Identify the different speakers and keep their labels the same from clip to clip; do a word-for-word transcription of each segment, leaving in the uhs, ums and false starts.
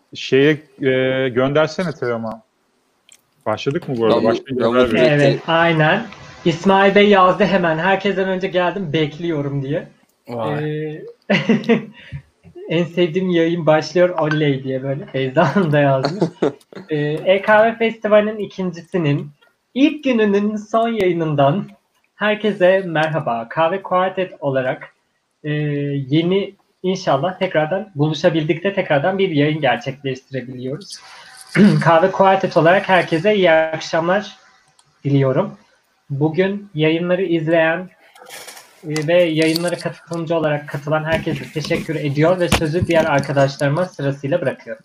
Speaker 1: Şeye e, göndersene Teoman. Başladık mı bu arada?
Speaker 2: Başlayınca evet, aynen. İsmail Bey yazdı hemen. Herkesten önce geldim, bekliyorum diye. Ee, en sevdiğim yayın başlıyor oley diye böyle. Feyza Hanım da yazmış. ee, E-Kahve Festivali'nin ikincisinin ilk gününün son yayınından herkese merhaba. Kahve Quartet olarak e, yeni inşallah tekrardan buluşabildik de tekrardan bir yayın gerçekleştirebiliyoruz. Kahve Quartet olarak herkese iyi akşamlar diliyorum. Bugün yayınları izleyen ve yayınlara katılımcı olarak katılan herkese teşekkür ediyor ve sözü diğer arkadaşlarıma sırasıyla bırakıyorum.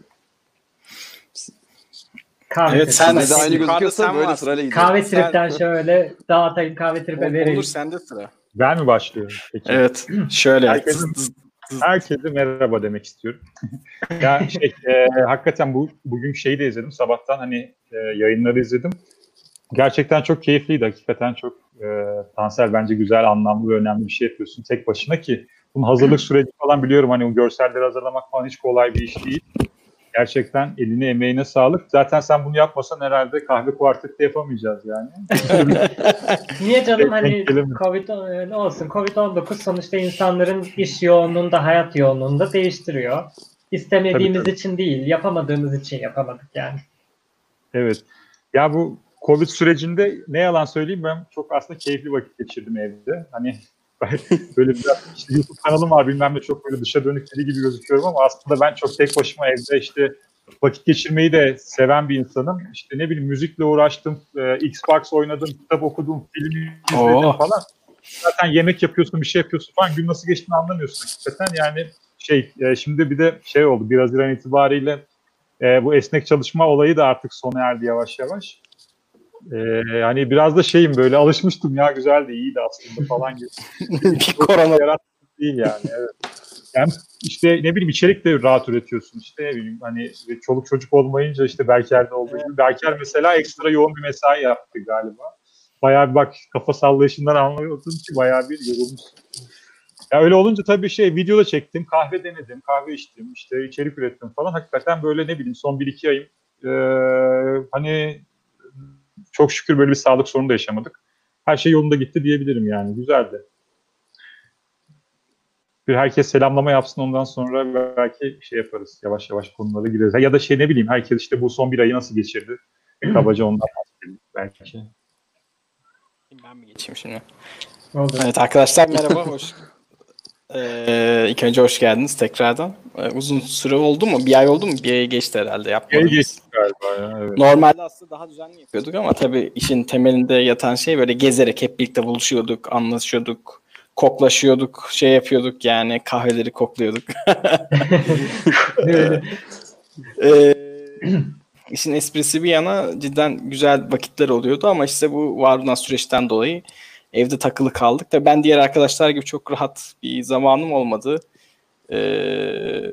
Speaker 3: Kahve evet, sen de aynı gözüküyorsa böyle sırayla gidiyor.
Speaker 2: Kahve tripten şöyle dağıtayım, kahve tripe vereyim.
Speaker 3: Olur, sende sıra.
Speaker 1: Ben mi başlıyorum? Peki.
Speaker 3: Evet, şöyle.
Speaker 1: Herkese, herkese merhaba demek istiyorum. ya şey, e, hakikaten bu bugün şeyi de izledim. Sabahtan hani e, yayınları izledim. Gerçekten çok keyifliydi. Hakikaten çok e, Tansel bence güzel, anlamlı ve önemli bir şey yapıyorsun tek başına ki bunun hazırlık süreci falan biliyorum. Hani o görselleri hazırlamak falan hiç kolay bir iş değil. Gerçekten eline emeğine sağlık. Zaten sen bunu yapmasan herhalde kahve kuartette yapamayacağız yani.
Speaker 2: Niye canım hani Covid ne olsun Covid on dokuz sonuçta insanların iş yoğunluğunda, hayat yoğunluğunda değiştiriyor. İstemediğimiz tabii, tabii. için değil, yapamadığımız için yapamadık yani.
Speaker 1: Evet. Ya bu Covid sürecinde ne yalan söyleyeyim ben çok aslında keyifli vakit geçirdim evde. Hani böyle biraz işte YouTube kanalım var bilmem ne çok böyle dışa dönük biri gibi gözüküyorum ama aslında ben çok tek başıma evde işte vakit geçirmeyi de seven bir insanım. İşte ne bileyim müzikle uğraştım, e, Xbox oynadım, kitap okudum, film izledim oh. falan. Zaten yemek yapıyorsun, bir şey yapıyorsun falan gün nasıl geçtiğini anlamıyorsun hakikaten. Yani şey e, şimdi bir de şey oldu bir Haziran itibariyle e, bu esnek çalışma olayı da artık sona erdi yavaş yavaş. Ee, hani biraz da şeyim böyle alışmıştım ya güzeldi iyiydi aslında falan gibi.
Speaker 3: Bir korona
Speaker 1: yarattı değil yani. Evet. Yani işte ne bileyim içerik de rahat üretiyorsun işte ne bileyim hani çoluk çocuk olmayınca işte Berker'de olduğu gibi. Berker mesela ekstra yoğun bir mesai yaptı galiba. Bayağı bir bak kafa sallayışından anlıyordum ki bayağı bir yorulmuş. Ya öyle olunca tabii şey video da çektim, kahve denedim, kahve içtim, işte içerik ürettim falan. Hakikaten böyle ne bileyim son bir iki ayım e, hani çok şükür böyle bir sağlık sorunu da yaşamadık. Her şey yolunda gitti diyebilirim yani. Güzeldi. Bir herkes selamlama yapsın ondan sonra belki şey yaparız. Yavaş yavaş konulara gireriz. Ya da şey ne bileyim herkes işte bu son bir ayı nasıl geçirdi? Kabaca ondan bahsedelim belki.
Speaker 3: Ben mi geçeyim şimdi? Oldu. Evet arkadaşlar merhaba. Hoş Ee, ilk önce hoş geldiniz tekrardan. Ee, uzun süre oldu mu? Bir ay oldu mu? Bir ay geçti herhalde yapmadığımız.
Speaker 1: Bir ay geçti galiba ya. Evet.
Speaker 3: Normalde aslında daha düzenli yapıyorduk ama tabii işin temelinde yatan şey böyle gezerek hep birlikte buluşuyorduk, anlaşıyorduk, koklaşıyorduk, şey yapıyorduk yani kahveleri kokluyorduk. ee, işin esprisi bir yana cidden güzel vakitler oluyordu ama işte bu var olan süreçten dolayı evde takılı kaldık da ben diğer arkadaşlar gibi çok rahat bir zamanım olmadı. Ee,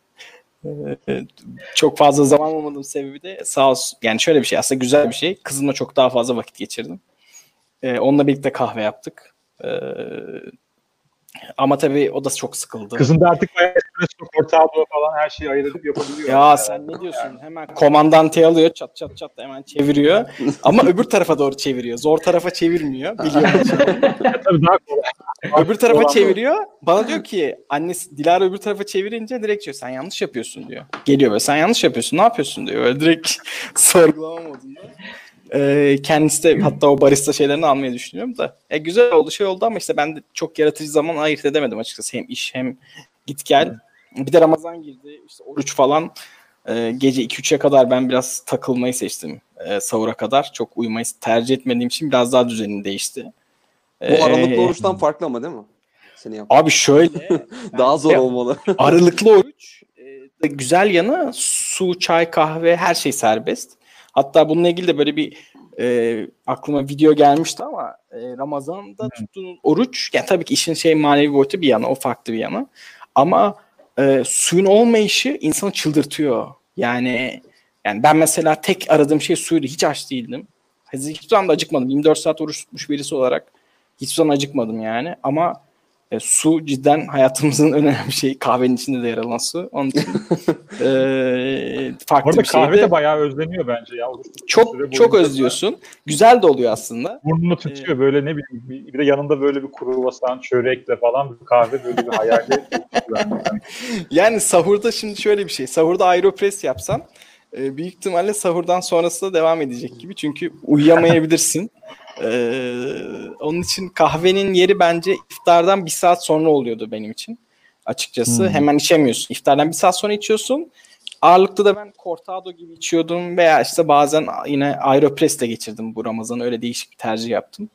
Speaker 3: çok fazla zaman olmadığım sebebi de sağ olsun. Yani şöyle bir şey aslında güzel bir şey. Kızımla çok daha fazla vakit geçirdim. Ee, onunla birlikte kahve yaptık. Ee, ama tabii o da çok sıkıldı.
Speaker 1: Kızım da artık espresso portable falan her şeyi ayırt edip yapabiliyor.
Speaker 3: Ya yani. Sen ne diyorsun? Yani. Hemen komandanteyi alıyor çat çat çat hemen çeviriyor. Ama öbür tarafa doğru çeviriyor. Zor tarafa çevirmiyor. Biliyorum.
Speaker 1: Tabii daha kolay.
Speaker 3: Öbür tarafa çeviriyor. Bana diyor ki annesi Dilara öbür tarafa çevirince direkt diyor sen yanlış yapıyorsun diyor. Geliyor böyle sen yanlış yapıyorsun ne yapıyorsun diyor. Öyle direkt sorgulama modunda. Ee, kendisi de hatta o barista şeylerini almayı düşünüyorum da. E, güzel oldu şey oldu ama işte ben de çok yaratıcı zaman ayırt edemedim açıkçası. Hem iş hem git gel. Bir de Ramazan girdi. İşte oruç falan. Ee, gece iki üçe kadar ben biraz takılmayı seçtim. Ee, sahura kadar. Çok uyumayı tercih etmediğim için biraz daha düzenim değişti.
Speaker 4: Bu aralıklı oruçtan farklı ama değil mi? Seni
Speaker 3: abi şöyle.
Speaker 4: daha zor olmalı.
Speaker 3: Aralıklı oruç e, güzel yanı su, çay, kahve her şey serbest. Hatta bununla ilgili de böyle bir e, aklıma video gelmişti ama e, Ramazan'da tuttuğun oruç yani tabii ki işin şey manevi boyutu bir yana o farklı bir yana ama e, suyun olmayışı insanı çıldırtıyor. Yani yani ben mesela tek aradığım şey suydu. Hiç aç değildim. Hiçbir zaman da acıkmadım. yirmi dört saat oruç tutmuş birisi olarak hiçbir zaman acıkmadım yani ama E, su cidden hayatımızın önemli bir şeyi. Kahvenin içinde de yer alan su. Onun için e, farklı
Speaker 1: Orada
Speaker 3: bir şey
Speaker 1: kahve
Speaker 3: de.
Speaker 1: de bayağı özleniyor bence ya.
Speaker 3: Çok çok özlüyorsun. Güzel de oluyor aslında.
Speaker 1: Burnunu tutuyor böyle, ne bileyim, bir bir de yanında böyle bir kruvasan, çörekle falan bir kahve, böyle bir hayali. Yani.
Speaker 3: Yani sahurda şimdi şöyle bir şey. Sahurda Aeropress yapsan e, büyük ihtimalle sahurdan sonrası da devam edecek gibi. Çünkü uyuyamayabilirsin. Ee, onun için kahvenin yeri bence iftardan bir saat sonra oluyordu benim için. Açıkçası
Speaker 1: Hmm.
Speaker 3: hemen içemiyorsun. İftardan bir saat sonra içiyorsun. Ağırlıklı da ben Cortado gibi içiyordum veya işte bazen yine Aeropress de geçirdim bu Ramazan. Öyle değişik bir tercih yaptım.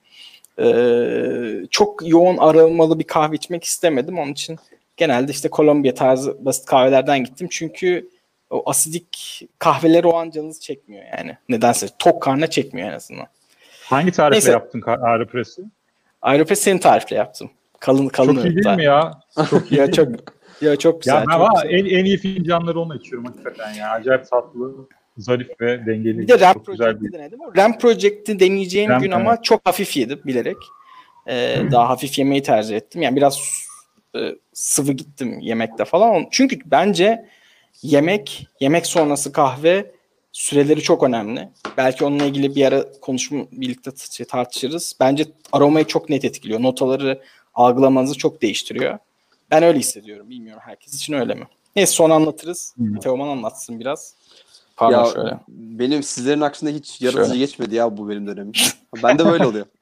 Speaker 3: Ee, çok yoğun aromalı bir kahve içmek istemedim. Onun için genelde işte Kolombiya tarzı basit kahvelerden gittim. Çünkü o asidik kahveleri o an canınız çekmiyor yani. Nedense tok karnına çekmiyor en azından.
Speaker 1: Hangi tarifle
Speaker 3: Neyse.
Speaker 1: yaptın Aeropress'i?
Speaker 3: Aeropress senin tarifle yaptım. Kalın kalın.
Speaker 1: Çok iyi değil mi ya? Çok iyi.
Speaker 3: ya çok ya çok güzel.
Speaker 1: Ya ben
Speaker 3: çok
Speaker 1: valla
Speaker 3: güzel.
Speaker 1: en, en iyi fincanları onunla içiyorum hakikaten ya. Acayip tatlı, zarif ve dengeli.
Speaker 3: Bir de RAM
Speaker 1: çok güzel bir.
Speaker 3: Project'i denedim. O RAM Project'i deneyeceğim
Speaker 1: RAM,
Speaker 3: gün
Speaker 1: evet.
Speaker 3: ama çok hafif yedim bilerek. Ee, daha hafif yemeği tercih ettim. Yani biraz e, sıvı gittim yemekte falan. Çünkü bence yemek, yemek sonrası kahve süreleri çok önemli. Belki onunla ilgili bir ara konuşma birlikte tartışırız. Bence aromayı çok net etkiliyor. Notaları algılamanızı çok değiştiriyor. Ben öyle hissediyorum. Bilmiyorum herkes için öyle mi? Neyse sonra anlatırız. Hmm. Teoman anlatsın biraz. Pardon
Speaker 4: ya,
Speaker 3: şöyle.
Speaker 4: Benim sizlerin aksine hiç yaratıcı
Speaker 3: Şöyle.
Speaker 4: geçmedi ya bu benim dönemim. Ben de böyle oluyor.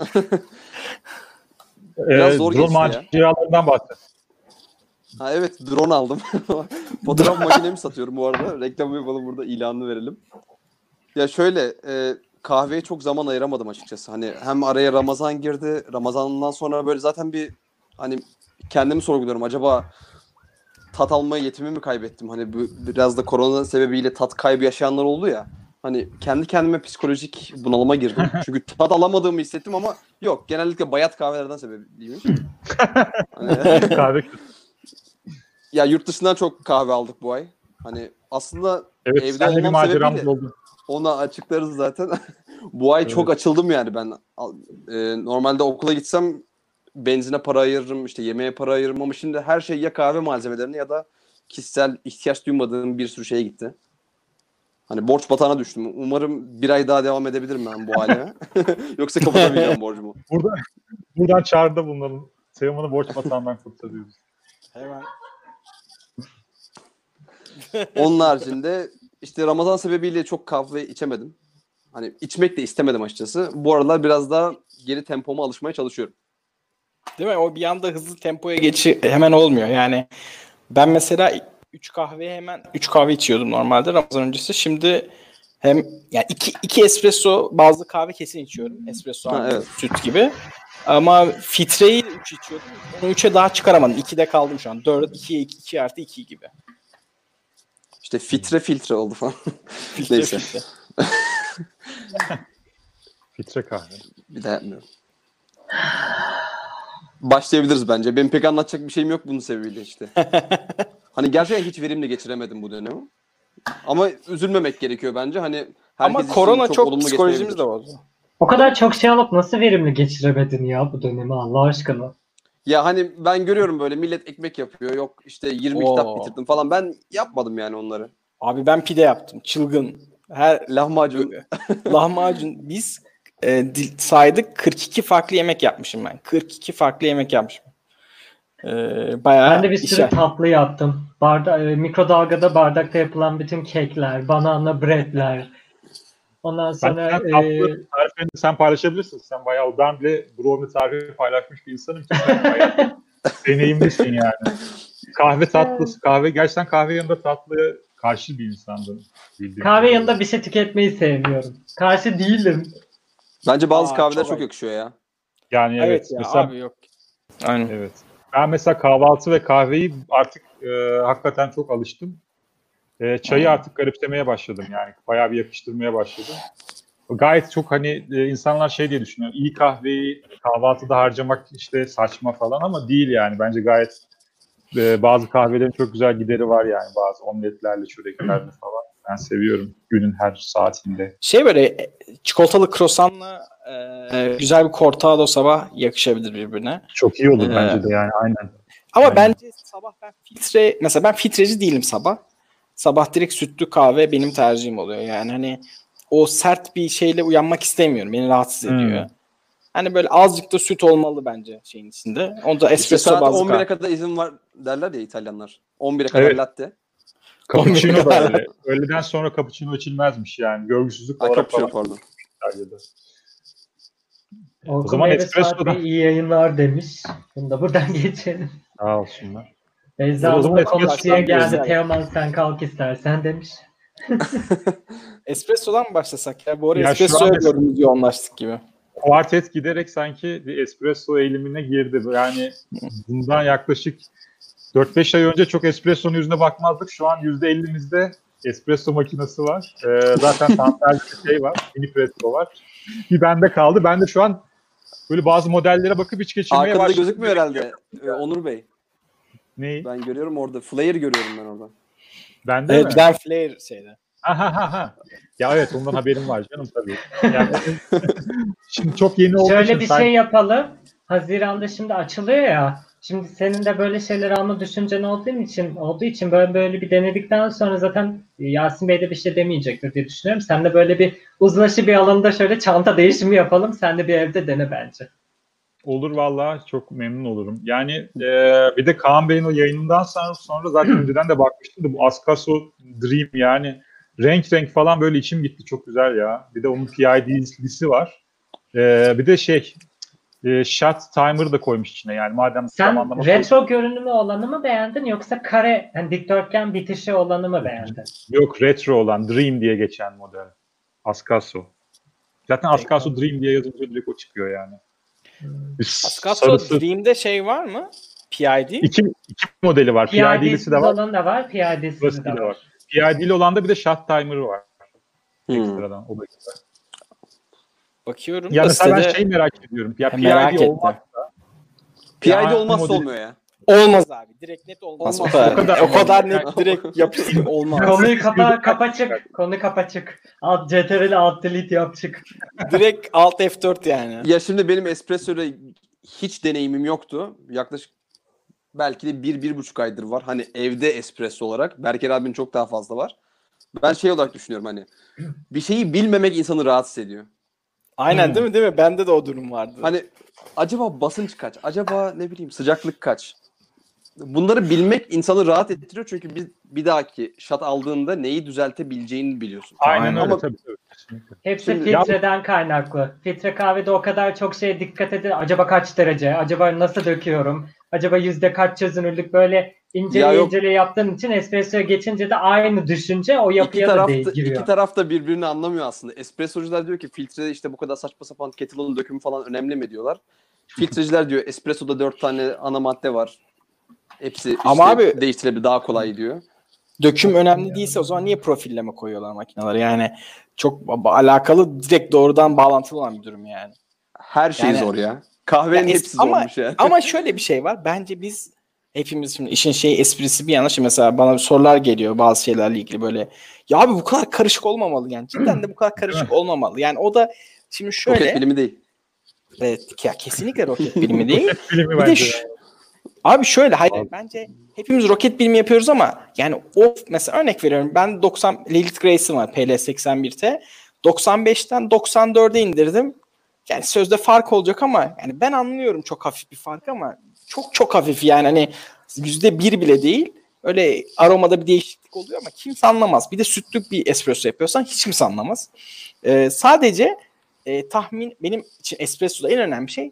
Speaker 1: Biraz ee, zor geçti ya. Maceralarından bahset.
Speaker 4: Ha evet, drone aldım. Fotoğraf makinemi satıyorum bu arada. Reklam yapalım, burada ilanını verelim. Ya şöyle, e, kahveye çok zaman ayıramadım açıkçası. Hani hem araya Ramazan girdi. Ramazan'dan sonra böyle zaten bir hani kendimi sorguluyorum. Acaba tat alma yetimi mi kaybettim? Hani bu, biraz da korona sebebiyle tat kaybı yaşayanlar oldu ya. Hani kendi kendime psikolojik bunalıma girdim. Çünkü tat alamadığımı hissettim ama yok. Genellikle bayat kahvelerden sebepliymiş. Hani,
Speaker 1: kahve.
Speaker 4: Ya yurt dışından çok kahve aldık bu ay. Hani aslında
Speaker 1: evet,
Speaker 4: evde olmam sebebiyle
Speaker 1: oldu.
Speaker 4: Ona açıklarız zaten. Bu ay evet. Çok açıldım yani ben. E, normalde okula gitsem benzine para ayırırım, işte yemeğe para ayırırım ama şimdi her şey ya kahve malzemelerine ya da kişisel ihtiyaç duymadığım bir sürü şeye gitti. Hani borç batağına düştüm. Umarım bir ay daha devam edebilirim ben bu halime. Yoksa kapatamayacağım borcumu.
Speaker 1: Burada, buradan çağrıda bulunalım. Teoman'ı borç batağından kurtarıyoruz.
Speaker 3: Hemen.
Speaker 4: Onun haricinde işte Ramazan sebebiyle çok kahve içemedim. Hani içmek de istemedim açıkçası. Bu aralar biraz daha geri tempoma alışmaya çalışıyorum.
Speaker 3: Değil mi? O bir anda hızlı tempoya geçi hemen olmuyor. Yani ben mesela üç kahve hemen üç kahve içiyordum normalde Ramazan öncesi. Şimdi hem yani iki iki espresso, bazı kahve kesin içiyorum. Espresso, ha, evet. Süt gibi. Ama filtreyi üç içiyordum. Onu üçe daha çıkaramadım. ikide kaldım şu an. dört, ikiye iki, iki artı iki gibi.
Speaker 4: İşte filtre filtre oldu falan.
Speaker 3: Filtre
Speaker 4: Neyse.
Speaker 3: filtre.
Speaker 1: Filtre kahve.
Speaker 4: Bir daha yapmıyorum. Başlayabiliriz bence. Benim pek anlatacak bir şeyim yok bunun sebebiyle işte. Hani gerçekten hiç verimli geçiremedim bu dönemi. Ama üzülmemek gerekiyor bence. Hani
Speaker 3: ama korona çok, çok psikolojimiz de bozdu.
Speaker 2: O kadar çok şey alıp nasıl verimli geçiremedin ya bu dönemi Allah aşkına?
Speaker 4: Ya hani ben görüyorum böyle millet ekmek yapıyor. Yok işte yirmi Oo. kitap bitirdim falan. Ben yapmadım yani onları.
Speaker 3: Abi ben pide yaptım. Çılgın. Her
Speaker 4: lahmacun.
Speaker 3: lahmacun. Biz e, saydık kırk iki farklı yemek yapmışım ben. kırk iki farklı yemek yapmışım. E, bayağı
Speaker 2: ben de bir sürü
Speaker 3: işe.
Speaker 2: tatlı yaptım. Barda, e, mikrodalgada bardakta yapılan bütün kekler, banana breadler. Ondan sonra
Speaker 1: ben, sen,
Speaker 2: e...
Speaker 1: tariflerini sen paylaşabilirsin. Sen bayağı, ben bile brownie tarifi paylaşmış bir insanım ki sen bayağı deneyimlisin yani. Kahve tatlısı, kahve gerçekten kahve yanında tatlıya karşı bir insandım.
Speaker 2: Kahve yanında bir şey tüketmeyi sevmiyorum. Karşı değilim.
Speaker 4: Bence bazı Aa, kahveler çok, çok yakışıyor ya.
Speaker 1: Yani evet.
Speaker 3: Evet ya,
Speaker 1: mesela,
Speaker 3: abi yok. Aynen.
Speaker 1: Evet. Ben mesela kahvaltı ve kahveyi artık e, hakikaten çok alıştım. E, çayı hmm. artık garipsemeye başladım yani. Bayağı bir yakıştırmaya başladım. Gayet çok hani e, insanlar şey diye düşünüyor. İyi kahveyi kahvaltıda harcamak işte saçma falan ama değil yani. Bence gayet e, bazı kahvelerin çok güzel gideri var yani. Bazı omletlerle, çöreklerle falan. Ben seviyorum günün her saatinde.
Speaker 3: Şey böyle e, çikolatalı croissantla e, güzel bir cortado sabah yakışabilir birbirine.
Speaker 1: Çok iyi olur
Speaker 3: Ee,
Speaker 1: bence de yani aynen.
Speaker 3: Ama
Speaker 1: Aynen.
Speaker 3: bence sabah ben filtre, mesela ben filtreci değilim sabah. Sabah direkt sütlü kahve benim tercihim oluyor. Yani hani o sert bir şeyle uyanmak istemiyorum. Beni rahatsız ediyor.
Speaker 1: Hmm.
Speaker 3: Hani böyle azıcık da süt olmalı bence şeyin içinde. Onu da
Speaker 4: İşte
Speaker 3: espresso
Speaker 4: saat
Speaker 3: bazlı
Speaker 4: on bire
Speaker 3: kahve.
Speaker 4: kadar izin var derler ya İtalyanlar. on bire kadar
Speaker 1: Evet.
Speaker 4: latte.
Speaker 1: Cappuccino da öyle. Öğleden sonra cappuccino içilmezmiş yani. Görgüsüzlük
Speaker 4: Ay
Speaker 1: olarak
Speaker 4: kapışıyor
Speaker 1: falan.
Speaker 4: pardon.
Speaker 1: İtalya'da.
Speaker 2: Orkun
Speaker 1: O zaman
Speaker 2: Meyve
Speaker 1: espresso
Speaker 2: Saat
Speaker 1: da-
Speaker 2: Bey iyi yayınlar demiş. Bunu da buradan geçelim.
Speaker 1: Sağ olsunlar.
Speaker 2: Beyza
Speaker 1: O
Speaker 2: Hanım
Speaker 1: zaman
Speaker 2: da
Speaker 1: espressodan
Speaker 2: konuşmaya geldi.
Speaker 3: güzel.
Speaker 2: Teoman sen kalk istersen demiş.
Speaker 3: Espresso'dan mı başlasak ya? Bu ara
Speaker 1: Ya şu
Speaker 3: espresso'ya
Speaker 1: an-
Speaker 3: doğru biz yoğunlaştık gibi.
Speaker 1: Kuartet giderek sanki bir espresso eğilimine girdi. Yani bundan yaklaşık dört beş ay önce çok espressonun yüzüne bakmazdık. Şu an yüzde ellimizde espresso makinesi var. Ee, zaten santralde bir şey var. Mini presso var. Bir bende kaldı. Ben de şu an böyle bazı modellere bakıp iç geçirmeye
Speaker 4: Arkada
Speaker 1: başladım.
Speaker 4: gözükmüyor herhalde. Ee, Onur Bey.
Speaker 1: Neyi?
Speaker 4: Ben görüyorum orada. Flyer görüyorum ben orada.
Speaker 1: Bende
Speaker 3: Evet,
Speaker 1: mi?
Speaker 3: Ben Flair şeyde.
Speaker 1: Ha, ha, ha. Ya evet ondan haberim var canım tabii. Yani, şimdi çok yeni olduğu için
Speaker 2: Şöyle bir
Speaker 1: sen-
Speaker 2: şey yapalım. Haziran'da şimdi açılıyor ya. Şimdi senin de böyle şeyler alma düşüncen olduğu için olduğu için böyle böyle bir denedikten sonra zaten Yasin Bey de bir şey demeyecektir diye düşünüyorum. Sen de böyle bir uzlaşı bir alanda şöyle çanta değişimi yapalım. Sen de bir evde dene bence.
Speaker 1: Olur vallahi çok memnun olurum. Yani e, bir de Kaan Bey'in o yayınından sonra, sonra zaten önceden de bakmıştım da bu Ascaso Dream yani renk renk falan böyle içim gitti. Çok güzel ya. Bir de onun P I D'lisi var. E, bir de şey e, shot timer da koymuş içine yani madem
Speaker 2: Sen
Speaker 1: zamanlama
Speaker 2: retro görünümü olanı mı beğendin yoksa kare yani dikdörtgen bitişi olanı mı beğendin?
Speaker 1: yok retro olan Dream diye geçen model. Ascaso. Zaten Ascaso Dream diye yazınca direkt o çıkıyor yani. Bir
Speaker 3: Ascaso
Speaker 1: sarısı-
Speaker 3: Dream'de şey var mı? P I D?
Speaker 1: İki, iki modeli var. P I D'lisi
Speaker 2: P I D'siz
Speaker 1: de var.
Speaker 2: olan da var, P I D'siz
Speaker 1: Burası
Speaker 2: de
Speaker 1: de
Speaker 2: var.
Speaker 1: var. P I D'li olan da bir de shot timer'ı var.
Speaker 4: Hmm.
Speaker 1: Ekstradan. O da güzel.
Speaker 3: Bakıyorum
Speaker 1: Ya
Speaker 3: da
Speaker 1: mesela ben
Speaker 3: sitede
Speaker 1: şeyi merak ediyorum. Ya
Speaker 3: Ha,
Speaker 1: P
Speaker 3: merak
Speaker 1: I D
Speaker 3: ettim.
Speaker 1: olmaz.
Speaker 4: P I D
Speaker 1: Ya,
Speaker 4: olmazsa
Speaker 1: model-
Speaker 4: olmuyor ya.
Speaker 3: olmaz abi. Direkt net olmaz.
Speaker 4: Olmaz.
Speaker 3: O kadar,
Speaker 1: O kadar-
Speaker 3: o kadar net direkt yapıştır olmaz.
Speaker 2: Konuyu kapa, kapa çık. Konu kapa çık. Alt C T R L alt delete yap çık.
Speaker 3: Direkt Alt F dört yani.
Speaker 4: Ya şimdi benim espresso'yla hiç deneyimim yoktu. Yaklaşık belki de bir, bir buçuk aydır var. Hani evde espresso olarak. Berker abinin çok daha fazla var. Ben şey olarak düşünüyorum hani. Bir şeyi bilmemek insanı rahatsız ediyor.
Speaker 3: Aynen
Speaker 1: Hmm.
Speaker 3: değil mi değil mi? Bende de o durum vardı.
Speaker 4: Hani acaba basınç kaç? Acaba ne bileyim sıcaklık kaç? Bunları bilmek insanı rahat ettiriyor çünkü bir, bir dahaki shot aldığında neyi düzeltebileceğini biliyorsun.
Speaker 1: Aynen
Speaker 3: Aynen.
Speaker 1: öyle
Speaker 4: Ama-
Speaker 1: tabii tabii. Kesinlikle.
Speaker 2: Hepsi
Speaker 4: Şimdi-
Speaker 2: filtreden kaynaklı. Filtre kahvede o kadar çok şeye dikkat ediyor. Acaba kaç derece? Acaba nasıl döküyorum? Acaba yüzde kaç çözünürlük? Böyle incele
Speaker 4: Ya yok.
Speaker 2: incele yaptığın için espressoya geçince de aynı düşünce o
Speaker 4: İki
Speaker 2: yapıya da
Speaker 4: taraf,
Speaker 2: değil,
Speaker 4: da,
Speaker 2: giriyor.
Speaker 4: iki taraf da birbirini anlamıyor aslında. Espressocular diyor ki filtrede işte bu kadar saçma sapan kettle'ın dökümü falan önemli mi diyorlar. Filtreciler diyor espressoda dört tane ana madde var. Hepsi işte
Speaker 3: Ama abi-
Speaker 4: değiştirebilir daha kolay diyor.
Speaker 3: Döküm önemli değilse o zaman niye profilleme koyuyorlar makineleri? Yani çok ba- alakalı direkt doğrudan bağlantılı olan bir durum yani.
Speaker 4: Her şey
Speaker 3: Yani-
Speaker 4: zor ya. Kahvenin
Speaker 3: Ya es-
Speaker 4: hepsi
Speaker 3: ama-
Speaker 4: zormuş yani.
Speaker 3: Ama şöyle bir şey var. Bence biz hepimiz şimdi işin şey esprisi bir yana şimdi mesela bana sorular geliyor bazı şeylerle ilgili böyle. Ya abi bu kadar karışık olmamalı yani. Cidden de bu kadar karışık olmamalı. Yani o da şimdi şöyle.
Speaker 4: Roket bilimi değil.
Speaker 3: Evet, ya kesinlikle roket bilimi değil.
Speaker 1: Filmi
Speaker 3: Bir de
Speaker 1: bence.
Speaker 3: şu- abi şöyle hayır
Speaker 1: Abi.
Speaker 3: bence hepimiz roket bilimi yapıyoruz ama yani o mesela örnek veriyorum ben doksan Lilith Grace'im var P L seksen bir T doksan beşten doksan dörde indirdim. Yani sözde fark olacak ama yani ben anlıyorum çok hafif bir fark ama çok çok hafif yani hani yüzde bir bile değil. Öyle aromada bir değişiklik oluyor ama kimse anlamaz. Bir de sütlük bir espresso yapıyorsan hiç kimse anlamaz. Ee, sadece e, tahmin benim için espressoda en önemli şey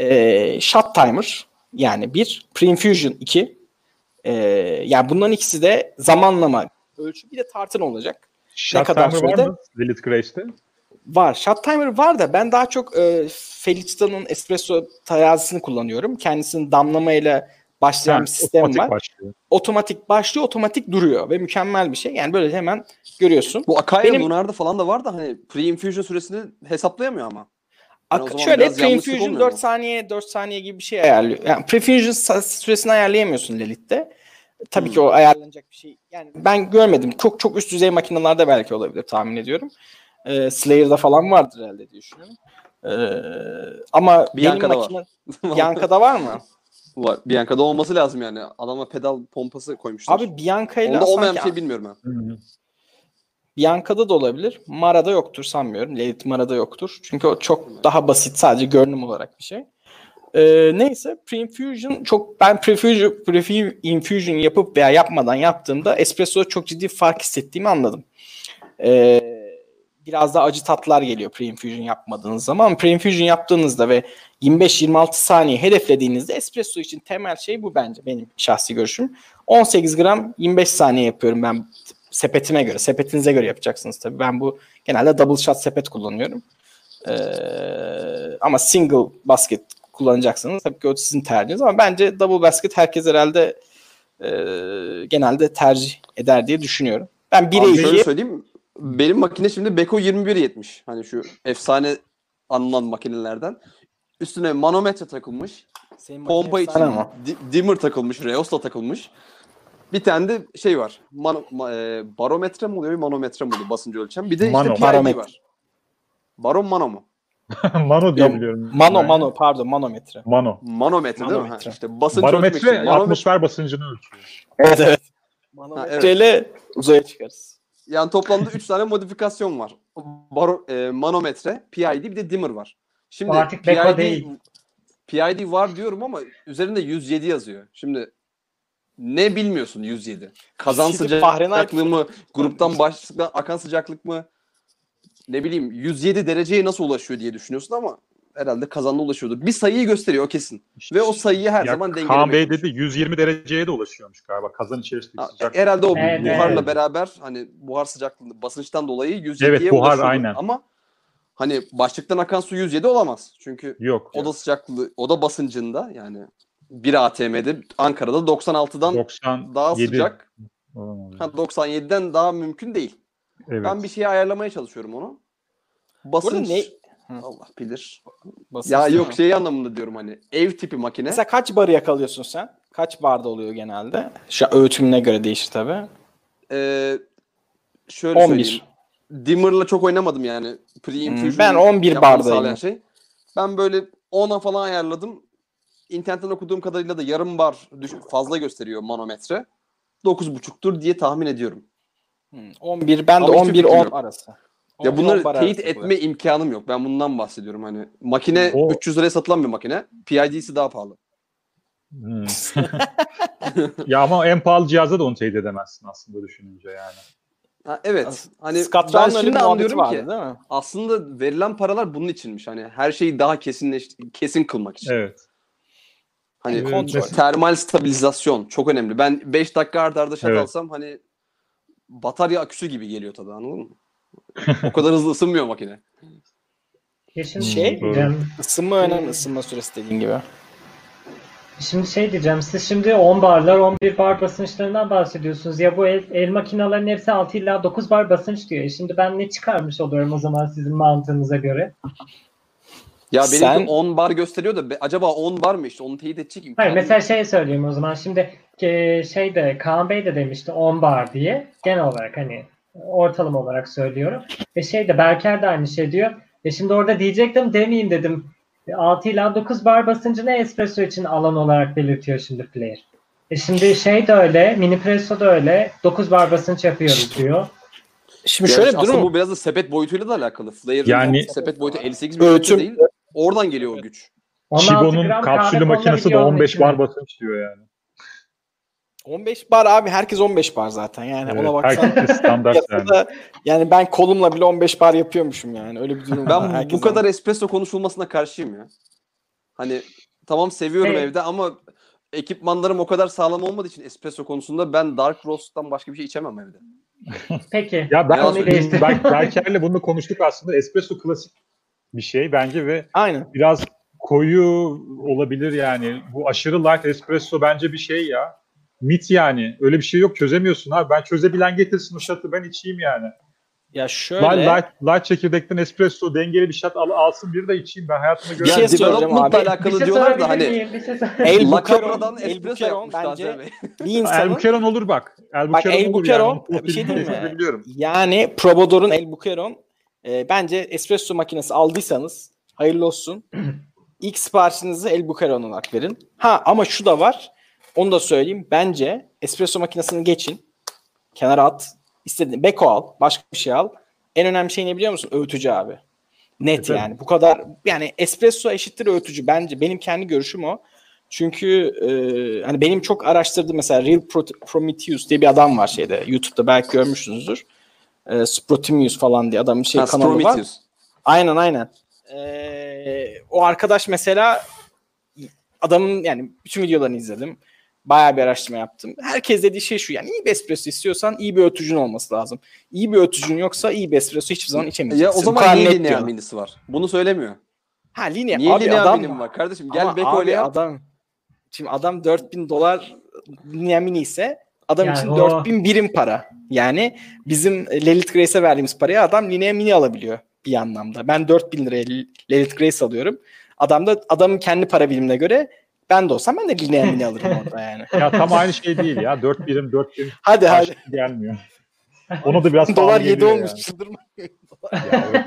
Speaker 3: e, shot timer yani bir pre-infusion iki e, yani bunların ikisi de zamanlama ölçü bir de tartın olacak.
Speaker 1: Shot
Speaker 3: kadar
Speaker 1: timer var
Speaker 3: sürede?
Speaker 1: mı Lilith Grace'te?
Speaker 3: Var. Shot timer var da ben daha çok e, Felicita'nın espresso terazisini kullanıyorum. Kendisinin damlamayla başlayan
Speaker 1: Ha,
Speaker 3: bir sistem
Speaker 1: otomatik
Speaker 3: var.
Speaker 1: başlıyor.
Speaker 3: Otomatik başlıyor, otomatik duruyor ve mükemmel bir şey. Yani böyle hemen görüyorsun.
Speaker 4: Bu Akaya
Speaker 3: Benim-
Speaker 4: Lunar'da falan da var da hani pre-infusion süresini hesaplayamıyor ama. Yani o
Speaker 3: Ak-
Speaker 4: zaman
Speaker 3: şöyle
Speaker 4: biraz yanlışlık
Speaker 3: pre-infusion
Speaker 4: olmuyor
Speaker 3: dört
Speaker 4: mu?
Speaker 3: saniye dört saniye gibi bir şey ayarlıyor. Yani pre-infusion sa- süresini ayarlayamıyorsun Lilith'te. Tabii
Speaker 4: Hmm.
Speaker 3: ki o ayarlanacak bir şey. Yani ben görmedim. Çok çok üst düzey makinelerde belki olabilir tahmin ediyorum. Ee, Slayer'da falan vardır herhalde diye düşünüyorum. Ee, ama
Speaker 4: Bianca'da
Speaker 3: benim
Speaker 4: var.
Speaker 3: makine... Bianca'da var mı?
Speaker 4: Var. Bianca'da olması lazım yani. Adama pedal pompası koymuşlar.
Speaker 3: Abi Bianca'yla
Speaker 4: Onda olmayan bir
Speaker 3: sanki
Speaker 4: şey bilmiyorum ben.
Speaker 1: Hı-hı.
Speaker 3: Bianca'da da olabilir. Mara'da yoktur sanmıyorum. Lilith Mara'da yoktur. Çünkü o çok daha basit, sadece görünüm olarak bir şey. Ee, neyse Pre-Infusion çok ben Pre-Infusion, Pre-Infusion yapıp veya yapmadan yaptığımda espresso'da çok ciddi fark hissettiğimi anladım. Ee, biraz daha acı tatlar geliyor Pre-Infusion yapmadığınız zaman. Pre-Infusion yaptığınızda ve yirmi beş yirmi altı saniye hedeflediğinizde espresso için temel şey bu bence, benim şahsi görüşüm. on sekiz gram yirmi beş saniye yapıyorum ben sepetime göre. Sepetinize göre yapacaksınız tabii. Ben bu genelde double shot sepet kullanıyorum. Ee, ama single basket kullanacaksanız tabii ki o sizin tercihiniz, ama bence double basket herkes herhalde e, genelde tercih eder diye düşünüyorum. Ben bire
Speaker 4: Abi şöyle
Speaker 3: ikiye
Speaker 4: söyleyeyim. Benim makine şimdi Beko yirmi bir yetmiş. Hani şu efsane anılan makinelerden. Üstüne manometre takılmış.
Speaker 3: senin
Speaker 4: Pompa
Speaker 3: makine
Speaker 4: için
Speaker 3: efsane ama.
Speaker 4: di- dimmer takılmış. Reos'la takılmış. Bir tane de şey var. Mano, ma- e, barometre mi oluyor? Manometre mi oluyor? Basıncı ölçen. Bir de
Speaker 1: Mano.
Speaker 4: işte P I D
Speaker 3: Barometre.
Speaker 4: var. Baron mano mu?
Speaker 1: Mano diye
Speaker 3: Yok,
Speaker 1: biliyorum.
Speaker 3: Mano
Speaker 1: Yani.
Speaker 3: mano pardon manometre.
Speaker 1: Mano.
Speaker 4: Manometre, değil mi?
Speaker 3: Manometre.
Speaker 4: Ha, işte basınç ölçmek için.
Speaker 1: Barometre
Speaker 4: Manometre,
Speaker 1: atmosfer basıncını ölçüyor.
Speaker 3: Evet evet.
Speaker 4: Ha,
Speaker 3: Manometreyle uzaya çıkarız.
Speaker 4: yani toplamda üç tane modifikasyon var. Baro, e, manometre, P I D, bir de dimmer var. Şimdi
Speaker 2: Bu artık Beko
Speaker 4: P I D,
Speaker 2: değil.
Speaker 4: P I D var diyorum ama üzerinde yüz yedi yazıyor. Şimdi ne bilmiyorsun yüz yedi? Kazan
Speaker 3: yüz yedi Fahrenheit
Speaker 4: sıcaklığı mı? Gruptan başlıktan akan sıcaklık mı? Ne bileyim yüz yedi dereceye nasıl ulaşıyor diye düşünüyorsun ama herhalde kazanına ulaşıyordur. Bir sayıyı gösteriyor o kesin. Ve o sayıyı her
Speaker 1: Ya
Speaker 4: zaman
Speaker 1: Kaan
Speaker 4: dengelemeye
Speaker 1: Bey
Speaker 4: çalışıyor.
Speaker 1: dedi yüz yirmi dereceye de ulaşıyormuş galiba. Kazan içerisindeki
Speaker 4: Ha,
Speaker 1: sıcaklık.
Speaker 4: herhalde o
Speaker 2: Evet,
Speaker 4: buharla
Speaker 2: evet.
Speaker 4: beraber hani buhar sıcaklığı basınçtan dolayı yüz yediye
Speaker 1: Evet, buhar,
Speaker 4: ulaşıyordur.
Speaker 1: aynen.
Speaker 4: Ama hani başlıktan akan su yüz yedi olamaz. Çünkü
Speaker 1: Yok.
Speaker 4: oda sıcaklığı, oda basıncında yani bir A T M'de Ankara'da doksan altıdan
Speaker 1: doksan
Speaker 4: daha
Speaker 1: yedi
Speaker 4: sıcak.
Speaker 1: falan oluyor.
Speaker 4: Ha, doksan yediden daha mümkün değil.
Speaker 1: Evet.
Speaker 4: Ben bir şeyi ayarlamaya çalışıyorum onu. Basınç
Speaker 3: ne-
Speaker 4: Allah bilir.
Speaker 3: Basınç
Speaker 4: Ya
Speaker 3: değil
Speaker 4: yok
Speaker 3: mi?
Speaker 4: şey anlamında diyorum hani ev tipi makine.
Speaker 3: Mesela kaç barı yakalıyorsun sen? Kaç barda oluyor genelde? Şu an öğütümüne göre değişir tabii.
Speaker 4: Ee, şöyle
Speaker 3: on
Speaker 4: söyleyeyim.
Speaker 3: bir.
Speaker 4: Dimmer'la çok oynamadım yani. Pre-infusion
Speaker 3: Hmm, ben on bir
Speaker 4: yapmamı
Speaker 3: bardayım.
Speaker 4: sağlayan şey. Ben böyle ona falan ayarladım. İnternetten okuduğum kadarıyla da yarım bar düş- fazla gösteriyor manometre. dokuz buçuktur diye tahmin ediyorum.
Speaker 3: Hmm, on bir, ben de
Speaker 4: Ama hiçbir
Speaker 3: on bir
Speaker 4: fikrim
Speaker 3: on
Speaker 4: yok.
Speaker 3: arası.
Speaker 4: Ya
Speaker 3: on bir on
Speaker 4: bunları
Speaker 3: bar
Speaker 4: teyit
Speaker 3: arası
Speaker 4: etme imkanım yok. Ben bundan bahsediyorum hani. Makine
Speaker 1: O-
Speaker 4: üç yüz liraya satılan bir makine. P I D'si daha pahalı.
Speaker 1: Hmm. Ya ama en pahalı cihazda da onu teyit edemezsin aslında düşününce yani.
Speaker 4: Ha, evet. Hani ben
Speaker 3: Scatron'un öyle bir
Speaker 4: şimdi
Speaker 3: muhabbeti
Speaker 4: anlıyorum
Speaker 3: vardı
Speaker 4: ki
Speaker 3: değil mi?
Speaker 4: aslında verilen paralar bunun içinmiş. Hani her şeyi daha kesinleş kesin kılmak için.
Speaker 1: Evet.
Speaker 4: Hani
Speaker 1: Evet,
Speaker 3: kontrol.
Speaker 1: mesela-
Speaker 4: termal stabilizasyon çok önemli. Ben beş dakika arda arda şat
Speaker 1: Evet.
Speaker 4: alsam hani batarya aküsü gibi geliyor tadı, anladın mı? O kadar hızlı ısınmıyor makine.
Speaker 2: Ya şimdi
Speaker 3: Şey,
Speaker 2: şey diyeceğim.
Speaker 3: Isınma önemli, ısınma süresi dediğin gibi.
Speaker 2: Şimdi şey diyeceğim. Siz şimdi on barlar, on bir bar basınçlarından bahsediyorsunuz. Ya bu el, el makinelerin hepsi altı ila dokuz bar basınç diyor. E Şimdi ben ne çıkarmış oluyorum o zaman sizin mantığınıza göre?
Speaker 4: Ya benimki
Speaker 3: Sen-
Speaker 4: on bar gösteriyor da be- acaba on bar mı işte onu teyit edecek imkanım
Speaker 2: Hayır mesela
Speaker 4: yok.
Speaker 2: şey söyleyeyim o zaman. Şimdi e, şeyde Kaan Bey de demişti on bar diye. Genel olarak hani ortalama olarak söylüyorum. Ve şeyde Berker de aynı şey diyor. E şimdi orada diyecektim demeyeyim dedim. altı ila dokuz bar basıncını espresso için alan olarak belirtiyor şimdi player. E şimdi şey de öyle, mini presso da öyle. dokuz bar basınç yapıyoruz diyor.
Speaker 3: Şimdi
Speaker 4: Ya
Speaker 3: şöyle
Speaker 4: işte
Speaker 3: bir durum
Speaker 4: aslında
Speaker 3: var.
Speaker 4: bu biraz da sepet boyutuyla da alakalı. Flair'ın
Speaker 1: Yani-
Speaker 4: sepet boyutu elli sekiz milimetre
Speaker 3: Ölçüm-
Speaker 4: değil. Oradan geliyor o güç.
Speaker 2: on altı
Speaker 1: Shibo'nun
Speaker 2: gram kahve
Speaker 1: kapsülü makinesi de
Speaker 2: konulabiliyor onun
Speaker 1: on beş
Speaker 2: içine.
Speaker 1: bar basınç diyor yani.
Speaker 3: on beş bar abi, herkes on beş bar zaten yani
Speaker 1: Evet,
Speaker 3: ona baksan.
Speaker 1: herkes standart yani.
Speaker 3: Piyasada, yani ben kolumla bile on beş bar yapıyormuşum yani, öyle bir durum var.
Speaker 4: Ben bu
Speaker 3: Herkes
Speaker 4: kadar espresso konuşulmasına karşıyım ya. Hani tamam seviyorum
Speaker 2: Evet.
Speaker 4: evde ama ekipmanlarım o kadar sağlam olmadığı için espresso konusunda ben Dark Roast'tan başka bir şey içemem evde.
Speaker 2: Peki.
Speaker 1: Ya ben
Speaker 4: Biraz
Speaker 2: konuyu değiştir-
Speaker 1: Ber- Berker'le bunu konuştuk aslında. Espresso klasik bir şey bence ve
Speaker 3: aynen.
Speaker 1: biraz koyu olabilir yani. Bu aşırı light espresso bence bir şey ya. Mit yani. Öyle bir şey yok, çözemiyorsun abi. Ben çözebilen getirsin o şatı, ben içeyim yani.
Speaker 3: Ya şöyle.
Speaker 1: Light, light çekirdekten espresso dengeli bir shot al, alsın bir de içeyim. Ben hayatımda
Speaker 3: Bir şey
Speaker 1: görmedim.
Speaker 3: soracağım
Speaker 4: development'la
Speaker 3: abi.
Speaker 2: Bir
Speaker 4: alakalı
Speaker 2: şey
Speaker 4: diyorlar da
Speaker 2: sorabilir
Speaker 4: hani
Speaker 2: miyim? Bir şey sor-
Speaker 3: El
Speaker 4: La
Speaker 3: Bucaron,
Speaker 4: Capra'dan
Speaker 3: El
Speaker 4: espresso
Speaker 3: Bucaron
Speaker 4: yapmış Tazer
Speaker 3: bence
Speaker 4: Bey.
Speaker 3: bir
Speaker 1: El
Speaker 3: insanın.
Speaker 1: Bucaron olur bak. El
Speaker 3: Bak
Speaker 1: Bucaron
Speaker 3: El
Speaker 1: olur
Speaker 3: Bucaron
Speaker 1: yani.
Speaker 3: bir şey diyeyim mi?
Speaker 1: Biliyorum.
Speaker 3: Yani Probador'un El Bucaron e, bence espresso makinesi aldıysanız hayırlı olsun. İlk siparişinizi El Bucaron olarak verin. Ha ama şu da var. Onu da söyleyeyim. Bence espresso makinesini geçin. Kenara at. İstediğin Beko al. Başka bir şey al. En önemli şey ne biliyor musun? Öğütücü abi. Net
Speaker 1: Evet.
Speaker 3: yani. Bu kadar yani espresso eşittir öğütücü. Bence benim kendi görüşüm o. Çünkü e, hani benim çok araştırdığım mesela Real Pro- Prometheus diye bir adam var şeyde. YouTube'da belki görmüşsünüzdür. E, Sprotimius falan diye adamın şey
Speaker 4: Ha,
Speaker 3: kanalı var.
Speaker 4: Prometheus.
Speaker 3: Aynen aynen. Ee, o arkadaş mesela adamın yani bütün videolarını izledim. Bayağı bir araştırma yaptım. Herkes dediği şey şu yani iyi bir espresso istiyorsan iyi bir öğütücün olması lazım. İyi bir öğütücün yoksa iyi bir espresso hiçbir zaman içemeyeceksin.
Speaker 4: Ya o
Speaker 3: Bu
Speaker 4: zaman
Speaker 3: kadar
Speaker 4: niye
Speaker 3: net
Speaker 4: lineer
Speaker 3: diyor.
Speaker 4: minisi var? Bunu söylemiyor.
Speaker 3: Ha lineer.
Speaker 4: Niye
Speaker 3: Abi
Speaker 4: lineer
Speaker 3: adam
Speaker 4: minim var kardeşim? Gel
Speaker 3: ama
Speaker 4: Beko
Speaker 3: abi
Speaker 4: ile yap.
Speaker 3: adam şimdi adam dört bin dolar lineer mini ise adam
Speaker 2: Yani
Speaker 3: için
Speaker 2: o-
Speaker 3: dört bin birim para. Yani bizim Lilith Grace'e verdiğimiz paraya adam lineer mini alabiliyor bir anlamda. Ben dört bin liraya Lilith Grace alıyorum. Adam da adamın kendi para birimine göre ben de olsam ben de lineer mini alırım orada yani.
Speaker 1: Ya tam aynı şey değil ya. Dört birim dört birim
Speaker 3: Hadi hadi.
Speaker 1: karşı gelmiyor. Ona da biraz
Speaker 3: Dolar
Speaker 1: pahalı
Speaker 3: yedi
Speaker 1: geliyor
Speaker 3: olmuş
Speaker 1: yani.
Speaker 3: çıldırma.
Speaker 1: Ya evet.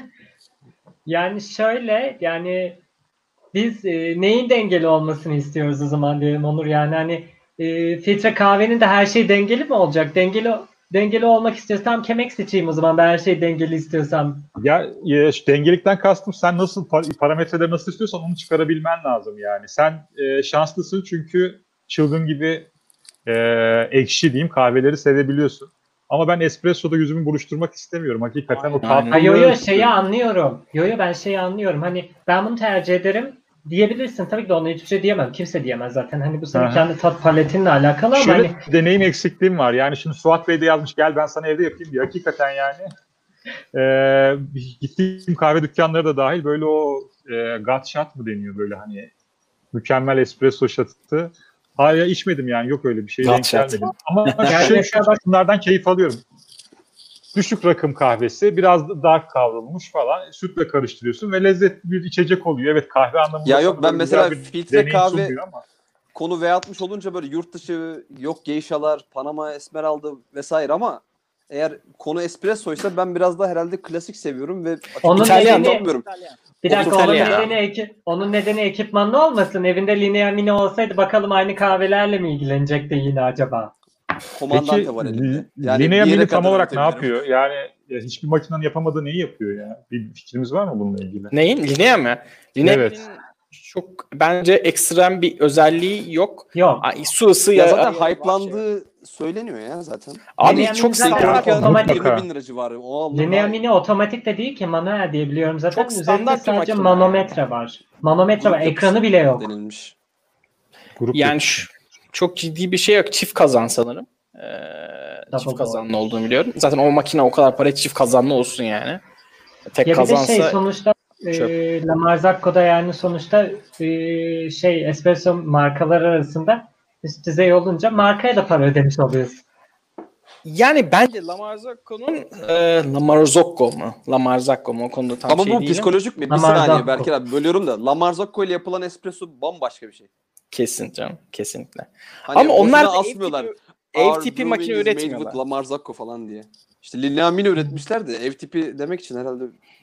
Speaker 2: Yani şöyle yani biz e, neyin dengeli olmasını istiyoruz o zaman diyelim Onur yani hani e, filtre kahvenin de her şey dengeli mi olacak? Dengeli dengeli olmak istiyorsam Chemex seçeyim o zaman ben her şey dengeli istiyorsam.
Speaker 1: Ya, ya şu dengelikten kastım sen nasıl par- parametreleri nasıl istiyorsan onu çıkarabilmen lazım yani. Sen e, şanslısın çünkü çılgın gibi e, ekşi diyeyim kahveleri sevebiliyorsun. Ama ben espressoda yüzümü buruşturmak istemiyorum. Hakikaten o
Speaker 3: Aynen.
Speaker 1: tatlılığı
Speaker 2: Ha yo yo şeyi
Speaker 1: istiyorum.
Speaker 2: anlıyorum. Yo yo ben şeyi anlıyorum. Hani ben bunu tercih ederim diyebilirsin. Tabii ki de ona hiçbir şey diyemem. Kimse diyemez zaten. Hani bu senin
Speaker 1: Aha.
Speaker 2: kendi tat paletinle alakalı ama
Speaker 1: Şöyle
Speaker 2: hani
Speaker 1: bir deneyim eksikliğim var. Yani şimdi Suat Bey de yazmış gel ben sana evde yapayım diye. Hakikaten yani e, gittiğim kahve dükkanları da dahil böyle o e, gut shot mı deniyor böyle hani mükemmel espresso shot'ı. Hala içmedim yani yok öyle bir şey
Speaker 3: Gut
Speaker 1: denk
Speaker 3: shot.
Speaker 1: gelmedim. Ama
Speaker 2: Yani
Speaker 1: şey,
Speaker 2: mesela bak-
Speaker 1: bunlardan keyif alıyorum. Düşük rakım kahvesi, biraz da dark kavrulmuş falan. Sütle karıştırıyorsun ve lezzetli bir içecek oluyor. Evet kahve anlamında.
Speaker 4: Ya yok,
Speaker 1: sana
Speaker 4: ben
Speaker 1: böyle
Speaker 4: mesela
Speaker 1: güzel bir
Speaker 4: filtre
Speaker 1: deneyim
Speaker 4: kahve-
Speaker 1: sunmuyor ama.
Speaker 4: Konu V altmış olunca böyle yurt dışı yok geishalar, Panama Esmeralda vesaire ama eğer konu espressoysa ben biraz daha herhalde klasik seviyorum ve
Speaker 2: Onun
Speaker 3: İtalyan
Speaker 2: nedeni-
Speaker 4: yapmıyorum.
Speaker 2: bir dakika onun
Speaker 3: İtalyan.
Speaker 2: nedeni, ekip, onun nedeni ekipmanlı olmasın. Evinde lineer mini olsaydı bakalım aynı kahvelerle mi ilgilenecekti yine acaba?
Speaker 4: Komandante
Speaker 1: Peki
Speaker 4: var elinde.
Speaker 1: li-
Speaker 4: Yani
Speaker 1: linear
Speaker 4: bir yere
Speaker 1: mini tam
Speaker 4: kadar
Speaker 1: olarak ne
Speaker 4: anlatabilirim.
Speaker 1: yapıyor? Yani ya hiçbir makinenin yapamadığı neyi yapıyor ya? Bir fikrimiz var mı bununla ilgili?
Speaker 3: Neyin? Lineer mi? Lineer'in
Speaker 1: Evet.
Speaker 3: çok bence ekstrem bir özelliği yok.
Speaker 2: Yok.
Speaker 3: Ay, su ısı
Speaker 4: Ya
Speaker 3: ya-
Speaker 4: zaten
Speaker 3: ya-
Speaker 4: hype'landığı söyleniyor ya zaten.
Speaker 3: Abi
Speaker 2: Lineer
Speaker 3: çok
Speaker 2: mini zaten
Speaker 3: standart.
Speaker 2: otomatik.
Speaker 4: Senkronike
Speaker 1: Mutlaka.
Speaker 4: yirmi bin lira civarı. O anlamda
Speaker 2: Lineer
Speaker 4: daha iyi.
Speaker 2: mini otomatik de değil ki manuel diye biliyorum zaten.
Speaker 3: Çok
Speaker 2: Üzerinde
Speaker 3: standart bir
Speaker 2: sadece
Speaker 3: makine
Speaker 2: manometre var. Manometre var.
Speaker 4: Grup
Speaker 2: Ekranı
Speaker 4: yapısı
Speaker 2: bile yok.
Speaker 4: denilmiş.
Speaker 1: Grup
Speaker 3: Yani
Speaker 1: yapısı.
Speaker 3: şu- çok ciddi bir şey yok. Çift kazan sanırım. Ee, çift
Speaker 2: Double
Speaker 3: kazanlı
Speaker 2: door.
Speaker 3: olduğunu biliyorum. Zaten o makine o kadar para çift kazanlı olsun yani. Tek
Speaker 2: Ya bir de
Speaker 3: kazansa
Speaker 2: şey sonuçta
Speaker 3: çöp.
Speaker 2: e, La Marzocco'da yani sonuçta e, şey espresso markalar arasında üst düzey olunca markaya da para ödemiş oluyoruz.
Speaker 3: yani bence La Marzocco'nun e, La Marzocco mu? La Marzocco mu? O konuda tam
Speaker 4: Ama
Speaker 3: şey
Speaker 4: bu
Speaker 3: değilim.
Speaker 4: psikolojik mi? Bir
Speaker 2: Lamarzocco.
Speaker 4: saniye Berker abi bölüyorum da La Marzocco ile yapılan espresso bambaşka bir şey.
Speaker 3: Kesin canım. Kesinlikle.
Speaker 4: Hani
Speaker 3: Ama onlar
Speaker 4: boşuna
Speaker 3: da ev
Speaker 4: asmıyorlar.
Speaker 3: tipi, ev
Speaker 4: Our
Speaker 3: tipi
Speaker 4: brewing
Speaker 3: makine
Speaker 4: is made
Speaker 3: üretmiyorlar.
Speaker 4: with La Marzocco falan diye. İşte linear mini üretmişler de ev tipi demek için herhalde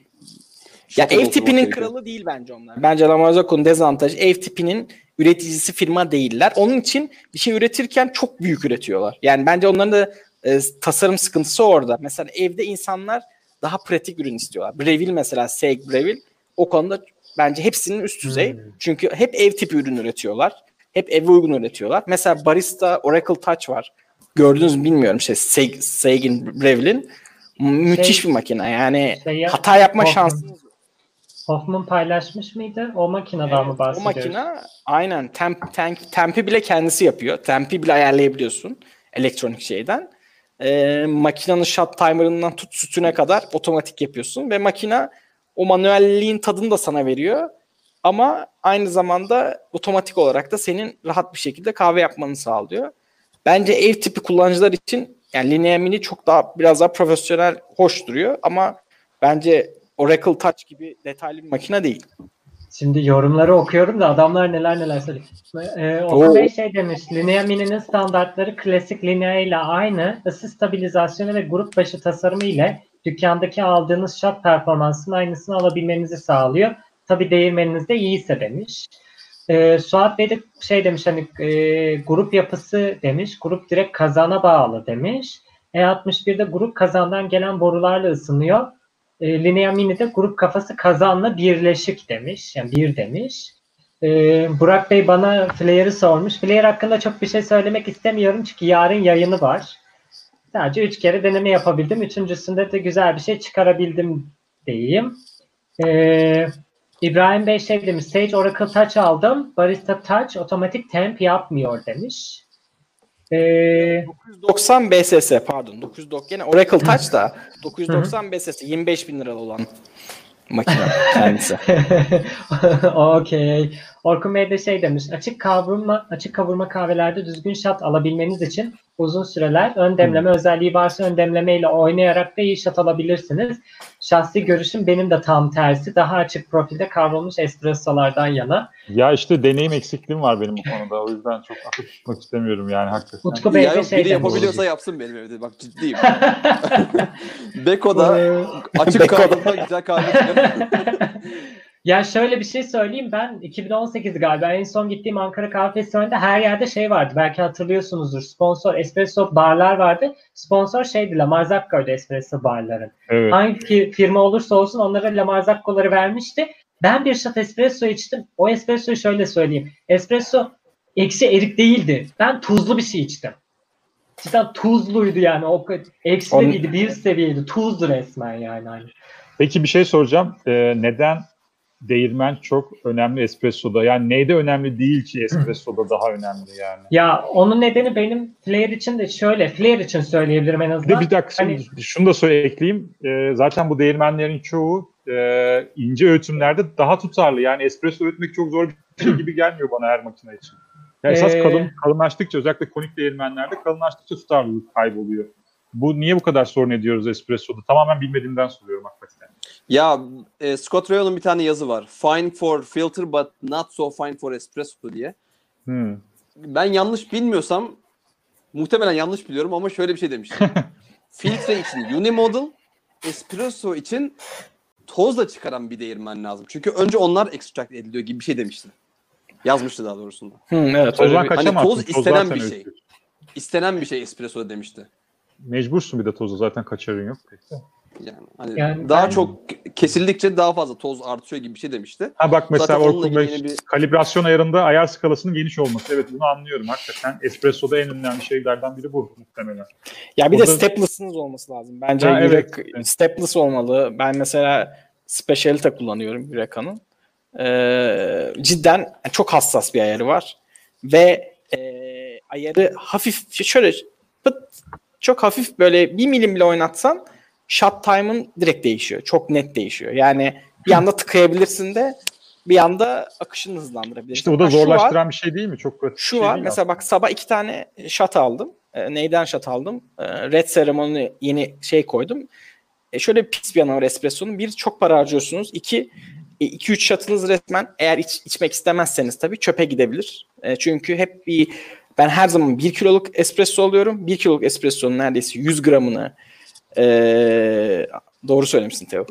Speaker 3: Ya
Speaker 4: şoka
Speaker 3: ev
Speaker 4: doldurmak
Speaker 3: tipinin
Speaker 4: gerekiyor.
Speaker 3: kralı değil bence onlar. Bence La Marzocco'nun dezavantajı ev tipinin üreticisi firma değiller. Onun için bir şey üretirken çok büyük üretiyorlar. Yani bence onların da e, tasarım sıkıntısı orada. Mesela evde insanlar daha pratik ürün istiyorlar. Breville mesela, Seig Breville o konuda bence hepsinin üst düzey.
Speaker 2: Hmm.
Speaker 3: Çünkü hep ev tipi ürün üretiyorlar. Hep eve uygun üretiyorlar. Mesela Barista Oracle Touch var. Gördünüz mü bilmiyorum. Şey, Seig, Seig'in Breville'in müthiş
Speaker 2: Şey-
Speaker 3: bir makine. Yani
Speaker 2: Şey ya-
Speaker 3: hata yapma
Speaker 2: Hoffman-
Speaker 3: şansınız
Speaker 2: Hoffman paylaşmış mıydı? O makineden
Speaker 3: Evet,
Speaker 2: mi
Speaker 3: o
Speaker 2: bahsediyoruz?
Speaker 3: makine aynen temp, temp, tempi bile kendisi yapıyor. Tempi bile ayarlayabiliyorsun elektronik şeyden. Ee, makinenin shut timer'ından tut sütüne kadar otomatik yapıyorsun ve makine o manuelliğin tadını da sana veriyor. Ama aynı zamanda otomatik olarak da senin rahat bir şekilde kahve yapmanı sağlıyor. Bence ev tipi kullanıcılar için yani Linea Mini çok daha biraz daha profesyonel, hoş duruyor ama bence Oracle Touch gibi detaylı bir makine değil.
Speaker 2: Şimdi yorumları okuyorum da adamlar neler neler söylüyor. Ee, Okan Bey şey demiş, Linea Mini'nin standartları klasik Linea ile aynı, ısı stabilizasyonu ve grup başı tasarımı ile dükkandaki aldığınız shot performansının aynısını alabilmenizi sağlıyor. Tabii değirmeniniz de iyiyse demiş. Ee, Suat Bey de şey demiş, hani e, grup yapısı demiş, grup direkt kazana bağlı demiş. E altmış birde grup kazandan gelen borularla ısınıyor. E, Linea Mini'de grup kafası kazanla birleşik demiş. Yani bir demiş. E, Burak Bey bana Flare'ı sormuş. Flare hakkında çok bir şey söylemek istemiyorum çünkü yarın yayını var. Sadece üç kere deneme yapabildim. Üçüncüsünde de güzel bir şey çıkarabildim diyeyim. E, İbrahim Bey şey demiş. Sage Oracle Touch aldım. Barista Touch otomatik temp yapmıyor demiş. Ee,
Speaker 3: dokuz yüz doksan B S S pardon. dokuz yüz doksan gene Oracle Touch da dokuz yüz doksan B S S yirmi beş bin liralı olan makine kendisi.
Speaker 2: Okey. Orkun Bey de şey demiş. Açık kavurma, açık kavurma kahvelerde düzgün shot alabilmeniz için uzun süreler ön demleme hmm. özelliği varsa ön demlemeyle oynayarak da iyi shot alabilirsiniz. Şahsi görüşüm benim de tam tersi. Daha açık profilde kavrulmuş espressolardan yana.
Speaker 1: Ya işte deneyim eksikliğim var benim bu konuda. O yüzden çok akıl tutmak istemiyorum yani hakikaten.
Speaker 2: Utku Bey
Speaker 4: ya
Speaker 2: de
Speaker 4: yok,
Speaker 2: şey
Speaker 4: biri
Speaker 2: demiş.
Speaker 4: yapabiliyorsa yapsın benim evde. Bak ciddiyim. Beko'da açık kahvede güzel kahve çıkar.
Speaker 2: Ya şöyle bir şey söyleyeyim, ben iki bin on sekiz galiba en son gittiğim Ankara Kahve Festivali'nde her yerde şey vardı, belki hatırlıyorsunuzdur, sponsor espresso barlar vardı. Sponsor şeydi, La Marzocco'ydu espresso barların.
Speaker 1: Evet.
Speaker 2: Hangi firma olursa olsun onlara La Marzocco'ları vermişti. Ben bir shot espresso içtim. O espressoyu şöyle söyleyeyim. Espresso ekşi erik değildi. Ben tuzlu bir şey içtim. Cidden tuzluydu yani. O ekşi de değildi, bir seviyeydi. Tuzlu resmen yani.
Speaker 1: Peki bir şey soracağım. Ee, neden değirmen çok önemli espressoda? Yani neyde önemli değil ki espressoda daha önemli yani?
Speaker 2: Ya onun nedeni benim Flare için de şöyle, Flare için söyleyebilirim en azından.
Speaker 1: Bir de bir dakika hani, şunu da söyle ekleyeyim. Ee, zaten bu değirmenlerin çoğu e, ince öğütümlerde daha tutarlı. Yani espresso öğütmek çok zor bir şey gibi gelmiyor bana her makine için. Yani esas
Speaker 2: ee,
Speaker 1: kalın, kalınlaştıkça, özellikle konik değirmenlerde kalınlaştıkça tutarlılık kayboluyor. Bu niye bu kadar sorun ediyoruz espressoda? Tamamen bilmediğimden soruyorum hakikaten.
Speaker 4: Ya e, Scott Rayo'nun bir tane yazı var. Fine for filter but not so fine for espresso diye.
Speaker 1: Hmm.
Speaker 4: Ben yanlış bilmiyorsam, muhtemelen yanlış biliyorum ama şöyle bir şey demiştim. Filtre için unimodal, espresso için tozla çıkaran bir değirmen lazım. Çünkü önce onlar extract ediliyor gibi bir şey demişti. Yazmıştı daha doğrusu.
Speaker 3: Hmm, evet,
Speaker 1: Tozdan
Speaker 3: bir...
Speaker 4: Hani toz istenen bir şey.
Speaker 1: Öğütüyor.
Speaker 4: İstenen bir şey espresso demişti.
Speaker 1: Mecbursun bir de toza, zaten kaçarın yok. Peki.
Speaker 4: Yani, hani
Speaker 2: yani
Speaker 4: daha
Speaker 2: ben...
Speaker 4: çok kesildikçe daha fazla toz artıyor gibi bir şey demişti.
Speaker 1: Ha bak mesela Orkun Bey,
Speaker 4: bir...
Speaker 1: kalibrasyon ayarında ayar skalasının geniş olması. Evet, bunu anlıyorum hakikaten. Espresso'da en önemli şeylerden biri bu muhtemelen.
Speaker 3: Ya bir
Speaker 1: Orada...
Speaker 3: de stepless'ınız olması lazım. Bence
Speaker 1: ha,
Speaker 3: yürek
Speaker 1: evet.
Speaker 3: stepless olmalı. Ben mesela Specialite kullanıyorum Yureka'nın. Ee, cidden çok hassas bir ayarı var. Ve e, ayarı hafif şöyle pıt, çok hafif böyle bir milim bile oynatsan shot time'ın direkt değişiyor. Çok net değişiyor. Yani bir anda tıkayabilirsin de bir anda akışını hızlandırabilirsin.
Speaker 1: İşte o da zorlaştıran bir şey değil mi? Çok pratik
Speaker 3: Şu
Speaker 1: bir şey
Speaker 3: var.
Speaker 1: değil
Speaker 3: Mesela
Speaker 1: aslında.
Speaker 3: bak sabah iki tane shot aldım. E, neyden shot aldım? E, Red Ceremony yeni şey koydum. E, şöyle pis bir yanı var espresso'nun. Bir, çok para harcıyorsunuz. İki, iki üç shot'ınız resmen eğer iç, içmek istemezseniz tabii çöpe gidebilir. E, çünkü hep bir ben her zaman bir kiloluk espresso alıyorum. Bir kiloluk espresso'nun neredeyse yüz gramını Ee, doğru söylemişsin Teo.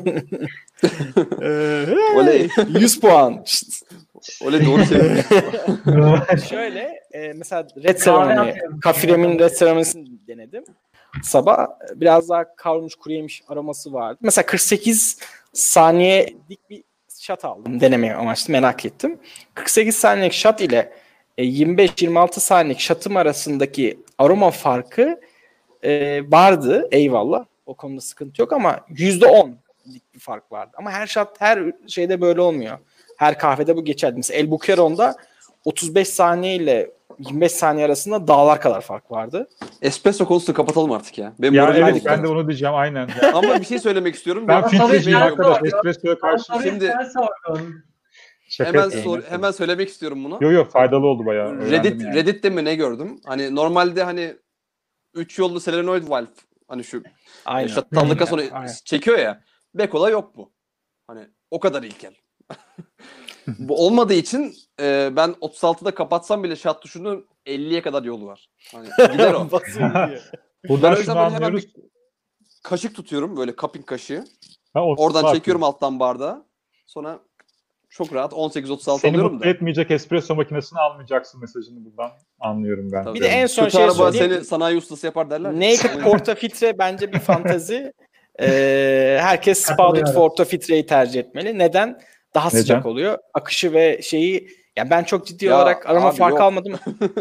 Speaker 4: Oley.
Speaker 3: yüz puan.
Speaker 4: Oley, doğru söylüyorsun.
Speaker 3: Şöyle e, mesela Red Ceremony, Kafirem'in Red Ceremony'sini denedim. Sabah biraz daha kavrulmuş kuru yemiş aroması vardı. Mesela kırk sekiz saniyelik bir shot aldım. Denemeye amaçlı, merak ettim. kırk sekiz saniyelik shot ile yirmi beş yirmi altı saniyelik shot'ım arasındaki aroma farkı Ee, vardı, eyvallah. O konuda sıkıntı yok ama yüzde on'lik bir fark vardı. Ama her shot, her şeyde böyle olmuyor. Her kahvede bu geçerli. Mesela El Buqueron'da otuz beş saniye ile yirmi beş saniye arasında dağlar kadar fark vardı.
Speaker 4: Espresso konusunu kapatalım artık ya. Benim
Speaker 1: ya evet,
Speaker 4: dikkat.
Speaker 1: ben de onu diyeceğim aynen.
Speaker 4: Ama bir şey söylemek istiyorum.
Speaker 1: Ben filtreciyim
Speaker 2: Tabii,
Speaker 1: arkadaş.
Speaker 2: tabii.
Speaker 1: Espresso'ya karşı.
Speaker 4: Şimdi
Speaker 1: Şaka
Speaker 4: hemen
Speaker 1: yapıyorum.
Speaker 4: sor, hemen söylemek istiyorum bunu.
Speaker 1: Yok yok, faydalı oldu bayağı.
Speaker 4: Reddit
Speaker 1: yani.
Speaker 4: Reddit'te mi ne gördüm? Hani normalde hani üç yollu solenoid valve hani şu
Speaker 3: Aynen.
Speaker 4: şattanlıktan sonra
Speaker 3: Aynen.
Speaker 4: çekiyor ya. Beko'da yok bu. Hani o kadar ilkel. Bu olmadığı için e, ben otuz altıda kapatsam bile şat tuşunun elliye kadar yolu var. Hani gider o.
Speaker 3: Basıyor gidiyor.
Speaker 1: Buradan
Speaker 4: Ben o
Speaker 1: şunu
Speaker 4: yüzden böyle hemen
Speaker 1: anlıyoruz.
Speaker 4: bir kaşık tutuyorum böyle cupping kaşığı.
Speaker 1: Ha, o
Speaker 4: Oradan
Speaker 1: farklı.
Speaker 4: çekiyorum alttan bardağı. Sonra çok rahat on sekiz otuz altı
Speaker 1: Seni
Speaker 4: alıyorum
Speaker 1: mutlu
Speaker 4: da.
Speaker 1: etmeyecek espresso makinesini almayacaksın mesajını buradan anlıyorum ben.
Speaker 4: Tabii.
Speaker 3: Bir de en son
Speaker 4: Kötü
Speaker 3: şey
Speaker 4: araba
Speaker 3: söyleyeyim.
Speaker 4: seni sanayi ustası yapar derler. ya.
Speaker 3: Naked portafiltre bence bir fantazi. Ee, herkes Spouted
Speaker 2: Katılıyorum.
Speaker 3: portafiltreyi tercih etmeli. Neden? Daha
Speaker 1: Neden?
Speaker 3: sıcak oluyor. Akışı ve şeyi ya ben çok ciddi
Speaker 4: Ya
Speaker 3: olarak arama
Speaker 4: abi
Speaker 3: fark
Speaker 4: yok.
Speaker 3: almadım.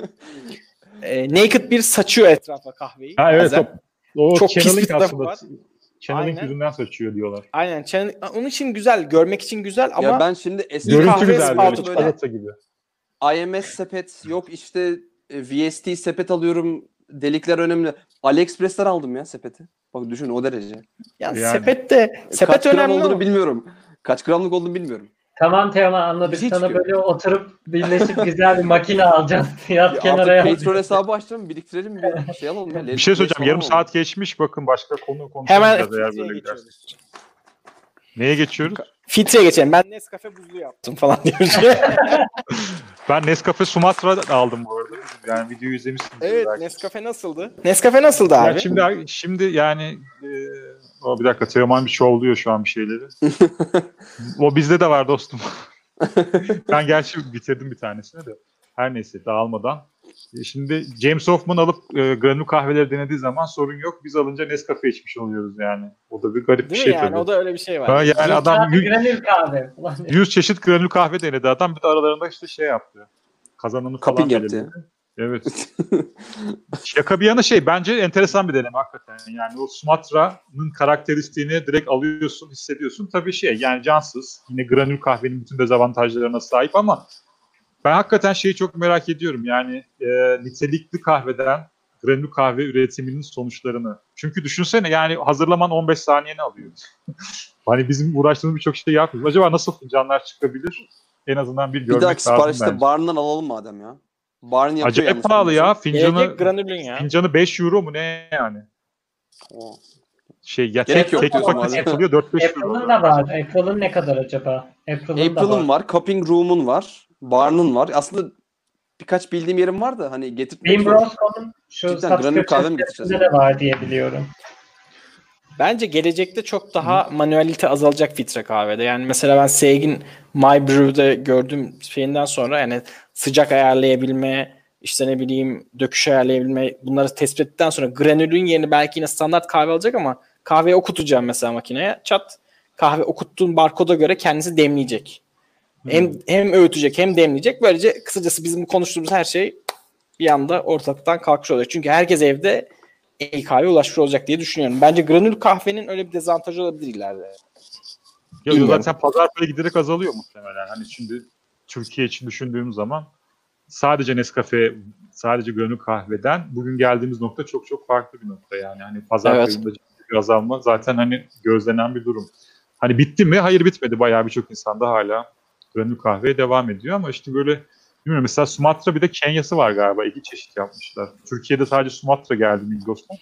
Speaker 3: Ee, Naked bir saçıyor etrafa kahveyi.
Speaker 1: Ha evet
Speaker 3: bazen.
Speaker 1: o, o
Speaker 3: Çok pis
Speaker 1: channeling
Speaker 3: bir tarafı
Speaker 1: aslında.
Speaker 3: var.
Speaker 1: Channeling
Speaker 3: Aynen.
Speaker 1: yüzünden saçıyor diyorlar.
Speaker 3: Aynen. channel- Onun için güzel. Görmek için güzel ama
Speaker 4: Ya ben şimdi eski
Speaker 3: Görüntü
Speaker 1: Görüntü
Speaker 3: kahve
Speaker 1: güzel
Speaker 3: spouted
Speaker 1: böyle
Speaker 3: böyle.
Speaker 1: çikolata gibi.
Speaker 4: I M S sepet yok işte e, V S T sepet alıyorum. Delikler önemli. AliExpress'ten aldım ya sepeti. Bak düşün o derece.
Speaker 3: ya
Speaker 1: Yani.
Speaker 3: sepet de sepet
Speaker 4: Kaç gram
Speaker 3: önemli
Speaker 4: olduğunu
Speaker 3: ama.
Speaker 4: bilmiyorum. Kaç gramlık olduğunu bilmiyorum.
Speaker 2: Tamam Teoman anladık.
Speaker 4: Bir şey
Speaker 2: Sana
Speaker 4: çıkıyor.
Speaker 2: böyle oturup birleşip güzel bir makine alacağız. Yat
Speaker 4: Ya
Speaker 2: kenara
Speaker 4: artık
Speaker 2: yat.
Speaker 4: Patreon hesabı açtım. Biriktirelim bir şey alalım. Ya.
Speaker 1: Bir şey söyleyeceğim. Yarım
Speaker 4: Lezzet
Speaker 1: saat geçmiş. Bakın başka konu
Speaker 3: Hemen
Speaker 1: konuşamayacağız eğer
Speaker 3: filtreye
Speaker 1: böyle giderse.
Speaker 3: geçiyoruz.
Speaker 1: Neye geçiyoruz?
Speaker 3: Filtreye geçelim. Ben Nescafe buzlu yaptım falan diyor.
Speaker 1: Ben Nescafe Sumatra aldım bu arada. Yani videoyu izlemişsiniz.
Speaker 3: Evet,
Speaker 1: belki.
Speaker 3: Nescafe nasıldı? Nescafe nasıldı
Speaker 1: Ya
Speaker 3: abi?
Speaker 1: şimdi şimdi yani e, o bir dakika Teoman bir şovluyor şu an bir şeyleri. O bizde de var dostum. Ben gerçi bitirdim bir tanesini de. Her neyse dağılmadan. E, Şimdi James Hoffman alıp e, granül kahveleri denediği zaman sorun yok. Biz alınca Nescafe içmiş oluyoruz yani. O da bir garip bir
Speaker 3: Değil
Speaker 1: şey
Speaker 3: mi yani?
Speaker 1: tabii.
Speaker 3: O da öyle bir şey var.
Speaker 1: Ha, yani adam
Speaker 2: Abi granül kahve. Ulan
Speaker 1: yüz çeşit granül kahve denedi adam. Bir de aralarında işte şey yaptı. Kazananı falan
Speaker 4: Cupping yaptı
Speaker 1: belirledi. Evet. Şaka bir yana şey bence enteresan bir deneme hakikaten. Yani o Sumatra'nın karakteristiğini direkt alıyorsun, hissediyorsun. Tabii şey yani cansız. Yine granül kahvenin bütün dezavantajlarına sahip ama ben hakikaten şeyi çok merak ediyorum. Yani e, nitelikli kahveden granül kahve üretiminin sonuçlarını. Çünkü düşünsene yani hazırlaman on beş saniyeni alıyor. Hani bizim uğraştığımız birçok şey yapmıyoruz. Acaba nasıl fincanlar çıkabilir? En azından bir
Speaker 4: Bir
Speaker 1: görmek
Speaker 4: dahaki
Speaker 1: lazım
Speaker 4: siparişte
Speaker 1: bence.
Speaker 4: Barn'dan alalım madem ya. Barn yapıyor
Speaker 1: Acayip
Speaker 4: yalnız
Speaker 1: pahalı ya.
Speaker 4: biliyorsun.
Speaker 1: Fincanı,
Speaker 3: Gelecek granülün ya.
Speaker 1: fincanı beş euro mu ne yani?
Speaker 4: Oo.
Speaker 1: Şey ya
Speaker 4: Gerek
Speaker 1: tek,
Speaker 4: yok
Speaker 1: tek
Speaker 4: diyorsun
Speaker 1: paket
Speaker 4: madem.
Speaker 1: satılıyor dört beş euro.
Speaker 2: Apple'ın da var. Apple'ın ne kadar acaba? Apple'ın, da
Speaker 4: April'ın
Speaker 2: var.
Speaker 4: var, Cupping Room'un var, Barn'ın var. Aslında birkaç bildiğim yerim var da hani getirtmek
Speaker 2: Beam
Speaker 4: zor.
Speaker 2: Brosco'nun şu
Speaker 4: Cidden
Speaker 2: satış
Speaker 4: granül kahve mi
Speaker 2: köşesinde
Speaker 4: getireceğiz?
Speaker 2: de var diye biliyorum.
Speaker 3: Bence gelecekte çok daha manuelite azalacak filtre kahvede. Yani mesela ben Seig'in My Brew'de gördüğüm şeyinden sonra yani sıcak ayarlayabilme, işte ne bileyim döküş ayarlayabilme bunları tespit ettikten sonra granülün yerini belki yine standart kahve alacak ama kahveyi okutacağım mesela makineye. Çat kahve okuttuğun barkoda göre kendisi demleyecek. Hem hem öğütecek hem demleyecek. Böylece kısacası bizim konuştuğumuz her şey bir anda ortalıktan kalkmış olacak. Çünkü herkes evde iyi kahve ulaşmış olacak diye düşünüyorum. Bence granül kahvenin öyle bir dezavantajı olabilir ileride.
Speaker 1: Ya
Speaker 3: Bilmiyorum.
Speaker 1: zaten pazar payı giderek azalıyor muhtemelen. Hani şimdi Türkiye için düşündüğüm zaman sadece Nescafe, sadece granül kahveden bugün geldiğimiz nokta çok çok farklı bir nokta yani. Hani pazar
Speaker 3: Evet.
Speaker 1: payında ciddi bir azalma zaten hani gözlenen bir durum. Hani bitti mi? Hayır bitmedi. Bayağı birçok insanda hala granül kahveye devam ediyor ama işte böyle bilmiyorum mesela Sumatra bir de Kenya'sı var galiba. İki çeşit yapmışlar. Türkiye'de sadece Sumatra geldi Migros'tan.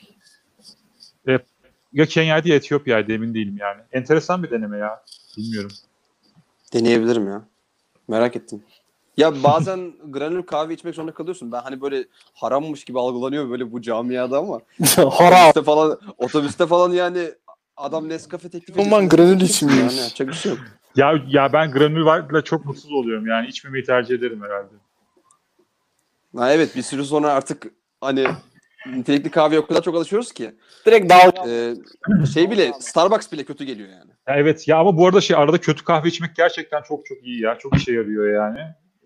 Speaker 1: E, ya Kenya'ydı ya Etiyopya'ydı emin değilim yani. Enteresan bir deneme ya. Bilmiyorum.
Speaker 4: Deneyebilirim ya. Merak ettim. Ya bazen granül kahve içmek zorunda kalıyorsun. Ben hani böyle harammış gibi algılanıyor böyle bu camiada ama
Speaker 3: Haram.
Speaker 4: otobüste falan otobüste falan yani adam Nescafe teklif ediyor.
Speaker 3: Aman granül içmiyor.
Speaker 4: Yani yapacak bir şey yok.
Speaker 1: Ya ya ben granül varla çok mutsuz oluyorum yani içmemeyi tercih ederim herhalde.
Speaker 4: Ha, evet bir süre sonra artık hani nitelikli kahveye o kadar çok alışıyoruz ki.
Speaker 3: Direkt dalga.
Speaker 4: Ee, şey bile Starbucks bile kötü geliyor yani.
Speaker 1: Ya evet ya ama bu arada şey arada kötü kahve içmek gerçekten çok çok iyi ya. Çok işe yarıyor yani.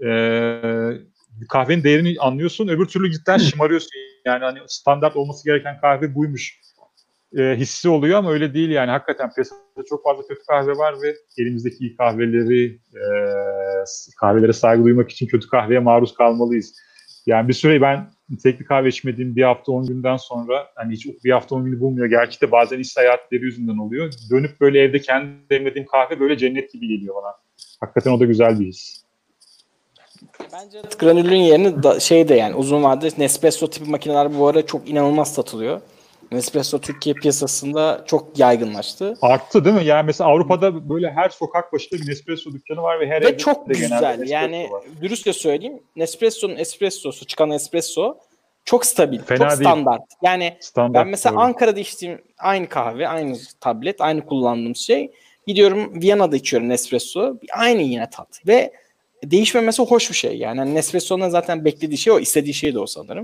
Speaker 1: Ee, kahvenin değerini anlıyorsun. Öbür türlü cidden şımarıyorsun. Yani hani standart olması gereken kahve buymuş e, hissi oluyor ama öyle değil yani. Hakikaten piyasada çok fazla kötü kahve var ve elimizdeki iyi kahveleri e, kahvelere saygı duymak için kötü kahveye maruz kalmalıyız. Yani bir süre ben nitelikli kahve içmediğim bir hafta on günden sonra hani hiç bir hafta on günü bulmuyor. Gerçi de bazen iş seyahatleri yüzünden oluyor. Dönüp böyle evde kendi demlediğim kahve böyle cennet gibi geliyor bana. Hakikaten o da güzel bir his.
Speaker 3: Bence granülün yerini da, şey de yani uzun vadede Nespresso tipi makineler bu ara çok inanılmaz satılıyor. Nespresso Türkiye piyasasında çok yaygınlaştı.
Speaker 1: Arttı değil mi? Yani mesela Avrupa'da böyle her sokak başında bir Nespresso dükkanı var ve her
Speaker 3: Ve
Speaker 1: evde
Speaker 3: çok
Speaker 1: de genelde
Speaker 3: güzel.
Speaker 1: Nespresso
Speaker 3: Yani
Speaker 1: var.
Speaker 3: dürüstçe söyleyeyim. Nespresso'nun espressosu, çıkan espresso çok stabil,
Speaker 1: Fena
Speaker 3: çok
Speaker 1: değil.
Speaker 3: standart. Yani
Speaker 1: Standart,
Speaker 3: ben mesela
Speaker 1: doğru.
Speaker 3: Ankara'da içtiğim aynı kahve, aynı tablet, aynı kullandığım şey. Gidiyorum Viyana'da içiyorum Nespresso. Aynı yine tat. Ve değişmemesi hoş bir şey. Yani hani Nespresso'nun zaten beklediği şey o, istediği şey de o sanırım.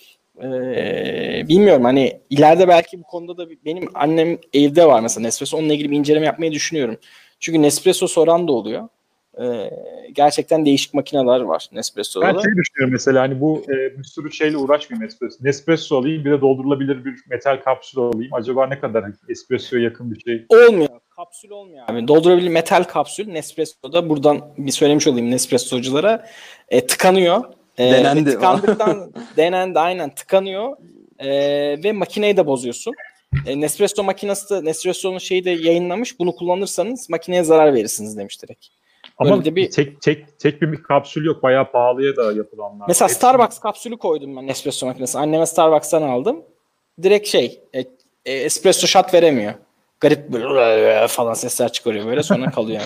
Speaker 3: Ee, bilmiyorum hani ileride belki bu konuda da benim annem evde var mesela Nespresso, onunla ilgili bir inceleme yapmayı düşünüyorum. Çünkü Nespresso soran da oluyor. Ee, gerçekten değişik makineler var Nespresso'da
Speaker 1: Ben
Speaker 3: da.
Speaker 1: şey düşünüyorum mesela hani bu e, bir sürü şeyle uğraşmayayım Nespresso. Nespresso alayım bir de doldurulabilir bir metal kapsül alayım. Acaba ne kadar espressoya yakın bir şey?
Speaker 3: Olmuyor. Kapsül olmuyor abi. Doldurabilir metal kapsül Nespresso'da, buradan bir söylemiş olayım Nespresso'culara. E, tıkanıyor. E,
Speaker 4: Denendi.
Speaker 3: ve tıkandıktan denendi aynen tıkanıyor. E, ve makineyi de bozuyorsun. E, Nespresso makinesi de Nespresso'nun şeyi de yayınlamış. Bunu kullanırsanız makineye zarar verirsiniz demiş direkt.
Speaker 1: Ama
Speaker 3: Böyle de bir
Speaker 1: tek tek tek bir kapsül yok. Bayağı pahalıya da yapılanlar.
Speaker 3: mesela
Speaker 1: Hepsi-
Speaker 3: Starbucks kapsülü koydum ben Nespresso makinesine. Anneme Starbucks'tan aldım. Direkt şey e, e, espresso shot veremiyor. Garip böyle falan sesler çıkarıyor böyle, sonra kalıyor.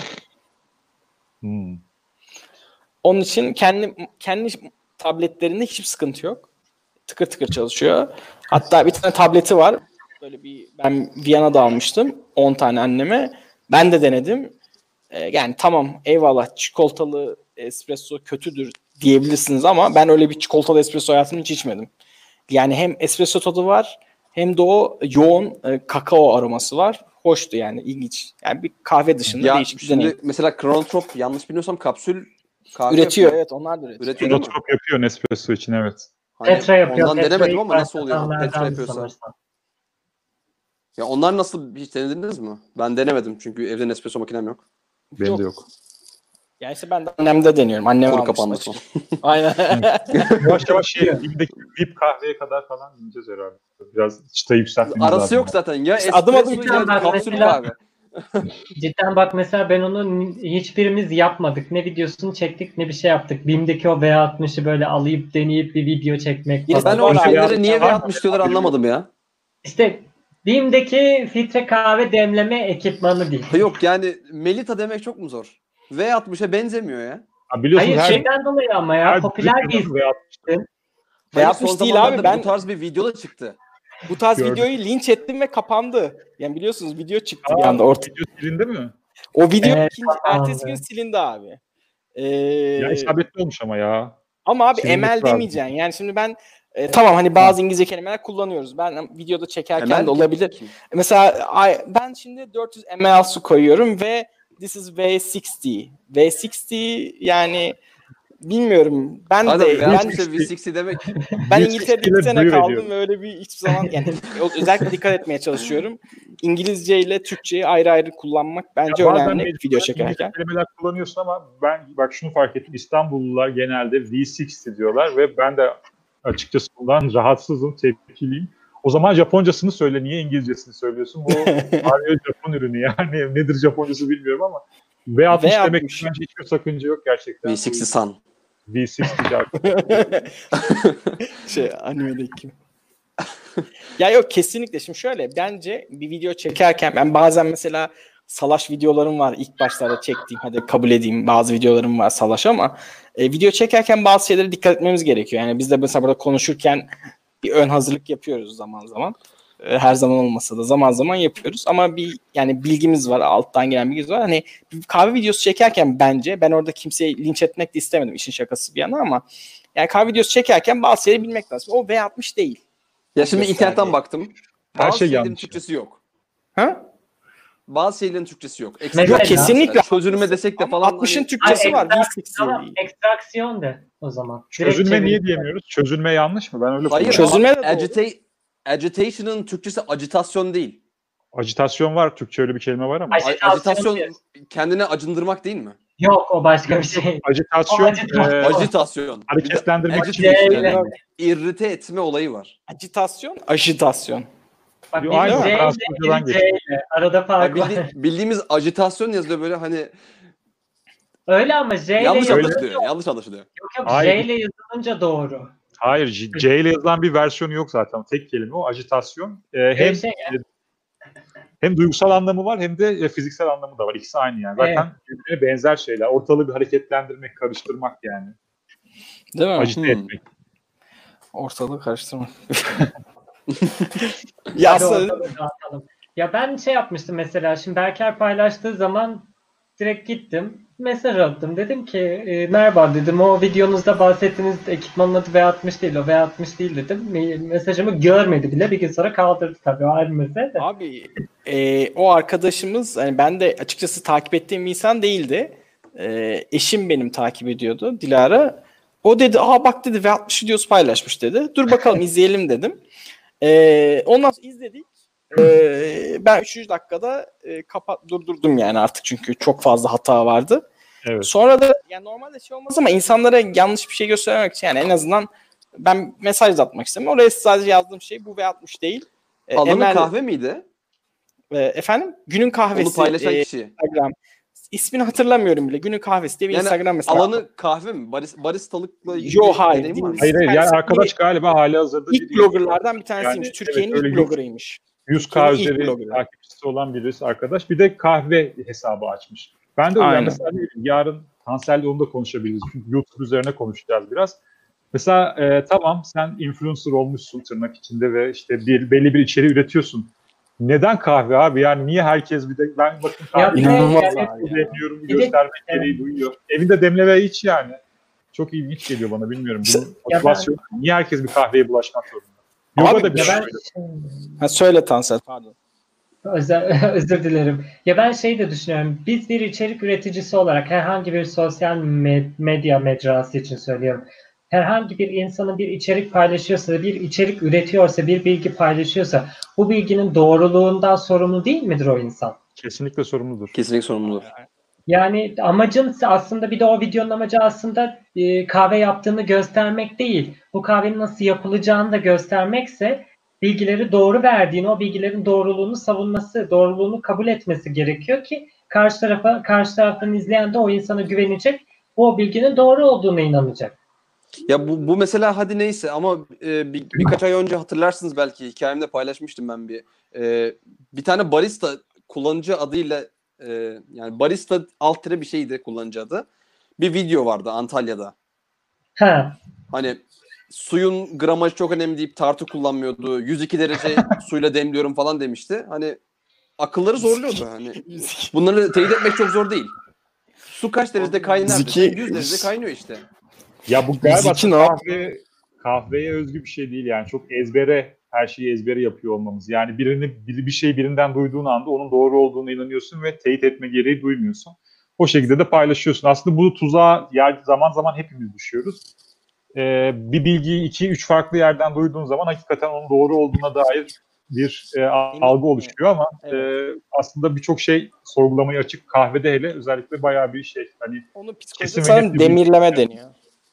Speaker 1: Hmm.
Speaker 3: Onun için kendi kendi tabletlerinde hiçbir sıkıntı yok. Tıkır tıkır çalışıyor. Hatta bir tane tableti var. Böyle bir ben Viyana'da almıştım. on tane anneme. Ben de denedim. Ee, yani tamam eyvallah çikolatalı espresso kötüdür diyebilirsiniz ama ben öyle bir çikolatalı espresso hayatımda hiç içmedim. Yani hem espresso tadı var hem de o yoğun e, kakao aroması var. Hoştu yani, ilginç. Yani bir kahve dışında
Speaker 4: Ya
Speaker 3: değişik bir
Speaker 4: şimdi
Speaker 3: deneyim.
Speaker 4: mesela Chronotrop yanlış bilmiyorsam kapsül kahve
Speaker 3: Üretiyor,
Speaker 4: yapıyor.
Speaker 3: evet, onlar da üretiyor.
Speaker 4: Üretiyor değil mi?
Speaker 1: Çok yapıyor Nespresso için, evet.
Speaker 4: Hani
Speaker 2: Petra yapıyor.
Speaker 4: ondan
Speaker 2: Petra
Speaker 4: denemedim
Speaker 2: ilk
Speaker 4: ama nasıl oluyor?
Speaker 2: başlatanlardan
Speaker 4: Petra yapıyorsa.
Speaker 2: sanırsam.
Speaker 4: Ya onlar nasıl, hiç denediniz mi? Ben denemedim çünkü evde Nespresso makinem yok.
Speaker 1: Benim de yok.
Speaker 3: Yani işte ben de annemde deniyorum. Annem
Speaker 4: Konu
Speaker 3: almıştı
Speaker 4: kapandı
Speaker 3: açık.
Speaker 4: sonra.
Speaker 3: Aynen.
Speaker 1: Yavaş yavaş şey, dibindeki V I P kahveye kadar falan ineceğiz herhalde. Biraz çıtayı yükseltmemiz lazım.
Speaker 4: Arası yok zaten. Ya
Speaker 3: İşte adım adım
Speaker 4: espresso ya
Speaker 2: gideceğim ben
Speaker 4: kapsül
Speaker 2: mesela.
Speaker 4: kahve.
Speaker 2: Cidden bak mesela ben onu hiçbirimiz yapmadık. Ne videosunu çektik ne bir şey yaptık. BİM'deki o V altmışı böyle alıp deneyip bir video çekmek
Speaker 3: Birisi
Speaker 2: falan.
Speaker 4: Ben o
Speaker 3: var abi.
Speaker 4: şeylere niye
Speaker 1: Var
Speaker 4: V
Speaker 1: mı?
Speaker 4: altmış diyorlar anlamadım ya.
Speaker 2: İşte BİM'deki filtre kahve demleme ekipmanı değil.
Speaker 4: Ha yok yani Melita demek çok mu zor? V altmışa benzemiyor ya.
Speaker 1: Ha, biliyorsunuz
Speaker 2: Hayır
Speaker 1: her,
Speaker 2: şeyden dolayı ama ya
Speaker 1: her
Speaker 2: popüler bir
Speaker 1: Twitter'da V altmış
Speaker 3: V
Speaker 4: Hayır,
Speaker 3: altmış
Speaker 4: son
Speaker 3: değil
Speaker 4: zamanlarda
Speaker 3: abi, ben
Speaker 4: bu tarz bir video da çıktı.
Speaker 3: bu tarz
Speaker 1: Gördüm.
Speaker 3: videoyu linç ettim ve kapandı. Yani biliyorsunuz video çıktı bir
Speaker 1: Aa,
Speaker 3: anda ortaya.
Speaker 1: video silindi mi?
Speaker 3: O video
Speaker 2: Evet,
Speaker 3: ikinci,
Speaker 2: kapandı.
Speaker 3: ertesi gün silindi abi. Ee,
Speaker 1: Ya isabetli olmuş ama ya.
Speaker 3: ama abi
Speaker 1: silinmesi
Speaker 3: emel
Speaker 1: lazım.
Speaker 3: demeyeceksin. Yani şimdi ben e, tamam hani bazı İngilizce kelimeler kullanıyoruz. Ben videoda çekerken
Speaker 4: Emel
Speaker 3: de olabilir.
Speaker 4: kim?
Speaker 3: Mesela I, ben şimdi dört yüz mililitre su koyuyorum ve this is V altmış. V altmış yani bilmiyorum. Ben
Speaker 4: Adam
Speaker 3: de
Speaker 4: V
Speaker 3: ben,
Speaker 4: altmışa V altmış demek.
Speaker 3: ben
Speaker 1: V
Speaker 3: İngiltere'de
Speaker 1: altmış
Speaker 3: iki sene
Speaker 1: brew
Speaker 3: kaldım
Speaker 1: ediyor.
Speaker 3: ve öyle bir hiçbir zaman yani özellikle dikkat etmeye çalışıyorum. İngilizce ile Türkçeyi ayrı ayrı kullanmak bence
Speaker 1: Ya bazen
Speaker 3: önemli
Speaker 1: mecbur
Speaker 3: video
Speaker 1: İngilizce
Speaker 3: çekerken.
Speaker 1: kelimeler kullanıyorsun ama ben bak şunu fark ettim. İstanbullular genelde V altmış diyorlar ve ben de açıkçası bundan rahatsızım, tepkiliyim. O zaman Japoncasını söyle, niye İngilizcesini söylüyorsun? Bu Mario Japon ürünü yani. Nedir Japoncası bilmiyorum ama V altmış
Speaker 3: V
Speaker 1: demek
Speaker 3: altmış.
Speaker 1: bence hiçbir sakınca yok gerçekten.
Speaker 4: V altmış Sun.
Speaker 1: V altmış
Speaker 3: şey animedeki. Ya yok kesinlikle. Şimdi şöyle bence bir video çekerken ben bazen mesela salaş videolarım var. İlk başlarda çektiğim, hadi kabul edeyim, bazı videolarım var salaş ama e, video çekerken bazı şeylere dikkat etmemiz gerekiyor. Yani biz de mesela burada konuşurken bir ön hazırlık yapıyoruz zaman zaman. E, her zaman olmasa da zaman zaman yapıyoruz ama bir yani bilgimiz var, alttan gelen bilgimiz var. Hani bir kahve videosu çekerken bence ben orada kimseyi linç etmek de istemedim, işin şakası bir yana, ama yani kahve videosu çekerken bazı şeyleri bilmek lazım. O V altmış değil.
Speaker 4: Ya şimdi
Speaker 3: Gösterge.
Speaker 4: internetten baktım.
Speaker 1: Her
Speaker 4: Bazı
Speaker 1: şey
Speaker 4: şeylerin
Speaker 1: yanlış.
Speaker 4: Türkçesi yok.
Speaker 3: Ha?
Speaker 4: Bazı şeylerin Türkçesi yok.
Speaker 2: Mesela-
Speaker 3: Yok kesinlikle.
Speaker 4: Çözülme desek de
Speaker 3: Ama
Speaker 4: falan.
Speaker 3: altmışın
Speaker 4: hani-
Speaker 3: Türkçesi
Speaker 2: Ay,
Speaker 3: var.
Speaker 2: ekstrak-
Speaker 3: V altmış
Speaker 2: Tamam
Speaker 3: değil.
Speaker 2: ekstraksiyon de o zaman. Direkt
Speaker 1: Çözülme
Speaker 2: çevir.
Speaker 1: niye diyemiyoruz? Çözülme yanlış mı? Ben öyle
Speaker 4: Hayır.
Speaker 1: kullanıyorum.
Speaker 3: Çözülme de doğru.
Speaker 4: Agita- agitation'ın Türkçesi acitasyon değil.
Speaker 1: Acitasyon var. Türkçe öyle bir kelime var ama.
Speaker 2: Ay-
Speaker 4: A-
Speaker 2: Ajitasyon
Speaker 4: acitasyon
Speaker 2: değil.
Speaker 4: kendine acındırmak değil mi?
Speaker 2: Yok o başka bir şey.
Speaker 1: Acitasyon,
Speaker 2: O acitasyon.
Speaker 1: e,
Speaker 4: Acitasyon.
Speaker 1: hareketlendirmek
Speaker 4: Bir de
Speaker 1: için.
Speaker 2: Agitation.
Speaker 1: Yani.
Speaker 4: irrite etme olayı var.
Speaker 3: Acitasyon, ajitasyon.
Speaker 2: Bak
Speaker 1: Yo,
Speaker 2: biri
Speaker 1: aynı
Speaker 2: C ile
Speaker 1: Fransızcadan
Speaker 2: biri C ile. Arada
Speaker 4: Yani
Speaker 2: fark var.
Speaker 4: bildi- bildiğimiz acitasyon yazıyor böyle hani
Speaker 2: Öyle ama J ile
Speaker 4: Yanlış
Speaker 2: yazılınca
Speaker 4: anlaşılıyor. Yanlış anlaşılıyor.
Speaker 2: yok yok
Speaker 1: Hayır.
Speaker 2: J ile yazılınca doğru.
Speaker 1: Hayır, J, J ile yazılan bir versiyonu yok zaten. Tek kelime o, ajitasyon. Ee, hem
Speaker 2: şey
Speaker 1: hem duygusal anlamı var hem de e, fiziksel anlamı da var. İkisi aynı yani. Zaten birbirine benzer şeyler. Ortalığı bir hareketlendirmek, karıştırmak yani.
Speaker 3: Değil mi?
Speaker 1: Acite
Speaker 4: Hmm.
Speaker 1: etmek.
Speaker 3: Ortalığı karıştırma. ya
Speaker 2: Hadi
Speaker 3: aslında
Speaker 2: ortalığı dağıtalım. Ya ben şey yapmıştım mesela, şimdi Berker paylaştığı zaman direkt gittim. Mesaj attım. Dedim ki e, merhaba dedim, o videonuzda bahsettiğiniz ekipmanın adı V altmış değil, o V altmış değil dedim. Mesajımı görmedi bile, bir gün sonra kaldırdı tabii, o ayrı mesele de.
Speaker 3: abi e, o arkadaşımız, hani ben de açıkçası takip ettiğim bir insan değildi. E, eşim benim takip ediyordu, Dilara. O dedi, aa bak dedi V altmış videosu paylaşmış dedi. Dur bakalım izleyelim dedim. E, ondan sonra izledik. E, ben üçüncü dakikada e, kapat durdurdum yani artık, çünkü çok fazla hata vardı.
Speaker 1: Evet.
Speaker 3: Sonra da yani normalde şey olmaz ama insanlara yanlış bir şey göstermek için, yani en azından ben mesaj atmak istedim. Oraya sadece yazdığım şey bu V altmış değil. E,
Speaker 4: Alanı
Speaker 3: Emel-
Speaker 4: kahve miydi?
Speaker 3: e, efendim Günün Kahvesi.
Speaker 4: Onu paylaşan
Speaker 3: e,
Speaker 4: kişi.
Speaker 3: Instagram. İsmini hatırlamıyorum bile. Günün Kahvesi diye bir
Speaker 4: Yani
Speaker 3: Instagram mesela.
Speaker 4: alanı kahve mi? Baris, baristalıkla ilgili
Speaker 3: Yo,
Speaker 4: bir
Speaker 3: hayır,
Speaker 4: deneyim var mı?
Speaker 1: Hayır hayır, yani
Speaker 3: Kendisi
Speaker 1: arkadaş galiba hali hazırda
Speaker 3: İlk
Speaker 1: biri.
Speaker 3: bloggerlardan bir tanesiymiş.
Speaker 1: Yani,
Speaker 3: Türkiye'nin
Speaker 1: evet, öyle
Speaker 3: ilk
Speaker 1: yüz-
Speaker 3: bloggerıymış.
Speaker 1: yüz K
Speaker 3: Türkiye'nin ilk
Speaker 1: üzeri
Speaker 3: bloggerı.
Speaker 1: takipçisi olan birisi arkadaş. Bir de kahve hesabı açmış. Ben de öyle
Speaker 3: Aynen.
Speaker 1: mesela diyelim, yarın Tansel'le onu da konuşabiliriz. Çünkü YouTube üzerine konuşacağız biraz. Mesela e, tamam, sen influencer olmuşsun tırnak içinde ve işte bir belli bir içeriği üretiyorsun. Neden kahve abi? Yani niye herkes bir de ben bakın kahve
Speaker 2: Ya,
Speaker 3: İnanılmaz
Speaker 2: yani-
Speaker 3: abi ya.
Speaker 1: demliyorum,
Speaker 2: Bir de-
Speaker 1: göstermek gereği duyuyor. Evinde demleme iç yani. Çok ilginç geliyor bana, bilmiyorum. Bunun
Speaker 2: Ya ben-
Speaker 1: motivasyon, niye herkes bir kahveye bulaşmak zorunda? Yoga
Speaker 3: Abi,
Speaker 1: da bir
Speaker 2: Ya
Speaker 1: şey
Speaker 2: ben
Speaker 1: öyle.
Speaker 3: Ha, söyle Tansel, pardon.
Speaker 2: Özür, özür dilerim. Ya ben şey de düşünüyorum. Biz bir içerik üreticisi olarak herhangi bir sosyal med- medya mecrası için söylüyorum. Herhangi bir insanın bir içerik paylaşıyorsa, bir içerik üretiyorsa, bir bilgi paylaşıyorsa, bu bilginin doğruluğundan sorumlu değil midir o insan?
Speaker 1: Kesinlikle sorumludur.
Speaker 4: Kesinlikle sorumludur.
Speaker 2: Yani amacın aslında, bir de o videonun amacı aslında e, kahve yaptığını göstermek değil. Bu kahvenin nasıl yapılacağını da göstermekse, bilgileri doğru verdiğini, o bilgilerin doğruluğunu savunması, doğruluğunu kabul etmesi gerekiyor ki karşı tarafa, karşı taraftan izleyen de o insana güvenecek, o bilginin doğru olduğuna inanacak.
Speaker 4: Ya bu, bu mesela hadi neyse ama e, bir, birkaç ay önce hatırlarsınız belki, hikayemde paylaşmıştım ben bir. E, bir tane barista kullanıcı adıyla, e, yani barista alt tire bir şeydi kullanıcı adı. Bir video vardı Antalya'da.
Speaker 2: Ha.
Speaker 4: Hani suyun gramajı çok önemli deyip tartı kullanmıyordu. yüz iki derece suyla demliyorum falan demişti. Hani akılları zorluyordu hani. Bunları teyit etmek çok zor değil. Su kaç derecede kaynar?
Speaker 3: Ziki-
Speaker 4: yüz derecede kaynıyor işte.
Speaker 1: Ya bu galiba
Speaker 3: Zeki ne
Speaker 1: kahve, kahveye özgü bir şey değil yani. Çok ezbere, her şeyi ezbere yapıyor olmamız. Yani birini bir bir şey birinden duyduğun anda onun doğru olduğuna inanıyorsun ve teyit etme gereği duymuyorsun. O şekilde de paylaşıyorsun. Aslında bu tuzağa yer, zaman zaman hepimiz düşüyoruz. Ee, bir bilgiyi iki, üç farklı yerden duyduğun zaman hakikaten onun doğru olduğuna dair bir e, algı oluşuyor ama
Speaker 3: Evet.
Speaker 1: e, aslında birçok şey sorgulamaya açık. Kahvede hele özellikle bayağı bir şey. Hani
Speaker 3: Onu
Speaker 1: Kesin
Speaker 3: psikolojide
Speaker 1: ve
Speaker 3: sanırım
Speaker 1: net bir
Speaker 3: demirleme deniyor.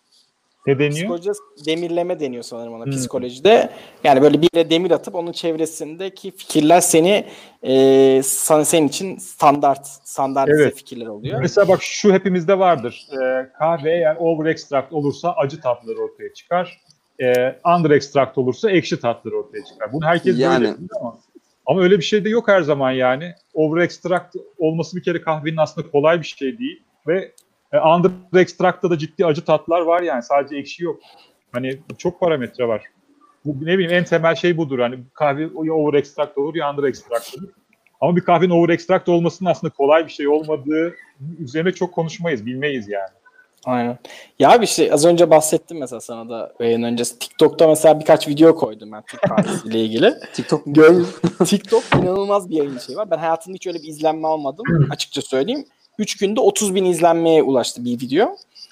Speaker 1: ne deniyor?
Speaker 3: Psikolojide demirleme deniyor sanırım ona,
Speaker 1: Hmm.
Speaker 3: psikolojide. Yani böyle bir yere demir atıp onun çevresindeki fikirler seni e, san- senin için standart standartize
Speaker 1: Evet.
Speaker 3: fikirler oluyor.
Speaker 1: Mesela bak şu hepimizde vardır. Ee, kahve eğer over extract olursa acı tatları ortaya çıkar. Ee, under extract olursa ekşi tatları ortaya çıkar. Bunu herkes
Speaker 4: Yani.
Speaker 1: böyle bilir ama ama öyle bir şey de yok her zaman yani. Over extract olması bir kere kahvenin aslında kolay bir şey değil ve e, under extract'ta da ciddi acı tatlar var yani, sadece ekşi yok. Hani çok parametre var. Bu ne bileyim, en temel şey budur. Hani kahve ya over extract olur ya under extract olur. Ama bir kahvenin over extract olmasının aslında kolay bir şey olmadığı üzerine çok konuşmayız, bilmeyiz yani.
Speaker 3: Aynen. Ya abi işte az önce bahsettim mesela sana da yayın öncesi. TikTok'ta mesela birkaç video koydum ben Türk kahvesiyle ilgili.
Speaker 4: TikTok mu?
Speaker 3: Gör, TikTok inanılmaz bir yayın şeyi var. Ben hayatımda hiç öyle bir izlenme almadım. Açıkça söyleyeyim. üç günde otuz bin izlenmeye ulaştı bir video.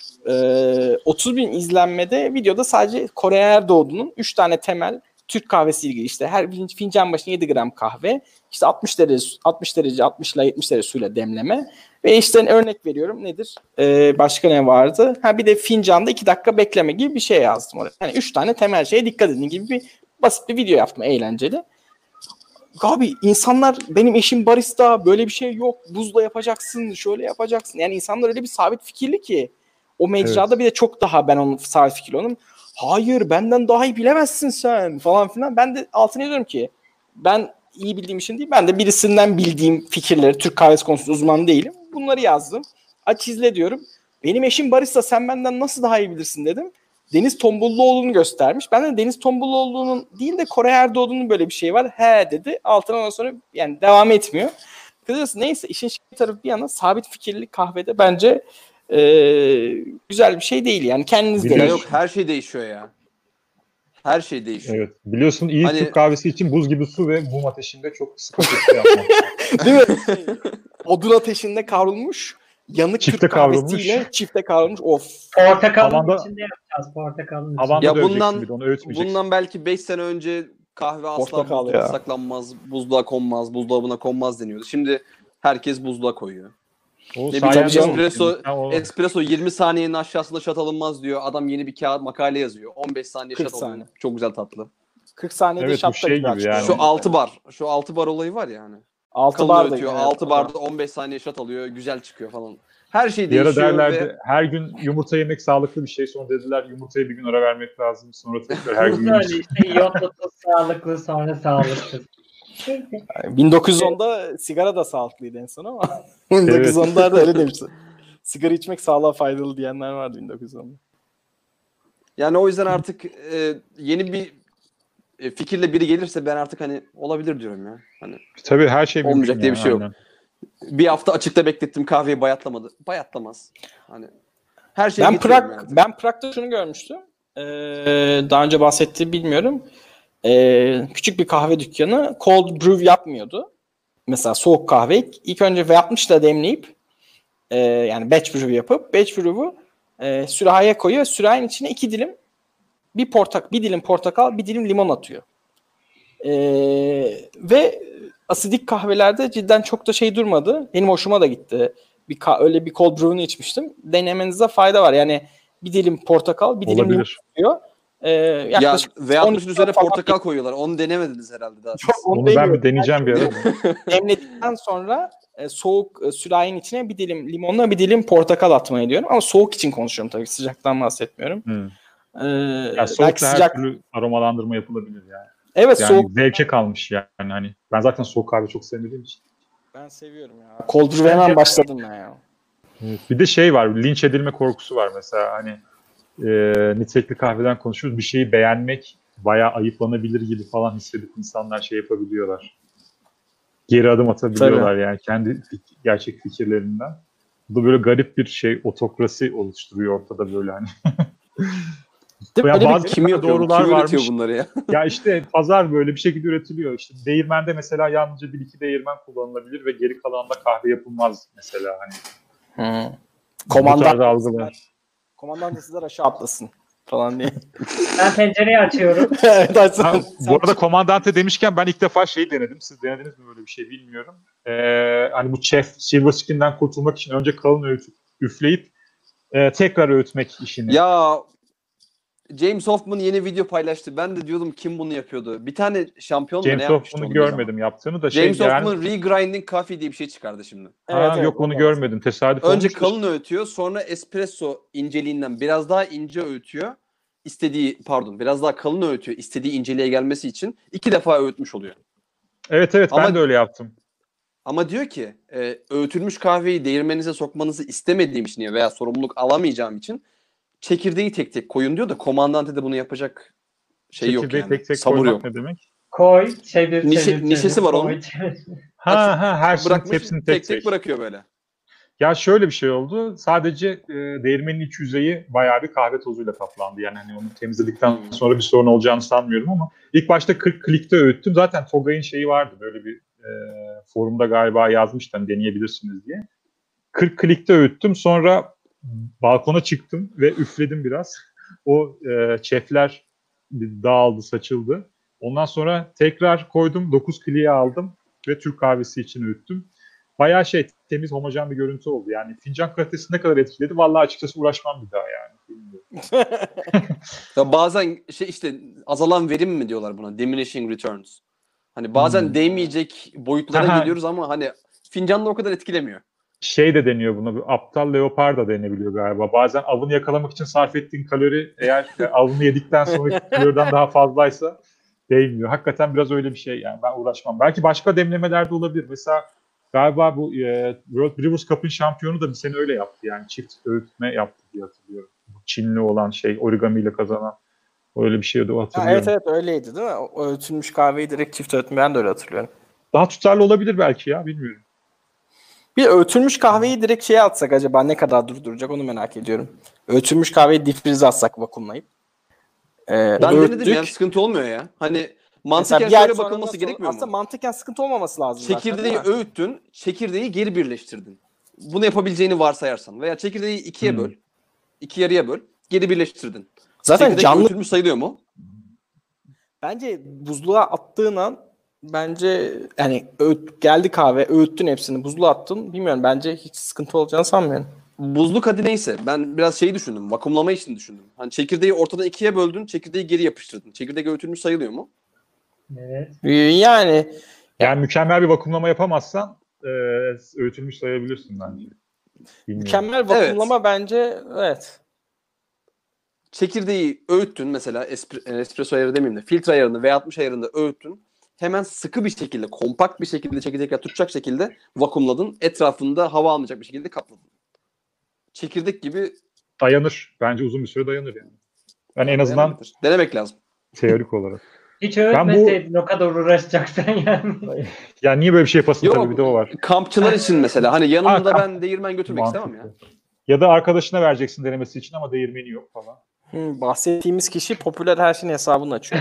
Speaker 3: Ee, otuz bin izlenmede videoda sadece Kore Erdoğdu'nun üç tane temel Türk kahvesi ilgili, işte her fincan başına yedi gram kahve, işte altmış derece altmış derece altmış ile yetmiş derece suyla demleme ve işte örnek veriyorum nedir? Ee, başka ne vardı? Ha bir de fincanda iki dakika bekleme gibi bir şey yazdım oraya. Yani üç tane temel şeye dikkat edin gibi bir basit bir video yaptım, eğlenceli. abi insanlar benim eşim barista böyle bir şey yok. Buzla yapacaksın, şöyle yapacaksın. Yani insanlar öyle bir sabit fikirli ki o mecrada
Speaker 1: Evet.
Speaker 3: bir de çok daha ben onun sabit fikirli onun. Hayır benden daha iyi bilemezsin sen falan filan. Ben de altına yazıyorum ki ben iyi bildiğim için değil. Ben de birisinden bildiğim fikirleri Türk kahvesi konusunda uzman değilim. Bunları yazdım. Aç izle diyorum. Benim eşim barista sen benden nasıl daha iyi bilirsin dedim. Deniz Tombulluoğlu'nu göstermiş. Ben de Deniz Tombulluoğlu'nun değil de Koray Erdoğdu'nun böyle bir şey var. He dedi. Altına ondan sonra yani devam etmiyor. Kısacası neyse işin şey tarafı bir yana sabit fikirli kahvede bence e, güzel bir şey değil. Yani kendiniz
Speaker 1: Bir de
Speaker 4: Ya
Speaker 3: deneyin.
Speaker 4: yok her şey değişiyor ya. Her şey değişiyor.
Speaker 1: Evet. Biliyorsun iyi
Speaker 4: Hani-
Speaker 1: Türk kahvesi için buz gibi su ve mum ateşinde çok sıkı şey yapmak.
Speaker 3: Değil mi? Odun ateşinde kavrulmuş. Yanık
Speaker 1: Çifte
Speaker 3: Türk
Speaker 1: kavrulmuş.
Speaker 3: kahvesiyle çifte kavrulmuş. Of.
Speaker 2: Portakalın
Speaker 1: Havanda-
Speaker 2: içinde yapacağız. Portakalın içinde.
Speaker 1: Havanda
Speaker 4: Ya
Speaker 1: döveceksin
Speaker 4: bundan-
Speaker 1: bir de onu öğütmeyeceksin.
Speaker 4: Bundan belki beş sene önce kahve asla
Speaker 3: Portakal
Speaker 4: buzluğa
Speaker 3: ya.
Speaker 4: saklanmaz, buzluğa konmaz, buzdolabına konmaz deniyordu. Şimdi herkes buzluğa koyuyor.
Speaker 1: O
Speaker 4: Ne
Speaker 1: sayende
Speaker 4: bileyim
Speaker 3: canım.
Speaker 4: espresso,
Speaker 1: Ha, o-
Speaker 4: espresso yirmi saniyenin aşağısında şat alınmaz diyor. Adam yeni bir kağıt makale yazıyor. on beş saniye
Speaker 3: kırk
Speaker 4: şat alıyor.
Speaker 3: saniye.
Speaker 4: Çok güzel tatlı.
Speaker 3: kırk saniyede
Speaker 1: Evet, bu
Speaker 3: şapta
Speaker 1: şey gibi
Speaker 3: açıyor.
Speaker 1: yani.
Speaker 4: Şu altı bar. Şu altı bar olayı var ya hani.
Speaker 3: altı
Speaker 4: Kalın
Speaker 3: bar da
Speaker 4: ötüyor.
Speaker 3: evet,
Speaker 4: altı
Speaker 3: o
Speaker 4: barda
Speaker 3: da.
Speaker 4: on beş saniye şat alıyor. Güzel çıkıyor falan. Her şey
Speaker 1: Bir ara
Speaker 4: değişiyor
Speaker 1: derlerdi
Speaker 4: ve
Speaker 1: her gün yumurta yemek sağlıklı bir şey. Sonra dediler yumurtaya bir gün ara vermek lazım. Sonra tekrar her gün
Speaker 2: Böyle
Speaker 1: yumurta.
Speaker 2: işte iyotlu tuz sağlıklı sonra sağlıksız. Neyse.
Speaker 3: bin dokuz yüz onda sigara da sağlıklıydı en son ama bin dokuz yüz onlarda öyle demişler. Sigara içmek sağlığa faydalı diyenler vardı bin dokuz yüz onda.
Speaker 4: yani o yüzden artık e, yeni bir e, fikirle biri gelirse ben artık hani olabilir diyorum ya. Hani
Speaker 1: Tabii her şey mümkün
Speaker 4: Olmayacak diye bir
Speaker 1: yani,
Speaker 4: şey yok.
Speaker 1: aynen.
Speaker 4: bir hafta açıkta beklettim kahveyi bayatlamadı. Bayatlamaz. Hani her şeyi
Speaker 3: Ben
Speaker 4: getiriyorum
Speaker 3: Prag
Speaker 4: yani.
Speaker 3: ben Prag'da şunu görmüştüm. Ee, daha önce bahsettiğimi bilmiyorum. Ee, küçük bir kahve dükkanı cold brew yapmıyordu. Mesela soğuk kahve ilk önce yapmış da demleyip e, yani batch brew yapıp batch brew'u e, sürahiye koyuyor. Sürahinin içine iki dilim bir portak bir dilim portakal, bir dilim limon atıyor. Ee, ve asidik kahvelerde cidden çok da şey durmadı. Benim hoşuma da gitti. Bir ka- öyle bir cold brew'unu içmiştim. Denemenize fayda var. Yani bir dilim portakal, bir dilim limon
Speaker 1: Olabilir.
Speaker 3: atıyor. Ee,
Speaker 4: Ya
Speaker 3: yaklaşık
Speaker 4: V altmışın üzerine
Speaker 3: falan
Speaker 4: portakal koyuyorlar. Onu denemediniz herhalde daha.
Speaker 3: Çok- onu
Speaker 1: Onu ben
Speaker 3: demiyorum.
Speaker 1: bir deneyeceğim bir ara.
Speaker 3: Demledikten sonra e, soğuk e, sürahinin içine bir dilim limonla bir dilim portakal atmayı diyorum. Ama soğuk için konuşuyorum tabii. Sıcaktan bahsetmiyorum.
Speaker 1: Hmm.
Speaker 3: Ee,
Speaker 1: Ya
Speaker 3: belki
Speaker 1: soğukta her
Speaker 3: sıcak.
Speaker 1: türlü aromalandırma yapılabilir yani.
Speaker 3: Evet
Speaker 1: Yani
Speaker 3: soğuk.
Speaker 1: zevke kalmış yani. Hani ben zaten soğuk kahve çok sevmediğim için.
Speaker 3: Ben seviyorum ya. Cold brew'e hemen başladım ben ya.
Speaker 1: Evet. Bir de şey var, linç edilme korkusu var mesela hani e, nitelikli kahveden konuşuyoruz. Bir şeyi beğenmek bayağı ayıplanabilir gibi falan hissedip insanlar şey yapabiliyorlar. Geri adım atabiliyorlar yani kendi fik- gerçek fikirlerinden. Bu da böyle garip bir şey, otokrasi oluşturuyor ortada böyle hani.
Speaker 3: Değil mi?
Speaker 1: Ya
Speaker 3: Öyle bir-
Speaker 1: bazı
Speaker 4: Kim yapıyor? bu?
Speaker 1: doğrular
Speaker 4: Kim üretiyor
Speaker 1: varmış.
Speaker 4: bunları ya?
Speaker 1: Ya işte pazar böyle bir şekilde üretiliyor. İşte değirmende mesela yalnızca bir iki değirmen kullanılabilir ve geri kalanında kahve yapılmaz mesela hani.
Speaker 3: Hı.
Speaker 1: Bu tarz
Speaker 3: Komandan
Speaker 1: algılar.
Speaker 3: Komandan da sizler aşağı atlasın falan diye.
Speaker 2: Ben pencereyi açıyorum.
Speaker 3: Evet, açsın.
Speaker 1: Ha,
Speaker 3: Sen-
Speaker 1: bu arada komandante demişken ben ilk defa şeyi denedim. Siz denediniz mi böyle bir şey bilmiyorum. Ee, hani bu chef silver screen'den kurtulmak için önce kalın öğütüp üfleyip e, tekrar öğütmek işini.
Speaker 4: Ya James Hoffman yeni video paylaştı. Ben de diyordum kim bunu yapıyordu. Bir tane şampiyon mu ne
Speaker 1: James
Speaker 4: yapmıştı
Speaker 1: Hoffman'ı
Speaker 4: onu bir zaman?
Speaker 1: görmedim yaptığını da
Speaker 4: James
Speaker 1: şey yani.
Speaker 4: Hoffman Regrinding Coffee diye bir şey çıkardı şimdi.
Speaker 1: Ha,
Speaker 3: Evet, evet,
Speaker 1: yok onu
Speaker 3: ondan
Speaker 1: görmedim. Tesadüf
Speaker 4: Önce
Speaker 1: olmuştur.
Speaker 4: kalın öğütüyor, sonra espresso inceliğinden biraz daha ince öğütüyor. İstediği pardon, biraz daha kalın öğütüyor. İstediği inceliğe gelmesi için iki defa öğütmüş oluyor.
Speaker 1: Evet evet
Speaker 4: Ama-
Speaker 1: ben de öyle yaptım.
Speaker 4: Ama diyor ki e, öğütülmüş kahveyi değirmeninize sokmanızı istemediğim için veya sorumluluk alamayacağım için çekirdeği tek tek koyun diyor da komandante de bunu yapacak şey yok
Speaker 1: Çekirdeği
Speaker 4: yani.
Speaker 1: tek tek
Speaker 4: Sabır
Speaker 1: koymak
Speaker 4: yok.
Speaker 1: ne demek?
Speaker 2: Koy, çevir,
Speaker 4: Nişe-
Speaker 2: çevir, çevir.
Speaker 4: nişesi var onun.
Speaker 2: Koy, çevir.
Speaker 1: Ha ha her şeyin
Speaker 4: Bırakmış
Speaker 1: tepsini
Speaker 4: tek
Speaker 1: tek
Speaker 4: tek,
Speaker 1: tek.
Speaker 4: bırakıyor böyle.
Speaker 1: Ya şöyle bir şey oldu. Sadece e, değirmenin iç yüzeyi bayağı bir kahve tozuyla kaplandı. Yani hani onu temizledikten
Speaker 4: Hmm.
Speaker 1: sonra bir sorun olacağını sanmıyorum ama ilk başta kırk klikte öğüttüm. Zaten Togay'ın şeyi vardı. Böyle bir e, forumda galiba yazmıştı hani deneyebilirsiniz diye. kırk klikte öğüttüm. Sonra balkona çıktım ve üfledim biraz. O e, çefler dağıldı, saçıldı. Ondan sonra tekrar koydum. dokuz kliğe aldım ve Türk kahvesi için öğüttüm. Bayağı şey temiz homojen bir görüntü oldu. Yani fincan kalitesi ne kadar etkiledi? Vallahi açıkçası uğraşmam bir daha yani. Bilmiyorum.
Speaker 4: Ya bazen şey işte azalan verim mi diyorlar buna? Diminishing returns. Hani bazen
Speaker 1: Hmm.
Speaker 4: değmeyecek boyutlara
Speaker 1: Aha.
Speaker 4: geliyoruz ama hani fincanla o kadar etkilemiyor.
Speaker 1: Şey de deniyor buna, bir aptal leopar da denebiliyor galiba. Bazen avını yakalamak için sarf ettiğin kalori eğer avını yedikten sonraki kaloriden daha fazlaysa değmiyor. Hakikaten biraz öyle bir şey yani, ben uğraşmam. Belki başka demlemeler de olabilir. Mesela galiba bu e, World Brewers Cup'ın şampiyonu da bir sene öyle yaptı yani, çift öğütme yaptı diye hatırlıyorum. Bu Çinli olan şey, origamiyle kazanan, öyle bir şey de
Speaker 3: Ha,
Speaker 1: hatırlıyorum.
Speaker 3: evet evet öyleydi değil mi? O öğütülmüş kahveyi direkt çift öğütme, ben de öyle hatırlıyorum.
Speaker 1: Daha tutarlı olabilir belki ya, bilmiyorum.
Speaker 3: Bir öğütülmüş kahveyi direkt şeye atsak acaba ne kadar durduracak onu merak ediyorum. Öğütülmüş kahveyi difrize atsak vakumlayıp. Ee,
Speaker 4: Ben
Speaker 3: öğüttük.
Speaker 4: denedim ya, sıkıntı olmuyor ya. Hani
Speaker 3: Mesela
Speaker 4: mantıken
Speaker 3: bir ay
Speaker 4: şöyle
Speaker 3: sonra
Speaker 4: bakılması
Speaker 3: nasıl-
Speaker 4: gerekmiyor
Speaker 3: Aslında
Speaker 4: mu?
Speaker 3: mantıken sıkıntı olmaması lazım zaten,
Speaker 4: Çekirdeği
Speaker 3: değil mi?
Speaker 4: öğüttün, çekirdeği geri birleştirdin. Bunu yapabileceğini varsayarsan veya çekirdeği ikiye
Speaker 1: Hmm.
Speaker 4: böl, iki yarıya böl, geri birleştirdin.
Speaker 3: Zaten
Speaker 4: Çekirdek
Speaker 3: canlı
Speaker 4: öğütülmüş sayılıyor mu?
Speaker 3: bence buzluğa attığın an bence yani öğüt, geldi kahve öğüttün hepsini buzluğa attın, bilmiyorum, bence hiç sıkıntı olacağını sanmıyorum.
Speaker 4: Buzluk hadi neyse. Ben biraz şeyi düşündüm. Vakumlama için düşündüm. Hani çekirdeği ortadan ikiye böldün, çekirdeği geri yapıştırdın. Çekirdek öğütülmüş sayılıyor mu?
Speaker 2: Evet.
Speaker 3: Ee, Yani
Speaker 1: Yani mükemmel bir vakumlama yapamazsan e, öğütülmüş sayabilirsin bence. Bilmiyorum.
Speaker 3: mükemmel vakumlama bence evet.
Speaker 4: Çekirdeği öğüttün mesela, espre- espresso ayarı demeyeyim de filtre ayarını V altmış ayarında öğüttün. Hemen sıkı bir şekilde, kompakt bir şekilde çekirdekler tutacak şekilde vakumladın. Etrafında hava almayacak bir şekilde kapladın. Çekirdek gibi
Speaker 1: Dayanır. Bence uzun bir süre dayanır yani. Yani en azından
Speaker 4: dayanabilir. Denemek lazım.
Speaker 1: teorik olarak.
Speaker 2: Hiç
Speaker 1: Ben bu-
Speaker 2: öğretmeseydin o kadar uğraşacaksan yani.
Speaker 1: Yani niye böyle bir şey yapasın,
Speaker 4: Yok,
Speaker 1: tabii bir de o var.
Speaker 4: kampçılar için mesela. Hani yanımda
Speaker 1: Ha,
Speaker 4: ben değirmen götürmek istemem ya.
Speaker 1: Mantıklı. Ya da arkadaşına vereceksin denemesi için ama değirmeni yok falan.
Speaker 3: Hı, bahsettiğimiz kişi popüler her şeyin hesabını açıyor.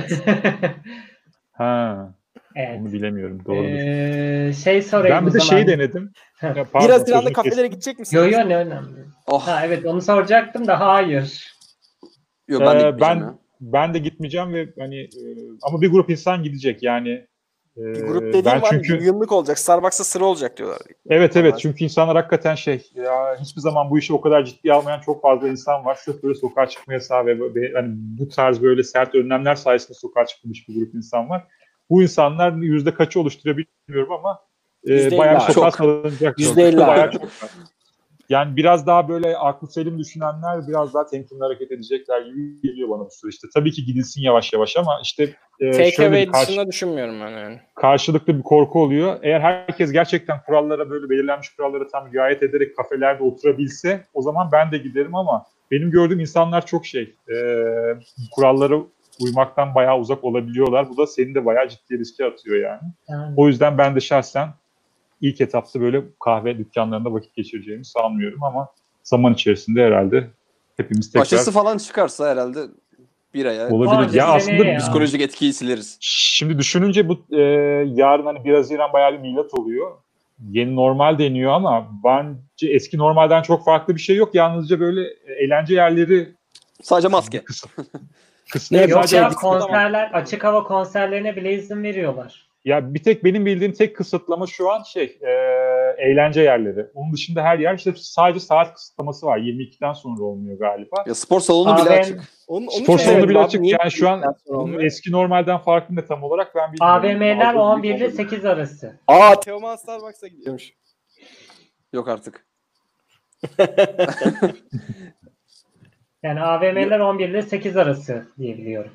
Speaker 1: Ha,
Speaker 2: Evet.
Speaker 1: onu bilemiyorum. Doğrudur.
Speaker 2: Ee, şey sorayım
Speaker 1: Ben bir
Speaker 2: o
Speaker 1: de
Speaker 2: zaman.
Speaker 1: şey denedim.
Speaker 2: Heh.
Speaker 1: Ya, pardon,
Speaker 3: Biraz Haziran'da
Speaker 1: sözünü
Speaker 3: kafelere
Speaker 1: kestim.
Speaker 3: gidecek misin?
Speaker 2: Yo yo, ne önemli.
Speaker 4: Oh,
Speaker 2: Ha evet, onu soracaktım da hayır.
Speaker 4: yok ben de
Speaker 1: Ee,
Speaker 4: gitmeyeceğim
Speaker 1: ben
Speaker 4: ya.
Speaker 1: ben de gitmeyeceğim ve hani e, ama bir grup insan gidecek yani. E,
Speaker 3: Bir grup dediğim
Speaker 1: ben
Speaker 3: var,
Speaker 1: çünkü
Speaker 3: yığınlık olacak. Starbucks'ta sıra olacak diyorlar.
Speaker 1: evet evet
Speaker 3: Normal.
Speaker 1: çünkü insanlar hakikaten şey ya, hiçbir zaman bu işi o kadar ciddiye almayan çok fazla insan var. Sırf böyle sokağa çıkma yasağı ve böyle, hani bu tarz böyle sert önlemler sayesinde sokağa çıkmış bir grup insan var. Bu insanlar yüzde kaçı oluşturuyor bilmiyorum ama
Speaker 3: Yüzde
Speaker 1: e, bayağı bir
Speaker 3: elli
Speaker 1: sokağa
Speaker 4: çok.
Speaker 1: salınacak.
Speaker 3: Yüzde elli
Speaker 1: Bayağı
Speaker 3: abi.
Speaker 1: çok var. Yani biraz daha böyle aklı selim düşünenler biraz daha temkinli hareket edecekler gibi geliyor bana bu süreçte. Tabii ki gidilsin yavaş yavaş ama işte e,
Speaker 3: Take
Speaker 1: şöyle
Speaker 3: away
Speaker 1: bir karşı,
Speaker 3: dışında düşünmüyorum ben yani.
Speaker 1: karşılıklı bir korku oluyor. Eğer herkes gerçekten kurallara, böyle belirlenmiş kurallara tam riayet ederek kafelerde oturabilse o zaman ben de giderim ama benim gördüğüm insanlar çok şey e, kurallara uymaktan bayağı uzak olabiliyorlar. Bu da seni de bayağı ciddi riske atıyor yani.
Speaker 2: Yani,
Speaker 1: O yüzden ben de şahsen ilk etapta böyle kahve dükkanlarında vakit geçireceğimi sanmıyorum ama zaman içerisinde herhalde hepimiz tekrar
Speaker 4: Aşısı falan çıkarsa herhalde bir aya
Speaker 1: olabilir.
Speaker 2: Bence
Speaker 1: Ya
Speaker 2: seneye
Speaker 1: aslında
Speaker 2: ya.
Speaker 4: psikolojik etkiyi sileriz.
Speaker 1: şimdi düşününce bu e, yarın hani bir Haziran bayağı bir milat oluyor. Yeni normal deniyor ama bence eski normalden çok farklı bir şey yok. Yalnızca böyle eğlence yerleri
Speaker 4: Sadece maske.
Speaker 1: kısıt. Kısıtlı
Speaker 3: Ne,
Speaker 2: yok
Speaker 1: sadece
Speaker 2: ya,
Speaker 3: şey,
Speaker 2: konserler, açık hava konserlerine bile izin veriyorlar.
Speaker 1: ya bir tek benim bildiğim tek kısıtlama şu an şey e, eğlence yerleri. Onun dışında her yer işte sadece saat kısıtlaması var. yirmi ikiden sonra olmuyor galiba.
Speaker 4: Ya spor salonu bile
Speaker 2: Abi,
Speaker 4: açık.
Speaker 3: Onu, onu
Speaker 1: Spor salonu
Speaker 3: söylemedim
Speaker 1: bile
Speaker 3: abi.
Speaker 1: açık.
Speaker 3: Niye
Speaker 1: Yani şu an
Speaker 3: gittikten sonra
Speaker 1: bunun
Speaker 3: olmuyor?
Speaker 1: eski normalden farkı ne tam olarak ben bilmiyorum.
Speaker 2: A V M'ler
Speaker 1: Fazla
Speaker 2: on
Speaker 1: büyük
Speaker 2: bir ile
Speaker 1: olabilir.
Speaker 2: sekiz arası.
Speaker 3: Aa, Teoman Starbucks'a gidiyormuş.
Speaker 4: Yok artık.
Speaker 2: Yani A V M'ler on bir ile sekiz arası diye biliyorum.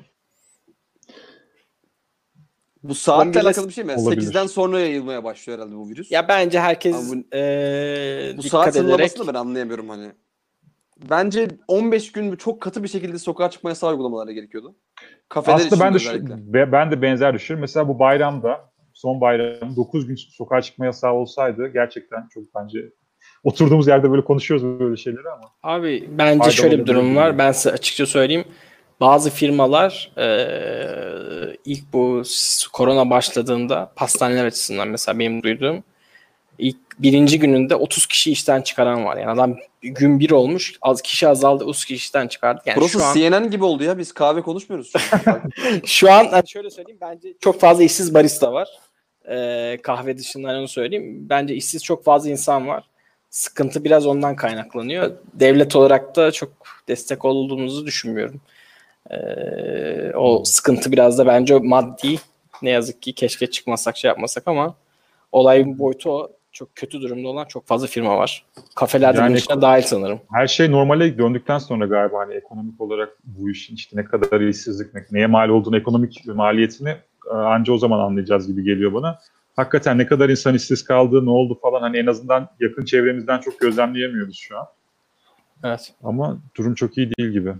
Speaker 4: Bu saatle
Speaker 3: on birle
Speaker 4: alakalı bir şey mi?
Speaker 1: olabilir.
Speaker 4: sekizden sonra yayılmaya başlıyor herhalde bu virüs.
Speaker 3: Ya bence herkes
Speaker 4: Ama bu-
Speaker 3: eee
Speaker 4: bu
Speaker 3: dikkat
Speaker 4: saat
Speaker 3: ederek
Speaker 4: sınırlamasını ben anlayamıyorum hani. Bence on beş gün çok katı bir şekilde sokağa çıkma yasağı uygulamaları gerekiyordu. Kafeler
Speaker 1: Aslında
Speaker 4: için
Speaker 1: ben de
Speaker 4: özellikle.
Speaker 1: şu, be- ben de benzer düşünüyorum. Mesela bu bayramda, son bayram dokuz gün sokağa çıkma yasağı olsaydı gerçekten çok bence oturduğumuz yerde böyle konuşuyoruz böyle şeyleri ama
Speaker 3: abi bence
Speaker 1: Faydalı
Speaker 3: şöyle bir durum
Speaker 1: olabilir
Speaker 3: var.
Speaker 1: diyorum.
Speaker 3: Ben size açıkça söyleyeyim. Bazı firmalar eee, ilk bu s- korona başladığında pastaneler açısından mesela benim duyduğum ilk birinci gününde otuz kişi işten çıkaran var. Yani adam gün bir olmuş, az kişi azaldı, otuz kişi işten çıkardı. Yani
Speaker 4: Burası
Speaker 3: şu an
Speaker 4: C N N gibi oldu ya. Biz kahve konuşmuyoruz şu an.
Speaker 3: şu an yani şöyle söyleyeyim, bence çok fazla işsiz barista var. Ee, kahve dışında onu söyleyeyim. Bence işsiz çok fazla insan var. Sıkıntı biraz ondan kaynaklanıyor. Devlet olarak da çok destek olduğumuzu düşünmüyorum. Ee, o sıkıntı biraz da bence maddi. Ne yazık ki keşke çıkmasak şey yapmasak ama olayın boyutu o. Çok kötü durumda olan çok fazla firma var. Kafeler de
Speaker 1: Yani
Speaker 3: bunun içine dahil sanırım.
Speaker 1: Her şey normale döndükten sonra galiba hani ekonomik olarak bu işin işte ne kadar işsizlik, ne- neye mal olduğunu, ekonomik maliyetini e, anca o zaman anlayacağız gibi geliyor bana. Hakikaten ne kadar insan işsiz kaldı, ne oldu falan hani en azından yakın çevremizden çok gözlemleyemiyoruz şu an.
Speaker 3: Evet.
Speaker 1: Ama durum çok iyi değil gibi.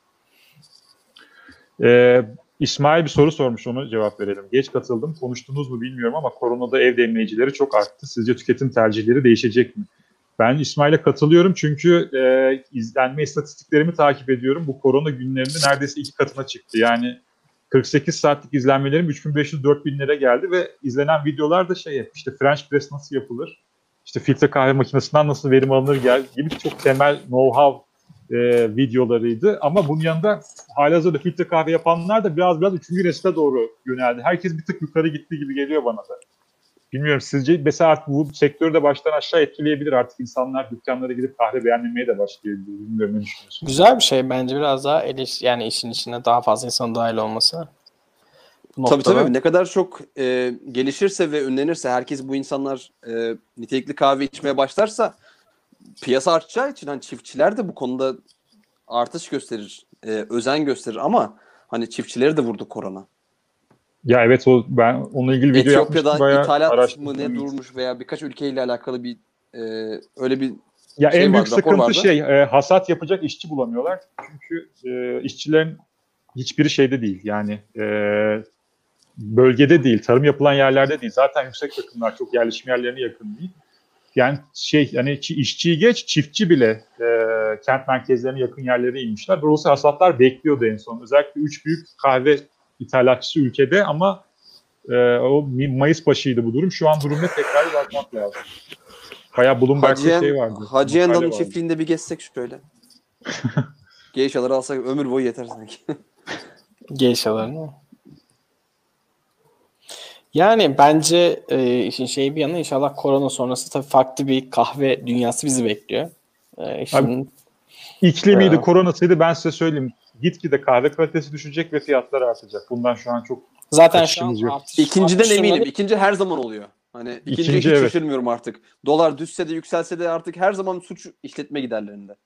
Speaker 1: Ee, İsmail bir soru sormuş, onu cevap verelim. Geç katıldım, konuştunuz mu bilmiyorum ama koronada ev demleyicileri çok arttı. Sizce tüketim tercihleri değişecek mi? Ben İsmail'e katılıyorum çünkü e, izlenme istatistiklerimi takip ediyorum. Bu korona günlerinde neredeyse iki katına çıktı. Yani kırk sekiz saatlik izlenmelerim üç bin beş yüz dört binlere geldi ve izlenen videolar da şey işte French press nasıl yapılır, işte filtre kahve makinesinden nasıl verim alınır gel gibi çok temel know-how e, videolarıydı. Ama bunun yanında halihazırda filtre kahve yapanlar da biraz biraz üçüncü nesile doğru yöneldi. Herkes bir tık yukarı gitti gibi geliyor bana da. Bilmiyorum, sizce mesela artık bu sektörü de baştan aşağı etkileyebilir. Artık insanlar dükkanlara gidip kahve beğenmemeye de başlayabilir. Bilmiyorum, ne düşünüyorsun?
Speaker 3: Güzel bir şey bence, biraz daha eleş yani işin içine daha fazla insan dahil olması. Bu
Speaker 4: Tabii
Speaker 3: noktada-
Speaker 4: tabii, ne kadar çok e, gelişirse ve ünlenirse, herkes bu insanlar e, nitelikli kahve içmeye başlarsa piyasa artacağı için hani çiftçiler de bu konuda artış gösterir, e, özen gösterir ama hani çiftçileri de vurdu korona.
Speaker 1: Ya evet, o ben onunla ilgili video yapmıştım.
Speaker 4: Etiyopya'da
Speaker 1: Bayağı
Speaker 4: ithalat
Speaker 1: araştırdım.
Speaker 4: mı ne
Speaker 1: Evet.
Speaker 4: durmuş veya birkaç ülkeyle alakalı bir e, öyle bir
Speaker 1: Ya
Speaker 4: şey
Speaker 1: en büyük
Speaker 4: vardı, rapor
Speaker 1: sıkıntı
Speaker 4: vardı.
Speaker 1: şey e, hasat yapacak işçi bulamıyorlar. Çünkü e, işçilerin hiçbiri şeyde değil. Yani e, bölgede değil, tarım yapılan yerlerde değil. Zaten yüksek rakımlar çok yerleşim yerlerine yakın değil. Yani şey hani çi- işçiyi geç, çiftçi bile e, kent merkezlerine yakın yerlere inmişler. Dolayısıyla hasatlar bekliyordu en son. Özellikle üç büyük kahve ithalatçısı ülkede ama e, o Mayıs başıydı bu durum. Şu an durum ne, tekrar bir bakmak lazım. Bayağı Bloomberg'de
Speaker 4: Hacı,
Speaker 1: şey vardı.
Speaker 4: Hacı
Speaker 1: makale
Speaker 4: Endal'ın
Speaker 1: vardı.
Speaker 4: çiftliğinde bir gezsek şöyle. Geyşaları alsak ömür boyu yeter sanki.
Speaker 3: Geyşalarını. Yani bence e, işin şeyi bir yana, inşallah korona sonrası tabii farklı bir kahve dünyası bizi bekliyor. E, işin,
Speaker 1: İklimiydi,
Speaker 3: Ee,
Speaker 1: koronasıydı, ben size söyleyeyim. Gitgide kahve kalitesi düşecek ve fiyatlar artacak. Bundan şu an çok
Speaker 3: zaten şu an
Speaker 1: kaçışımız yok.
Speaker 3: artış,
Speaker 4: İkinciden
Speaker 3: artış
Speaker 4: eminim.
Speaker 3: durumları-
Speaker 4: İkinci her zaman oluyor. Hani ikinciye
Speaker 1: İkinci,
Speaker 4: hiç
Speaker 1: evet.
Speaker 4: şaşırmıyorum artık. Dolar düşse de yükselse de artık her zaman suç işletme giderlerinde.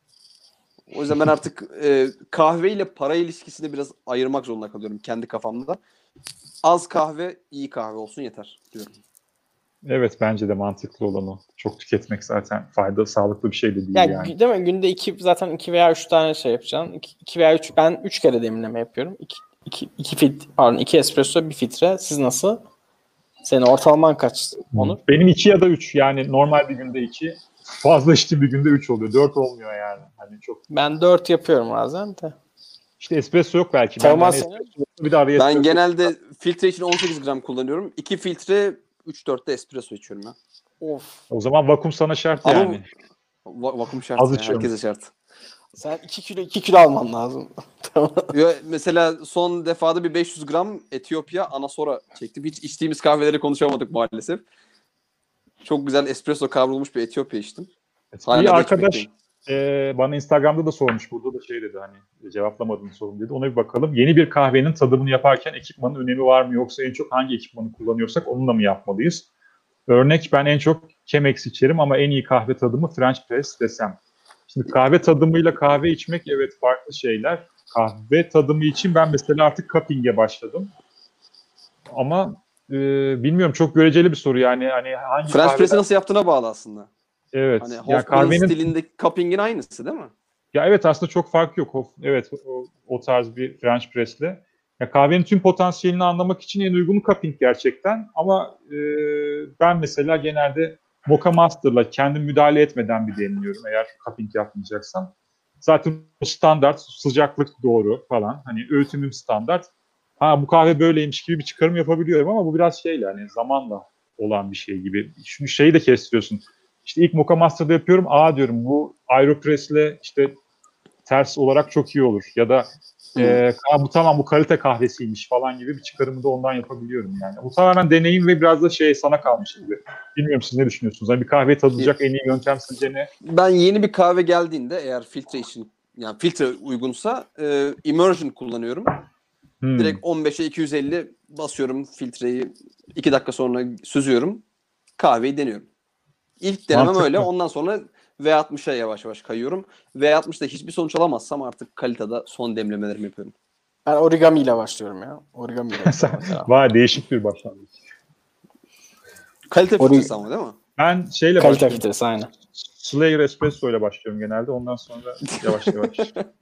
Speaker 4: O yüzden ben artık e, kahve ile para ilişkisini biraz ayırmak zorunda kalıyorum kendi kafamda. Az kahve, iyi kahve olsun yeter diyorum.
Speaker 1: Evet, bence de mantıklı olan o. Çok tüketmek zaten faydalı, sağlıklı bir şey de değil
Speaker 3: yani,
Speaker 1: yani.
Speaker 3: değil mi? Günde iki, zaten iki veya üç tane şey yapacaksın. İki, iki veya üç, ben üç kere demleme yapıyorum. İki, iki, iki fit, pardon, iki espresso, bir filtre. Siz nasıl? Senin ortalaman kaç Onur?
Speaker 1: Benim iki ya da üç, yani normal bir günde iki, fazla içtiğim bir günde üç oluyor. Dört olmuyor yani. Hani çok.
Speaker 3: Ben dört yapıyorum bazen de.
Speaker 1: İşte espresso yok belki.
Speaker 3: Teoman
Speaker 1: Ben
Speaker 3: senin?
Speaker 1: espresso, bir de araya
Speaker 4: Ben
Speaker 1: espresso.
Speaker 4: genelde filtre için on sekiz gram kullanıyorum. iki filtre üç dörtte espresso içiyorum ya.
Speaker 3: Of.
Speaker 1: O zaman vakum sana şart
Speaker 4: Ama
Speaker 1: yani.
Speaker 4: va- vakum şart.
Speaker 1: Az
Speaker 4: ya,
Speaker 1: içiyorum.
Speaker 4: herkese şart.
Speaker 3: Sen iki kilo iki kilo alman lazım. Tamam.
Speaker 4: Yo, mesela son defada bir beş yüz gram Etiyopya anasora çektim. Hiç içtiğimiz kahveleri konuşamadık maalesef. Çok güzel espresso kavrulmuş bir Etiyopya içtim. Hala
Speaker 1: Bir
Speaker 4: da
Speaker 1: arkadaş
Speaker 4: içmekteyim.
Speaker 1: e, bana Instagram'da da sormuş. Burada da şey dedi, hani cevaplamadığını sorun dedi. Ona bir bakalım. Yeni bir kahvenin tadımını yaparken ekipmanın önemi var mı? Yoksa en çok hangi ekipmanı kullanıyorsak onunla mı yapmalıyız? Örnek, ben en çok Chemex içerim ama en iyi kahve tadımı French press desem. Şimdi kahve tadımıyla kahve içmek evet farklı şeyler. Kahve tadımı için ben mesela artık cupping'e başladım. Ama e, bilmiyorum, çok göreceli bir soru yani. Hani hangi
Speaker 4: French
Speaker 1: kahveden-
Speaker 4: press'i nasıl yaptığına bağlı aslında.
Speaker 1: Evet.
Speaker 4: Hani
Speaker 1: yani
Speaker 4: Hofmann'ın
Speaker 1: kahvenin
Speaker 4: stilindeki cupping'in aynısı değil mi?
Speaker 1: Ya evet, aslında çok fark yok. O, evet o, o tarz bir French press'le. Ya kahvenin tüm potansiyelini anlamak için en uygunu cupping gerçekten. Ama e, ben mesela genelde Moka Master'la kendim müdahale etmeden bir demliyorum eğer cupping yapmayacaksam. Zaten o standart, sıcaklık doğru falan. Hani öğütümüm standart. Ha bu kahve böyleymiş gibi bir çıkarım yapabiliyorum ama bu biraz şeyle, hani zamanla olan bir şey gibi. Çünkü şeyi de kestiriyorsun. İşte ilk Moka Master'da yapıyorum. Aa diyorum, bu Aeropress'le işte ters olarak çok iyi olur. Ya da e, bu tamam, bu kalite kahvesiymiş falan gibi bir çıkarımı da ondan yapabiliyorum yani. Bu tamamen deneyim ve biraz da şey sana kalmış gibi. Bilmiyorum, siz ne düşünüyorsunuz? Yani bir kahve tadılacak en iyi yöntem sizce ne?
Speaker 4: Ben yeni bir kahve geldiğinde eğer filtre için, yani filtre uygunsa e, immersion kullanıyorum.
Speaker 1: Hmm.
Speaker 4: Direkt on beşe iki yüz elli basıyorum filtreyi. iki dakika sonra süzüyorum. Kahveyi deniyorum. İlk denemem
Speaker 1: Mantıklı.
Speaker 4: öyle. Ondan sonra V altmışa yavaş yavaş kayıyorum. V altmışta hiçbir sonuç alamazsam artık kalitede son demlemelerimi yapıyorum.
Speaker 3: Ben origami ile başlıyorum ya. Origami ile.
Speaker 1: Sen, vay değişik bir başlangıç.
Speaker 4: Kalite
Speaker 3: Ori-
Speaker 4: filtresi ama değil mi?
Speaker 1: Ben şeyle
Speaker 3: Kalite
Speaker 1: başlıyorum.
Speaker 3: filtresi aynen.
Speaker 1: Slayer Espresso ile başlıyorum genelde. Ondan sonra yavaş yavaş.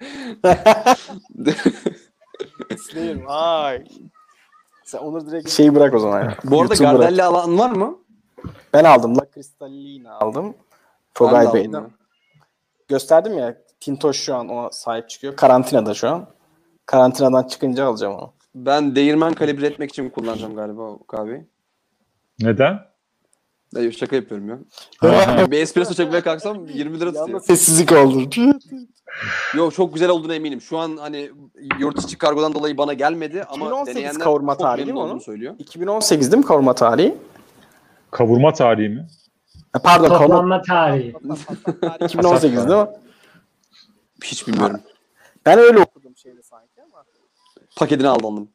Speaker 3: Slayer vay. Sen Onur direkt şeyi bırak o zaman ya.
Speaker 4: Bu arada
Speaker 3: YouTube'u bırak.
Speaker 4: Gardelli alan var mı?
Speaker 3: Ben aldım. La Cristallina aldım.
Speaker 4: Ben de
Speaker 3: Togay
Speaker 4: aldım
Speaker 3: Bey'den.
Speaker 4: ya.
Speaker 3: Gösterdim ya. Tintoş şu an ona sahip çıkıyor. Karantinada şu an. Karantinadan çıkınca alacağım onu.
Speaker 4: Ben değirmen kalibre etmek için kullanacağım galiba o kahveyi.
Speaker 1: Neden?
Speaker 4: Hayır, şaka yapıyorum ya.
Speaker 1: Ha.
Speaker 4: Bir espresso çekmeye kalksam yirmi lira tutuyor.
Speaker 3: Yalnız sessizlik oldu.
Speaker 4: Yok, çok güzel olduğuna eminim. Şu an hani yurt içi kargodan dolayı bana gelmedi ama
Speaker 3: iki bin on sekiz
Speaker 4: deneyenler
Speaker 3: kavurma
Speaker 4: çok
Speaker 3: tarihi
Speaker 4: memnun
Speaker 3: mi onun?
Speaker 4: olduğunu söylüyor.
Speaker 3: iki bin on sekiz değil mi kavurma tarihi?
Speaker 1: Kavurma tarihi mi?
Speaker 3: Ha, Pardon kavurma
Speaker 2: Toplanma tarihi.
Speaker 3: iki bin on sekiz değil mi?
Speaker 4: Hiç bilmiyorum.
Speaker 3: Ben öyle okudum şeyde sanki ama.
Speaker 4: Paketini aldım.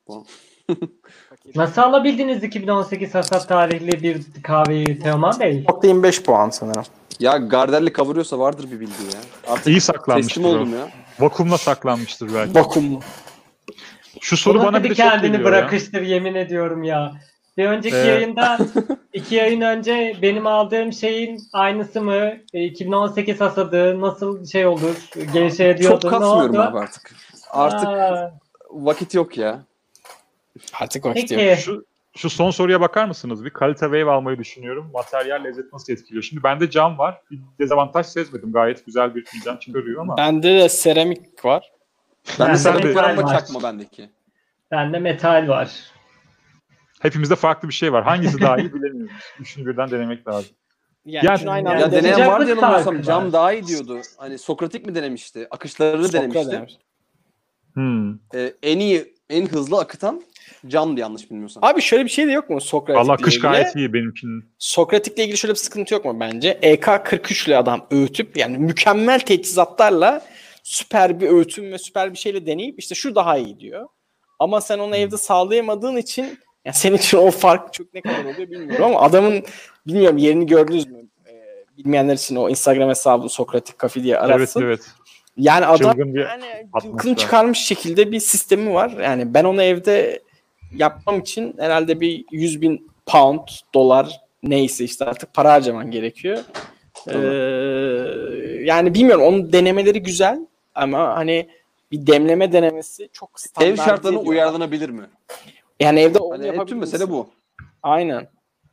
Speaker 2: Nasıl alabildiniz iki bin on sekiz hasat tarihli bir kahveyi Teoman Bey?
Speaker 3: nokta yirmi beş puan sanırım.
Speaker 4: Ya Gardelli kavuruyorsa vardır bir bildiği ya. Artık
Speaker 1: İyi saklanmıştır
Speaker 4: teslim oldum
Speaker 1: o.
Speaker 4: ya.
Speaker 1: Vakumla saklanmıştır belki.
Speaker 3: Vakumlu.
Speaker 1: Şu soru
Speaker 2: Ulan
Speaker 1: bana
Speaker 2: bir
Speaker 1: bir de çok
Speaker 2: kendini
Speaker 1: geliyor ya.
Speaker 2: bırakıştır yemin ediyorum ya. Bir önceki
Speaker 1: Ee,
Speaker 2: yayında iki yayın önce benim aldığım şeyin aynısı mı? E, iki bin on sekiz hasadı nasıl şey olur? Gevşeye
Speaker 4: Çok
Speaker 2: diyordun. Ne
Speaker 4: kasmıyorum
Speaker 2: oldu?
Speaker 4: abi artık. Artık
Speaker 2: Aa,
Speaker 4: vakit yok ya.
Speaker 3: Artık vakit yok.
Speaker 2: peki.
Speaker 1: Şu, şu son soruya bakar mısınız? Bir kalite wave almayı düşünüyorum. Materyal lezzet nasıl etkiliyor? Şimdi bende cam var. Bir dezavantaj sezmedim. Gayet güzel bir fincan çıkarıyor ama.
Speaker 3: Bende de seramik var.
Speaker 4: Ben de
Speaker 2: Bende
Speaker 4: seramik
Speaker 1: de-
Speaker 4: var ama
Speaker 2: var.
Speaker 4: çakma bendeki.
Speaker 2: Bende metal var.
Speaker 1: Hepimizde farklı bir şey var. Hangisi daha iyi bilemiyoruz. Üçünü birden denemek lazım.
Speaker 3: Yani,
Speaker 1: Yani-
Speaker 3: üçünü aynı
Speaker 2: Yani
Speaker 4: Ya
Speaker 3: anda
Speaker 4: deneyen
Speaker 2: sıcaklık
Speaker 4: vardı yanılmıyorsam,
Speaker 2: farkı
Speaker 4: cam
Speaker 2: var.
Speaker 4: daha iyi diyordu. Hani Sokratik mi denemişti? Akışlarını
Speaker 3: Sokra
Speaker 4: denemişti.
Speaker 3: denemiş.
Speaker 1: Hmm.
Speaker 4: Ee, en iyi, en hızlı akıtan camdı yanlış bilmiyorsam.
Speaker 3: Abi şöyle bir şey de yok mu Sokratik'le
Speaker 1: Allah kış
Speaker 3: ilgili?
Speaker 1: gayet iyi benimkinin.
Speaker 3: Sokratik'le ilgili şöyle bir sıkıntı yok mu bence? E K kırk üç ile adam öğütüp yani mükemmel teçhizatlarla süper bir öğütüm ve süper bir şeyle deneyip işte şu daha iyi diyor. Ama sen onu evde sağlayamadığın için yani senin için o fark çok ne kadar oluyor bilmiyorum ama adamın bilmiyorum yerini gördünüz mü? Ee, bilmeyenler için o Instagram hesabı Sokratik Cafe diye aratsın.
Speaker 1: Evet evet.
Speaker 3: Yani adam
Speaker 1: Çılgın bir
Speaker 3: yani
Speaker 1: atmosfer.
Speaker 3: cılkını çıkarmış şekilde bir sistemi var. Yani ben onu evde yapmam için herhalde bir yüz bin pound, dolar neyse işte artık para harcaman gerekiyor. Ee, yani bilmiyorum onun denemeleri güzel ama hani bir demleme denemesi çok standart.
Speaker 4: Ev şartlarına uyarlanabilir mi?
Speaker 3: Yani evde onu
Speaker 4: Hani en
Speaker 3: yapabilir
Speaker 4: tüm
Speaker 3: misin?
Speaker 4: mesele bu.
Speaker 3: Aynen.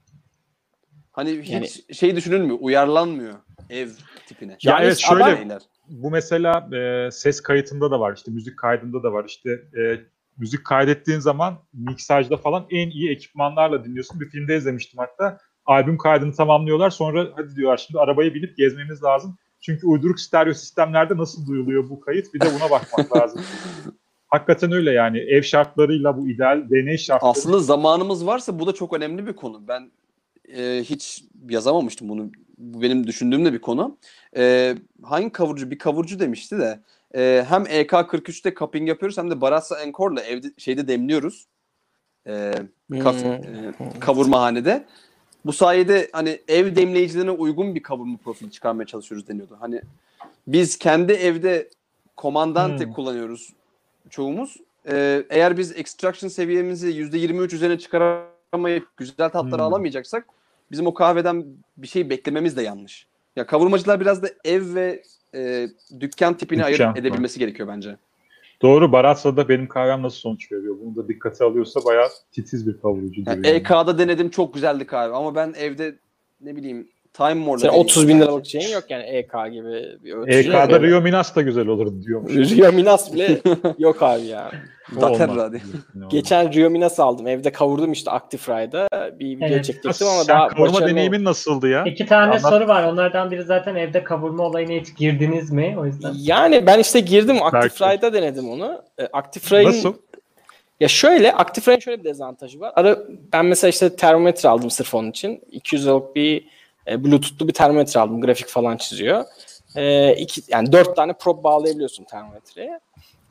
Speaker 4: Hani hiç
Speaker 3: Yani-
Speaker 4: şey düşünülmüyor, uyarlanmıyor ev tipine.
Speaker 1: Ya
Speaker 3: Yani
Speaker 1: evet şöyle
Speaker 3: adam-
Speaker 4: Şeyler.
Speaker 1: bu mesela e, ses kayıtında da var, işte müzik kaydında da var. İşte e, müzik kaydettiğin zaman miksajda falan en iyi ekipmanlarla dinliyorsun. Bir filmde izlemiştim hatta. Albüm kaydını tamamlıyorlar. Sonra hadi diyorlar şimdi arabaya binip gezmemiz lazım. Çünkü uyduruk stereo sistemlerde nasıl duyuluyor bu kayıt? Bir de buna bakmak lazım. Hakikaten öyle yani. Ev şartlarıyla bu ideal deney şartları.
Speaker 4: Aslında zamanımız varsa bu da çok önemli bir konu. Ben e, hiç yazamamıştım bunu. Bu benim düşündüğüm de bir konu. E, hangi kavurucu? Bir kavurucu demişti de. E, hem E K kırk üçte cupping yapıyoruz hem de Baratza Encore'la evde şeyde demliyoruz. E, kaf,
Speaker 3: Hmm.
Speaker 4: e, kavurmahanede. Bu sayede hani ev demleyicilerine uygun bir kavurma profili çıkarmaya çalışıyoruz deniyordu. Hani biz kendi evde komandante
Speaker 1: Hmm.
Speaker 4: kullanıyoruz çoğumuz. Ee, eğer biz extraction seviyemizi yüzde yirmi üç üzerine çıkaramayıp güzel tatları
Speaker 1: Hmm.
Speaker 4: alamayacaksak bizim o kahveden bir şey beklememiz de yanlış. Ya kavurmacılar biraz da ev ve e, dükkan tipini ayırt
Speaker 1: Dükkan,
Speaker 4: edebilmesi gerekiyor bence.
Speaker 1: Doğru. Baratsa'da benim kahvem nasıl sonuç veriyor? Bunu da dikkate alıyorsa bayağı titiz bir kavurucu
Speaker 4: Yani
Speaker 1: gibi. Yani.
Speaker 4: E K'da denedim, çok güzeldi kahve ama ben evde ne bileyim Time More'la
Speaker 3: Senin
Speaker 4: deneyim.
Speaker 3: otuz bin liralık şeyin yok yani E K gibi bir ölçü.
Speaker 1: E K'da
Speaker 3: yok.
Speaker 1: Rio Minas da güzel olur diyormuş.
Speaker 3: Rio Minas bile yok abi ya.
Speaker 1: O
Speaker 4: Daterra
Speaker 1: olmaz.
Speaker 4: diye.
Speaker 3: Geçen Rio Minas aldım. Evde kavurdum işte Actifry'da. Bir video
Speaker 2: Evet.
Speaker 3: çekecektim ama
Speaker 1: Sen
Speaker 3: daha
Speaker 1: kavurma
Speaker 3: başarılı
Speaker 1: deneyimin nasıldı ya?
Speaker 2: İki tane
Speaker 1: Anlat.
Speaker 2: soru var. Onlardan biri zaten evde kavurma olayına hiç girdiniz mi? O yüzden.
Speaker 3: Yani ben işte girdim
Speaker 1: Belki.
Speaker 3: Actifry'da denedim onu. E, Actifry'in
Speaker 1: Nasıl?
Speaker 3: ya şöyle Actifry'in şöyle bir dezavantajı var. Ara, ben mesela işte termometre aldım sırf onun için. iki yüz liralık bir e, Bluetooth'lu bir termometre aldım. Grafik falan çiziyor. E, iki, yani dört tane probe bağlayabiliyorsun termometreye.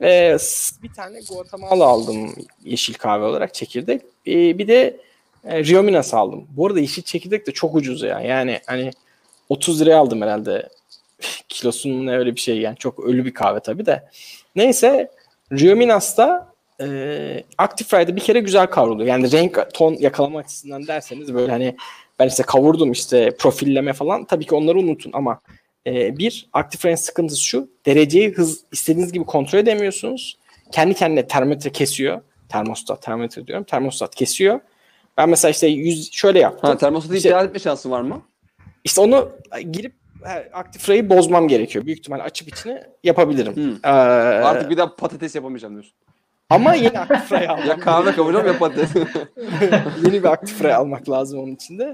Speaker 3: Ve bir tane Guatemala aldım yeşil kahve olarak çekirdek. Ee, bir de e, Rio Minas aldım. Bu arada yeşil çekirdek de çok ucuz ya. Yani hani otuz liraya aldım herhalde. Kilosunun ne öyle bir şey yani. Çok ölü bir kahve tabii de. Neyse Rio Minas'ta e, Active Fry'da bir kere güzel kavruluyor. Yani renk ton yakalama açısından derseniz böyle hani ben işte kavurdum işte profilleme falan tabii ki onları unutun ama e, bir Active Fry'in sıkıntısı şu, dereceyi hız istediğiniz gibi kontrol edemiyorsunuz. Kendi kendine termometre kesiyor. Termostat, termometre diyorum. Termostat kesiyor. Ben mesela işte yüz şöyle yaptım.
Speaker 4: Ha, termostatı
Speaker 3: İşte-
Speaker 4: iptal etme şansı var mı?
Speaker 3: İşte onu girip Active Fry'ı bozmam gerekiyor. Büyük ihtimalle açıp içine yapabilirim.
Speaker 4: Hmm.
Speaker 3: Ee,
Speaker 4: Artık bir daha patates yapamayacağım diyorsun.
Speaker 3: ama yeni Active Fry almam.
Speaker 4: Ya kahve kavuracağım ya patates.
Speaker 3: Yeni bir Active Fry almak lazım onun içinde.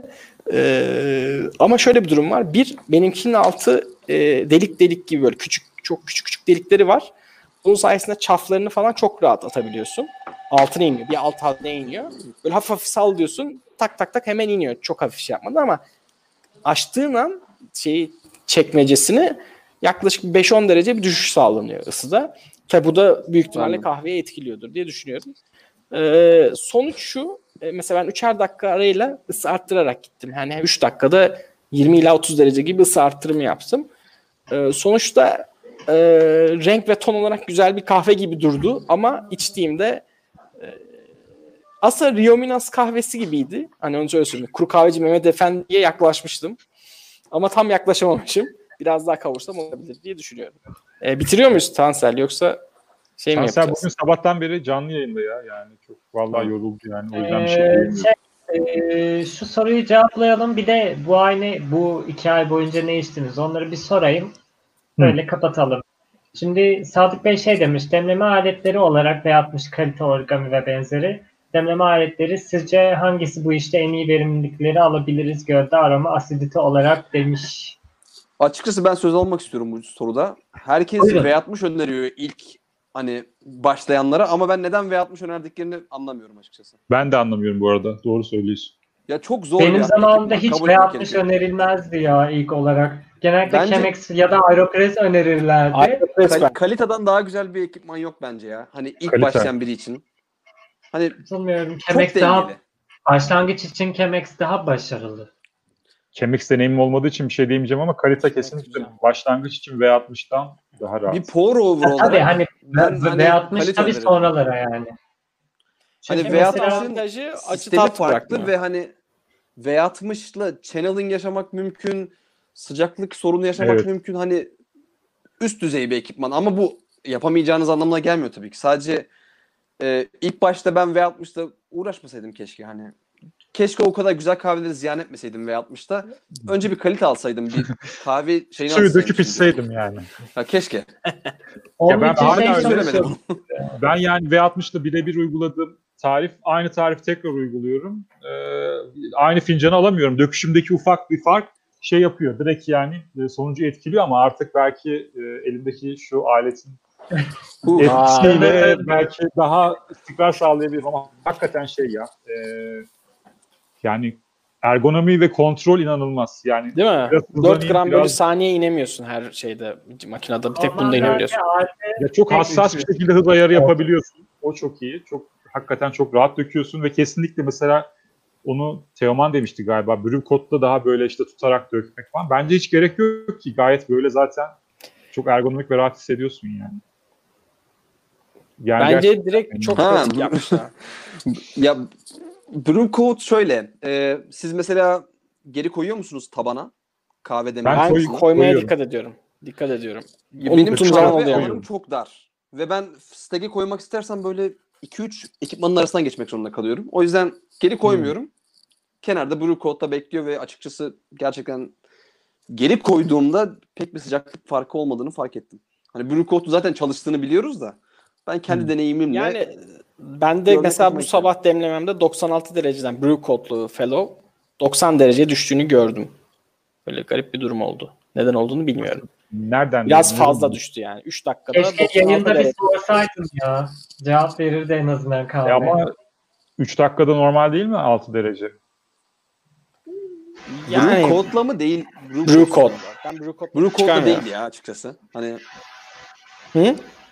Speaker 3: Ee, ama şöyle bir durum var. Bir, benimkinin altı e, delik delik gibi böyle küçük çok küçük küçük delikleri var. Bunun sayesinde çaflarını falan çok rahat atabiliyorsun. Altına iniyor. Bir alt haline iniyor. Böyle hafif hafif sallıyorsun. Tak tak tak hemen iniyor. Çok hafif şey yapmadan ama açtığın an şeyi çekmecesini yaklaşık beş on derece bir düşüş sağlanıyor ısıda. Tabi bu da büyük ihtimalle
Speaker 4: Anladım.
Speaker 3: kahveye etkiliyordur diye düşünüyorum. Ee, sonuç şu. e, Mesela ben üçer dakika arayla ısı arttırarak gittim. Yani üç dakikada yirmi ila otuz derece gibi ısı arttırımı yaptım. Ee, sonuçta e, renk ve ton olarak güzel bir kahve gibi durdu. Ama içtiğimde e, aslında Rio Minas kahvesi gibiydi. Hani onu şöyle söyleyeyim. Kuru kahveci Mehmet Efendi'ye yaklaşmıştım. Ama tam yaklaşamamışım. Biraz daha kavursam olabilir diye düşünüyorum. Ee, bitiriyor muyuz Tansel yoksa şey mi
Speaker 1: Tansel
Speaker 3: yapacağız?
Speaker 1: bugün sabahtan beri canlı yayında ya. Yani çok vallahi yoruldu yani. O yüzden bir şey
Speaker 2: Ee,
Speaker 1: diyemiyorum.
Speaker 2: şey, e, şu soruyu cevaplayalım. Bir de bu ay ne, bu iki ay boyunca ne içtiniz? Onları bir sorayım. Böyle kapatalım. Şimdi Sadık Bey şey demiş, demleme aletleri olarak ve yapmış kalite origami ve benzeri. Demleme aletleri sizce hangisi bu işte en iyi verimlilikleri alabiliriz gövde aroma asidite olarak demiş.
Speaker 4: Açıkçası ben söz almak istiyorum bu soruda. Herkes
Speaker 2: Buyurun.
Speaker 4: V altmış öneriyor ilk hani başlayanlara ama ben neden V altmış önerdiklerini anlamıyorum açıkçası.
Speaker 1: Ben de anlamıyorum bu arada. Doğru söylüyorsun.
Speaker 4: Ya çok zor
Speaker 2: Benim
Speaker 4: ya.
Speaker 2: zamanımda
Speaker 4: Ekipman,
Speaker 2: hiç
Speaker 4: kabul
Speaker 2: V
Speaker 4: etmek
Speaker 2: altmış
Speaker 4: gerekiyor.
Speaker 2: önerilmezdi ya ilk olarak. Genellikle
Speaker 4: Bence-
Speaker 2: Chemex ya da Aeropress önerirlerdi.
Speaker 3: Aeropress
Speaker 4: Kal-
Speaker 3: ben.
Speaker 4: Kaliteden daha güzel bir ekipman yok bence ya. Hani ilk
Speaker 1: Kalite.
Speaker 4: başlayan biri için. Hani
Speaker 2: Bilmiyorum.
Speaker 4: çok
Speaker 2: Chemex daha
Speaker 4: dengeli.
Speaker 2: başlangıç için Chemex daha başarılı.
Speaker 1: Chemex deneyimim olmadığı için bir şey diyemeyeceğim ama kalite
Speaker 3: Evet,
Speaker 1: kesinlikle
Speaker 3: güzel.
Speaker 1: başlangıç için V altmıştan daha rahat.
Speaker 4: Bir pour over
Speaker 2: Ha,
Speaker 4: olarak
Speaker 2: tabii hani
Speaker 4: ben
Speaker 2: V-
Speaker 4: hani
Speaker 2: V60
Speaker 4: kalite
Speaker 2: tabii
Speaker 4: öneririm.
Speaker 2: sonralara yani.
Speaker 4: Hani
Speaker 2: Çünkü
Speaker 4: V
Speaker 2: mesela
Speaker 4: altmışın
Speaker 3: Avantajı acı
Speaker 4: sistemi
Speaker 3: tat
Speaker 4: farklı
Speaker 3: bırakmıyor.
Speaker 4: ve hani V altmışla channeling yaşamak mümkün. Sıcaklık sorunu yaşamak
Speaker 1: Evet.
Speaker 4: mümkün. Hani üst düzey bir ekipman ama bu yapamayacağınız anlamına gelmiyor tabii ki. Sadece e, ilk başta ben V altmışta uğraşmasaydım keşke hani. Keşke o kadar güzel kahveleri ziyan etmeseydim V altmışta. Önce bir kalite alsaydım. Bir kahve şeyini
Speaker 1: Suyu
Speaker 4: alsaydım.
Speaker 1: döküp içseydim yani.
Speaker 4: Ha, keşke.
Speaker 2: onun
Speaker 1: ben
Speaker 2: için
Speaker 1: hala
Speaker 2: şey
Speaker 1: öyle
Speaker 2: çalışıyorum.
Speaker 1: Ben yani V altmışla birebir uyguladığım tarif, aynı tarif tekrar uyguluyorum. Ee, aynı fincanı alamıyorum. Döküşümdeki ufak bir fark şey yapıyor. Direkt yani e, sonucu etkiliyor ama artık belki e, elimdeki şu aletin
Speaker 4: Bu
Speaker 1: etkisiyle belki daha istikrar sağlayabilirim ama hakikaten şey ya e, yani ergonomi ve kontrol inanılmaz. Yani
Speaker 3: Değil mi?
Speaker 1: biraz
Speaker 3: dört
Speaker 1: hızlanayım,
Speaker 3: gram
Speaker 1: biraz-
Speaker 3: bölü saniye inemiyorsun her şeyde makinede. Bir tek bunda
Speaker 2: Normalde
Speaker 3: inebiliyorsun.
Speaker 2: artı
Speaker 1: ya çok
Speaker 2: tek
Speaker 1: hassas bir
Speaker 2: üçü.
Speaker 1: şekilde hız ayarı yapabiliyorsun. O çok iyi. Çok hakikaten çok rahat döküyorsun ve kesinlikle mesela onu Teoman demişti galiba. Brewcode'da kodda daha böyle işte tutarak dökmek falan. Bence hiç gerek yok ki. Gayet böyle zaten çok ergonomik ve rahat hissediyorsun yani. Yani
Speaker 3: Bence
Speaker 1: gerçekten-
Speaker 3: direkt çok
Speaker 4: Ha,
Speaker 3: pratik
Speaker 4: bu-
Speaker 3: yapmışlar.
Speaker 4: ya brew code şöyle. e, siz mesela geri koyuyor musunuz tabana? Kahve demeye.
Speaker 1: Ben
Speaker 3: Ben
Speaker 1: koy-
Speaker 3: koymaya
Speaker 1: koyuyorum.
Speaker 3: dikkat ediyorum. Dikkat ediyorum.
Speaker 4: Ya
Speaker 3: Unuttuğum
Speaker 4: benim
Speaker 3: zaman
Speaker 4: kahve
Speaker 3: oluyor yani.
Speaker 4: alanım çok dar. Ve ben stack'e koymak istersem böyle iki üç ekipmanın arasından geçmek zorunda kalıyorum. O yüzden geri koymuyorum. Kenarda brew code'da bekliyor ve açıkçası gerçekten geri koyduğumda pek bir sıcaklık farkı olmadığını fark ettim. Hani brew code'un zaten çalıştığını biliyoruz da ben kendi
Speaker 1: Hmm.
Speaker 4: deneyimimle
Speaker 3: Yani ben de
Speaker 4: Görmek
Speaker 3: mesela
Speaker 4: hoşuma
Speaker 3: bu
Speaker 4: gitti.
Speaker 3: sabah demlememde doksan altı dereceden brew code'lu fellow doksan dereceye düştüğünü gördüm. Böyle garip bir durum oldu. Neden olduğunu bilmiyorum.
Speaker 1: nereden?
Speaker 3: Biraz
Speaker 1: nereden-
Speaker 3: fazla düştü yani. üç dakikada
Speaker 2: Keşke
Speaker 3: doksan altı
Speaker 2: yayında bir
Speaker 3: derece.
Speaker 2: sorsaydın ya. Cevap verirdi en azından kahve.
Speaker 1: E ama üç dakikada normal değil mi altı derece?
Speaker 3: Yani
Speaker 4: brew code'la mı değil? Brew,
Speaker 3: brew code.
Speaker 4: code'la.
Speaker 3: Ben brew code
Speaker 4: Brew code'la
Speaker 3: çıkarmıyorum.
Speaker 4: değil ya açıkçası. Hani
Speaker 3: Hı?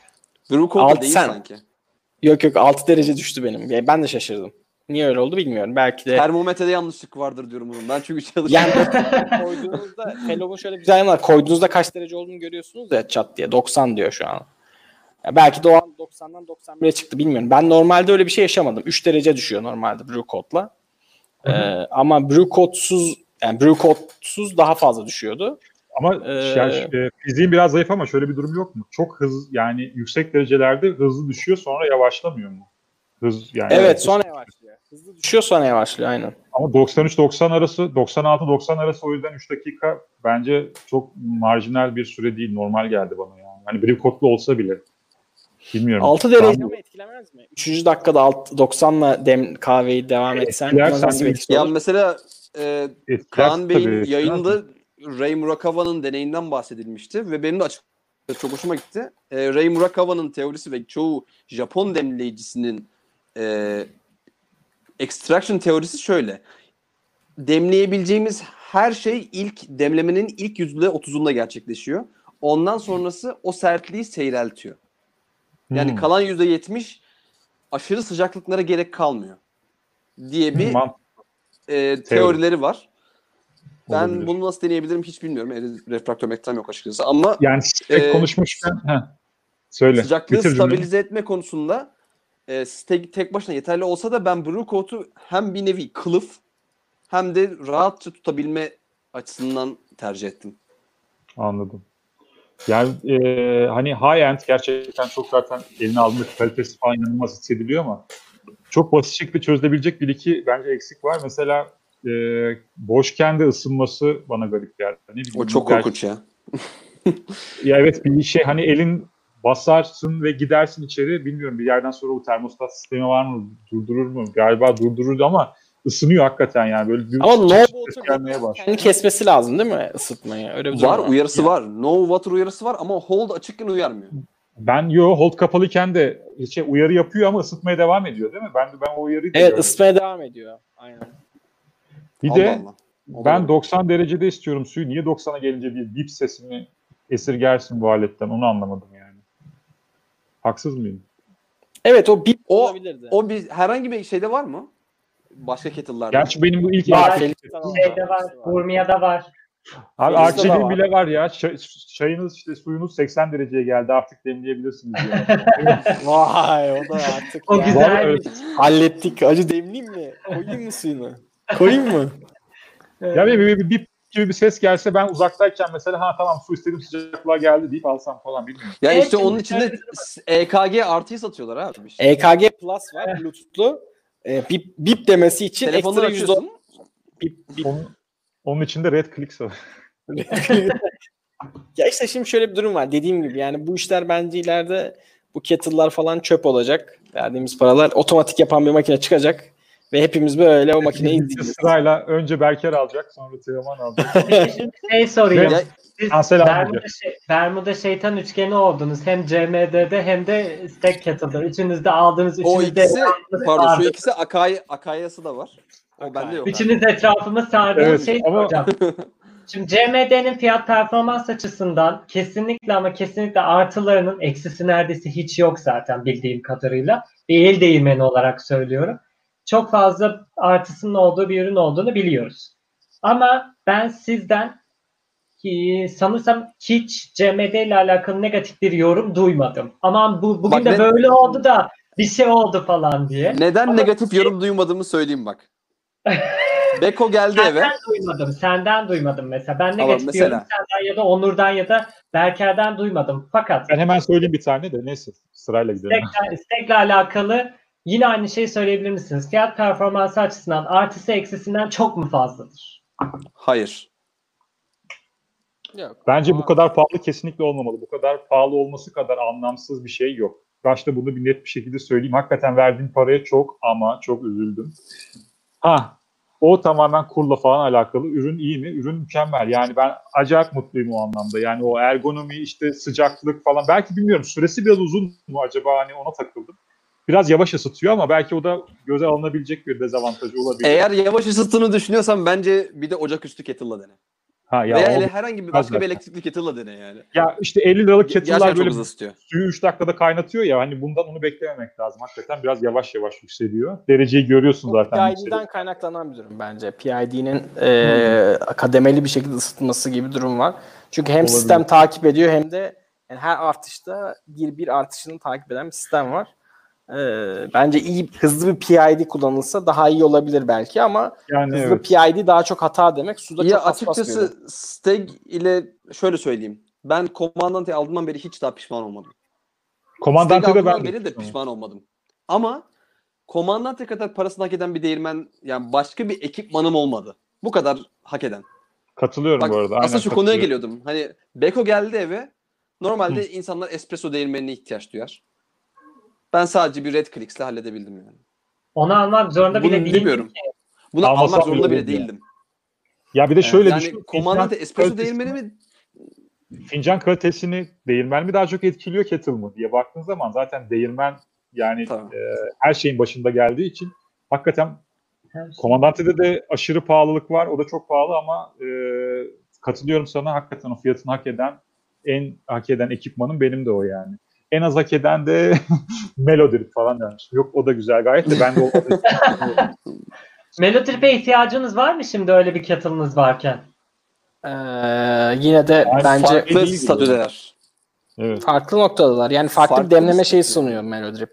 Speaker 4: Brew Cold'da
Speaker 3: Alt
Speaker 4: değil
Speaker 3: sen.
Speaker 4: sanki.
Speaker 3: Yok yok altı derece düştü benim. Yani ben de şaşırdım. Niye öyle oldu bilmiyorum. Belki de
Speaker 4: Termometrede yanlışlık vardır diyorum bunun. Ben çünkü çalışıyorum.
Speaker 3: yani koyduğunuzda Fellow'un şöyle bir güzel yanı var. Koyduğunuzda kaç derece olduğunu görüyorsunuz ya çat diye. doksan diyor şu an. Ya belki de o an doksandan doksan bire çıktı bilmiyorum. Ben normalde öyle bir şey yaşamadım. üç derece düşüyor normalde Brew Cold'la. Ee, ama Brew Cold'suz yani Brew Cold'suz daha fazla düşüyordu.
Speaker 1: Ama
Speaker 3: Ee,
Speaker 1: yani, e, fiziğin biraz zayıf ama şöyle bir durum yok mu? Çok hızlı yani yüksek derecelerde hızlı düşüyor sonra yavaşlamıyor mu? Hız yani.
Speaker 3: Evet sonra yavaşlıyor. Hızlı düşüyor sonra yavaşlıyor aynen.
Speaker 1: Ama doksan üç doksan arası, doksan altı doksan arası o yüzden üç dakika bence çok marjinal bir süre değil. Normal geldi bana yani. Hani Brew Cold'lu olsa bile. Bilmiyorum.
Speaker 3: altı derece ama etkilemez mi? üçüncü dakikada alt, doksanla dem kahveyi devam etsen
Speaker 1: Etkilersen
Speaker 3: nasıl bir etkisi
Speaker 4: Ya
Speaker 3: olur?
Speaker 4: mesela e,
Speaker 1: Etkiler
Speaker 4: Kaan Bey'in
Speaker 1: tabii.
Speaker 4: yayında Ray Murakawa'nın deneyinden bahsedilmişti ve benim de açıkçası çok hoşuma gitti. E, Ray Murakawa'nın teorisi ve çoğu Japon demleyicisinin e, extraction teorisi şöyle. Demleyebileceğimiz her şey ilk demlemenin ilk yüzde otuzunda gerçekleşiyor. Ondan sonrası o sertliği seyreltiyor. Yani
Speaker 1: Hmm.
Speaker 4: kalan yüzde yetmiş aşırı sıcaklıklara gerek kalmıyor diye bir
Speaker 1: Man-
Speaker 4: e, teorileri var. Ben
Speaker 1: Olabilir.
Speaker 4: bunu nasıl deneyebilirim hiç bilmiyorum. E, refraktometrim yok açıkçası. Ama
Speaker 1: Yani tek
Speaker 4: e,
Speaker 1: konuşmuşken heh, söyle.
Speaker 4: sıcaklığı
Speaker 1: Bitir cümleni.
Speaker 4: stabilize etme konusunda e, tek, tek başına yeterli olsa da ben Brew Cold'u hem bir nevi kılıf hem de rahatça tutabilme açısından tercih ettim.
Speaker 1: Anladım. Yani e, hani high end gerçekten çok zaten eline aldığında kalitesi falan inanılmaz hissediliyor ama çok basit şekilde çözülebilecek bir iki bence eksik var. Mesela e, boşken de ısınması bana garip geldi. Ne bileyim,
Speaker 4: O çok
Speaker 1: belki-
Speaker 4: korkunç ya.
Speaker 1: Ya evet bir şey hani elin basarsın ve gidersin içeri bilmiyorum bir yerden sonra bu termostat sistemi var mı durdurur mu? Galiba durdurur ama ısınıyor hakikaten yani böyle bir
Speaker 3: Ama no
Speaker 1: çıt çıt
Speaker 3: water
Speaker 1: ses gelmeye başlıyor.
Speaker 3: kendi kesmesi lazım değil mi ısıtmayı? Öyle bir durum
Speaker 4: Var uyarısı
Speaker 3: Ya.
Speaker 4: var. No water uyarısı var ama hold açıkken uyarmıyor.
Speaker 1: Ben yo hold kapalıyken de şey uyarı yapıyor ama ısıtmaya devam ediyor değil mi? Ben ben o uyarıyı da
Speaker 3: Evet
Speaker 1: gördüm.
Speaker 3: ısıtmaya devam ediyor. Aynen.
Speaker 1: Bir
Speaker 4: Allah
Speaker 1: de
Speaker 4: Allah. O da
Speaker 1: ben
Speaker 4: var.
Speaker 1: doksan derecede istiyorum suyu. Niye doksana gelince bir bip sesini esirgersin bu aletten? Onu anlamadım yani. Haksız mıyım?
Speaker 3: Evet o bip
Speaker 4: O-
Speaker 3: olabilirdi.
Speaker 4: O bir herhangi bir şeyde var mı? Başka kettle'larda.
Speaker 1: Gerçi benim bu ilk
Speaker 3: Var,
Speaker 1: el-
Speaker 3: Felix
Speaker 2: Şeyde var, Urmia'da var.
Speaker 1: Abi
Speaker 3: Felix'te de
Speaker 1: Arçelik'in
Speaker 3: var.
Speaker 1: bile var ya. Çay- çayınız işte suyunuz seksen dereceye geldi artık demleyebilirsiniz diyor.
Speaker 3: Vay o da artık
Speaker 2: O
Speaker 3: yani.
Speaker 2: güzelmiş.
Speaker 3: Hallettik. Acı demleyeyim mi? Koyayım mı suyunu? Koyayım mı?
Speaker 1: Ya benim bir, bir bip gibi bir ses gelse ben uzaktayken mesela ha tamam su istedim sıcaklığa geldi deyip alsam falan bilmiyorum.
Speaker 4: Ya
Speaker 2: Evet,
Speaker 4: işte onun
Speaker 2: şimdi
Speaker 4: içinde E K G artıyı satıyorlar abi. İşte.
Speaker 3: E K G Plus var Bluetooth'lu. E, bip, bip demesi için
Speaker 4: Telefondan
Speaker 3: ekstra yüzde on
Speaker 4: açıyorsun.
Speaker 3: bip, bip.
Speaker 1: Onun, onun içinde red click var.
Speaker 3: Ya işte şimdi şöyle bir durum var. Dediğim gibi yani bu işler bence ileride bu kettle'lar falan çöp olacak. Verdiğimiz paralar otomatik yapan bir makine çıkacak ve hepimiz böyle o makineyi izleyeceğiz.
Speaker 1: Sırayla önce Berker alacak sonra Teoman alacak.
Speaker 2: Peki şimdi şey sorayım.
Speaker 4: Ya,
Speaker 2: Siz
Speaker 1: Cancel
Speaker 2: Bermuda,
Speaker 1: almayacak.
Speaker 2: şey, Bermuda şeytan üçgeni oldunuz. Hem C M D'de hem de Stack Kettle'da. Üçünüz de aldınız.
Speaker 4: o
Speaker 2: Üçünüz de
Speaker 4: ikisi pardon
Speaker 2: vardı.
Speaker 4: şu ikisi Akai Akayası da var. O bende yok.
Speaker 2: Üçünüz etrafımı sardınız.
Speaker 1: Evet,
Speaker 2: şey
Speaker 1: ama-
Speaker 2: soracağım. Şimdi C M D'nin fiyat performans açısından kesinlikle ama kesinlikle artılarının eksisi neredeyse hiç yok zaten bildiğim kadarıyla. Bir el değirmeni olarak söylüyorum. Çok fazla artısının olduğu bir ürün olduğunu biliyoruz. Ama ben sizden ki sanırsam hiç C M D ile alakalı negatif bir yorum duymadım. Aman bu bugün
Speaker 4: Bak
Speaker 2: de
Speaker 4: ne-
Speaker 2: böyle oldu da bir şey oldu falan diye.
Speaker 4: Neden
Speaker 2: Ama
Speaker 4: negatif yorum duymadığımı söyleyeyim bak. Beko geldi eve.
Speaker 2: Senden duymadım. Senden duymadım mesela. Ben
Speaker 4: Ama
Speaker 2: negatif
Speaker 4: mesela-
Speaker 2: yorum senden ya da Onur'dan ya da Berker'den duymadım. Fakat
Speaker 1: Ben hemen söyleyeyim bir tane de neyse sırayla gidelim.
Speaker 2: Stack'le Stack'le alakalı yine aynı şeyi söyleyebilir misiniz? Fiyat performansı açısından artısı eksisinden çok mu fazladır?
Speaker 4: Hayır.
Speaker 3: Yok.
Speaker 1: Bence
Speaker 3: Aa,
Speaker 1: bu kadar pahalı kesinlikle olmamalı. Bu kadar pahalı olması kadar anlamsız bir şey yok. Başta bunu bir net bir şekilde söyleyeyim. Hakikaten verdiğim paraya çok ama çok üzüldüm. Ha, o tamamen kurla falan alakalı. Ürün iyi mi? Ürün mükemmel. Yani ben acayip mutluyum o anlamda. Yani o ergonomi, işte sıcaklık falan. Belki bilmiyorum süresi biraz uzun mu acaba hani ona takıldım. Biraz yavaş ısıtıyor ama belki o da göze alınabilecek bir dezavantajı olabilir.
Speaker 4: Eğer yavaş ısıttığını düşünüyorsan bence bir de ocaküstü kettle'la dene.
Speaker 1: Ha ya
Speaker 4: Veya
Speaker 1: o
Speaker 4: ele herhangi bir başka
Speaker 1: zaten.
Speaker 4: bir elektrikli kettle'la dene yani.
Speaker 1: Ya işte elli liralık
Speaker 4: Gerçekten
Speaker 1: kettle'lar
Speaker 4: çok
Speaker 1: böyle
Speaker 4: hızlı ısıtıyor.
Speaker 1: suyu üç dakikada kaynatıyor ya, hani bundan onu beklememek lazım. Hakikaten biraz yavaş yavaş yükseliyor. Dereceyi görüyorsun
Speaker 3: O
Speaker 1: zaten.
Speaker 3: P I
Speaker 1: yükseliyor.
Speaker 3: D'den kaynaklanan bir durum bence. P I D'nin e, kademeli bir şekilde ısıtması gibi bir durum var. Çünkü hem
Speaker 1: Olabilir.
Speaker 3: sistem takip ediyor hem de yani her artışta bir bir artışını takip eden bir sistem var. E, bence iyi, hızlı bir P I D kullanılsa daha iyi olabilir belki ama
Speaker 1: Yani
Speaker 3: hızlı
Speaker 1: evet.
Speaker 3: P I D daha çok hata demek. Suda
Speaker 4: Ya
Speaker 3: çok hassas bir ürün.
Speaker 4: açıkçası Steg ile şöyle söyleyeyim. Ben Commandante'yi aldığımdan beri hiç daha pişman olmadım. Steg
Speaker 1: Komandante'de
Speaker 4: aldığımdan
Speaker 1: ben de
Speaker 4: beri de pişman olmadım. Ama Comandante kadar parasını hak eden bir değirmen, yani başka bir ekipmanım olmadı. Bu kadar hak eden.
Speaker 1: katılıyorum
Speaker 4: Bak
Speaker 1: bu arada. Aynen
Speaker 4: aslında şu konuya
Speaker 1: katılıyorum.
Speaker 4: geliyordum. Hani Beko geldi eve. Normalde insanlar espresso değirmenine ihtiyaç duyar. Ben sadece bir Red Clicks'le halledebildim yani.
Speaker 2: Onu almak zorunda
Speaker 4: Bunu
Speaker 2: bile değil.
Speaker 4: demiyorum. Bunu
Speaker 1: Almasam
Speaker 4: almak zorunda
Speaker 1: bile
Speaker 4: bile
Speaker 1: olurdu yani.
Speaker 4: değildim.
Speaker 1: Ya bir de şöyle düşün.
Speaker 4: Yani Comandante espresso
Speaker 1: kalitesini-
Speaker 4: değirmeni mi?
Speaker 1: Fincan kalitesini değirmen mi daha çok etkiliyor, kettle mı diye baktığın zaman zaten değirmen yani
Speaker 4: Tamam.
Speaker 1: e, her şeyin başında geldiği için hakikaten Komandante'de de aşırı pahalılık var. O da çok pahalı ama e, katılıyorum sana, hakikaten o fiyatını hak eden, en hak eden ekipmanım benim de o yani. En az hak eden de Melody falan demiş. Yok o da güzel gayet de ben de olmadı.
Speaker 2: Melotrip'e ihtiyacınız var mı şimdi öyle bir kettle'ınız varken?
Speaker 3: Ee, yine de
Speaker 1: Yani
Speaker 3: bence
Speaker 1: farklı-
Speaker 4: Farklı
Speaker 1: değil
Speaker 4: statüdeler.
Speaker 1: Evet.
Speaker 3: farklı noktadalar. Yani farklı,
Speaker 4: Farklı
Speaker 3: bir demleme
Speaker 4: bir
Speaker 3: şeyi
Speaker 4: statü.
Speaker 3: sunuyor Melodrip.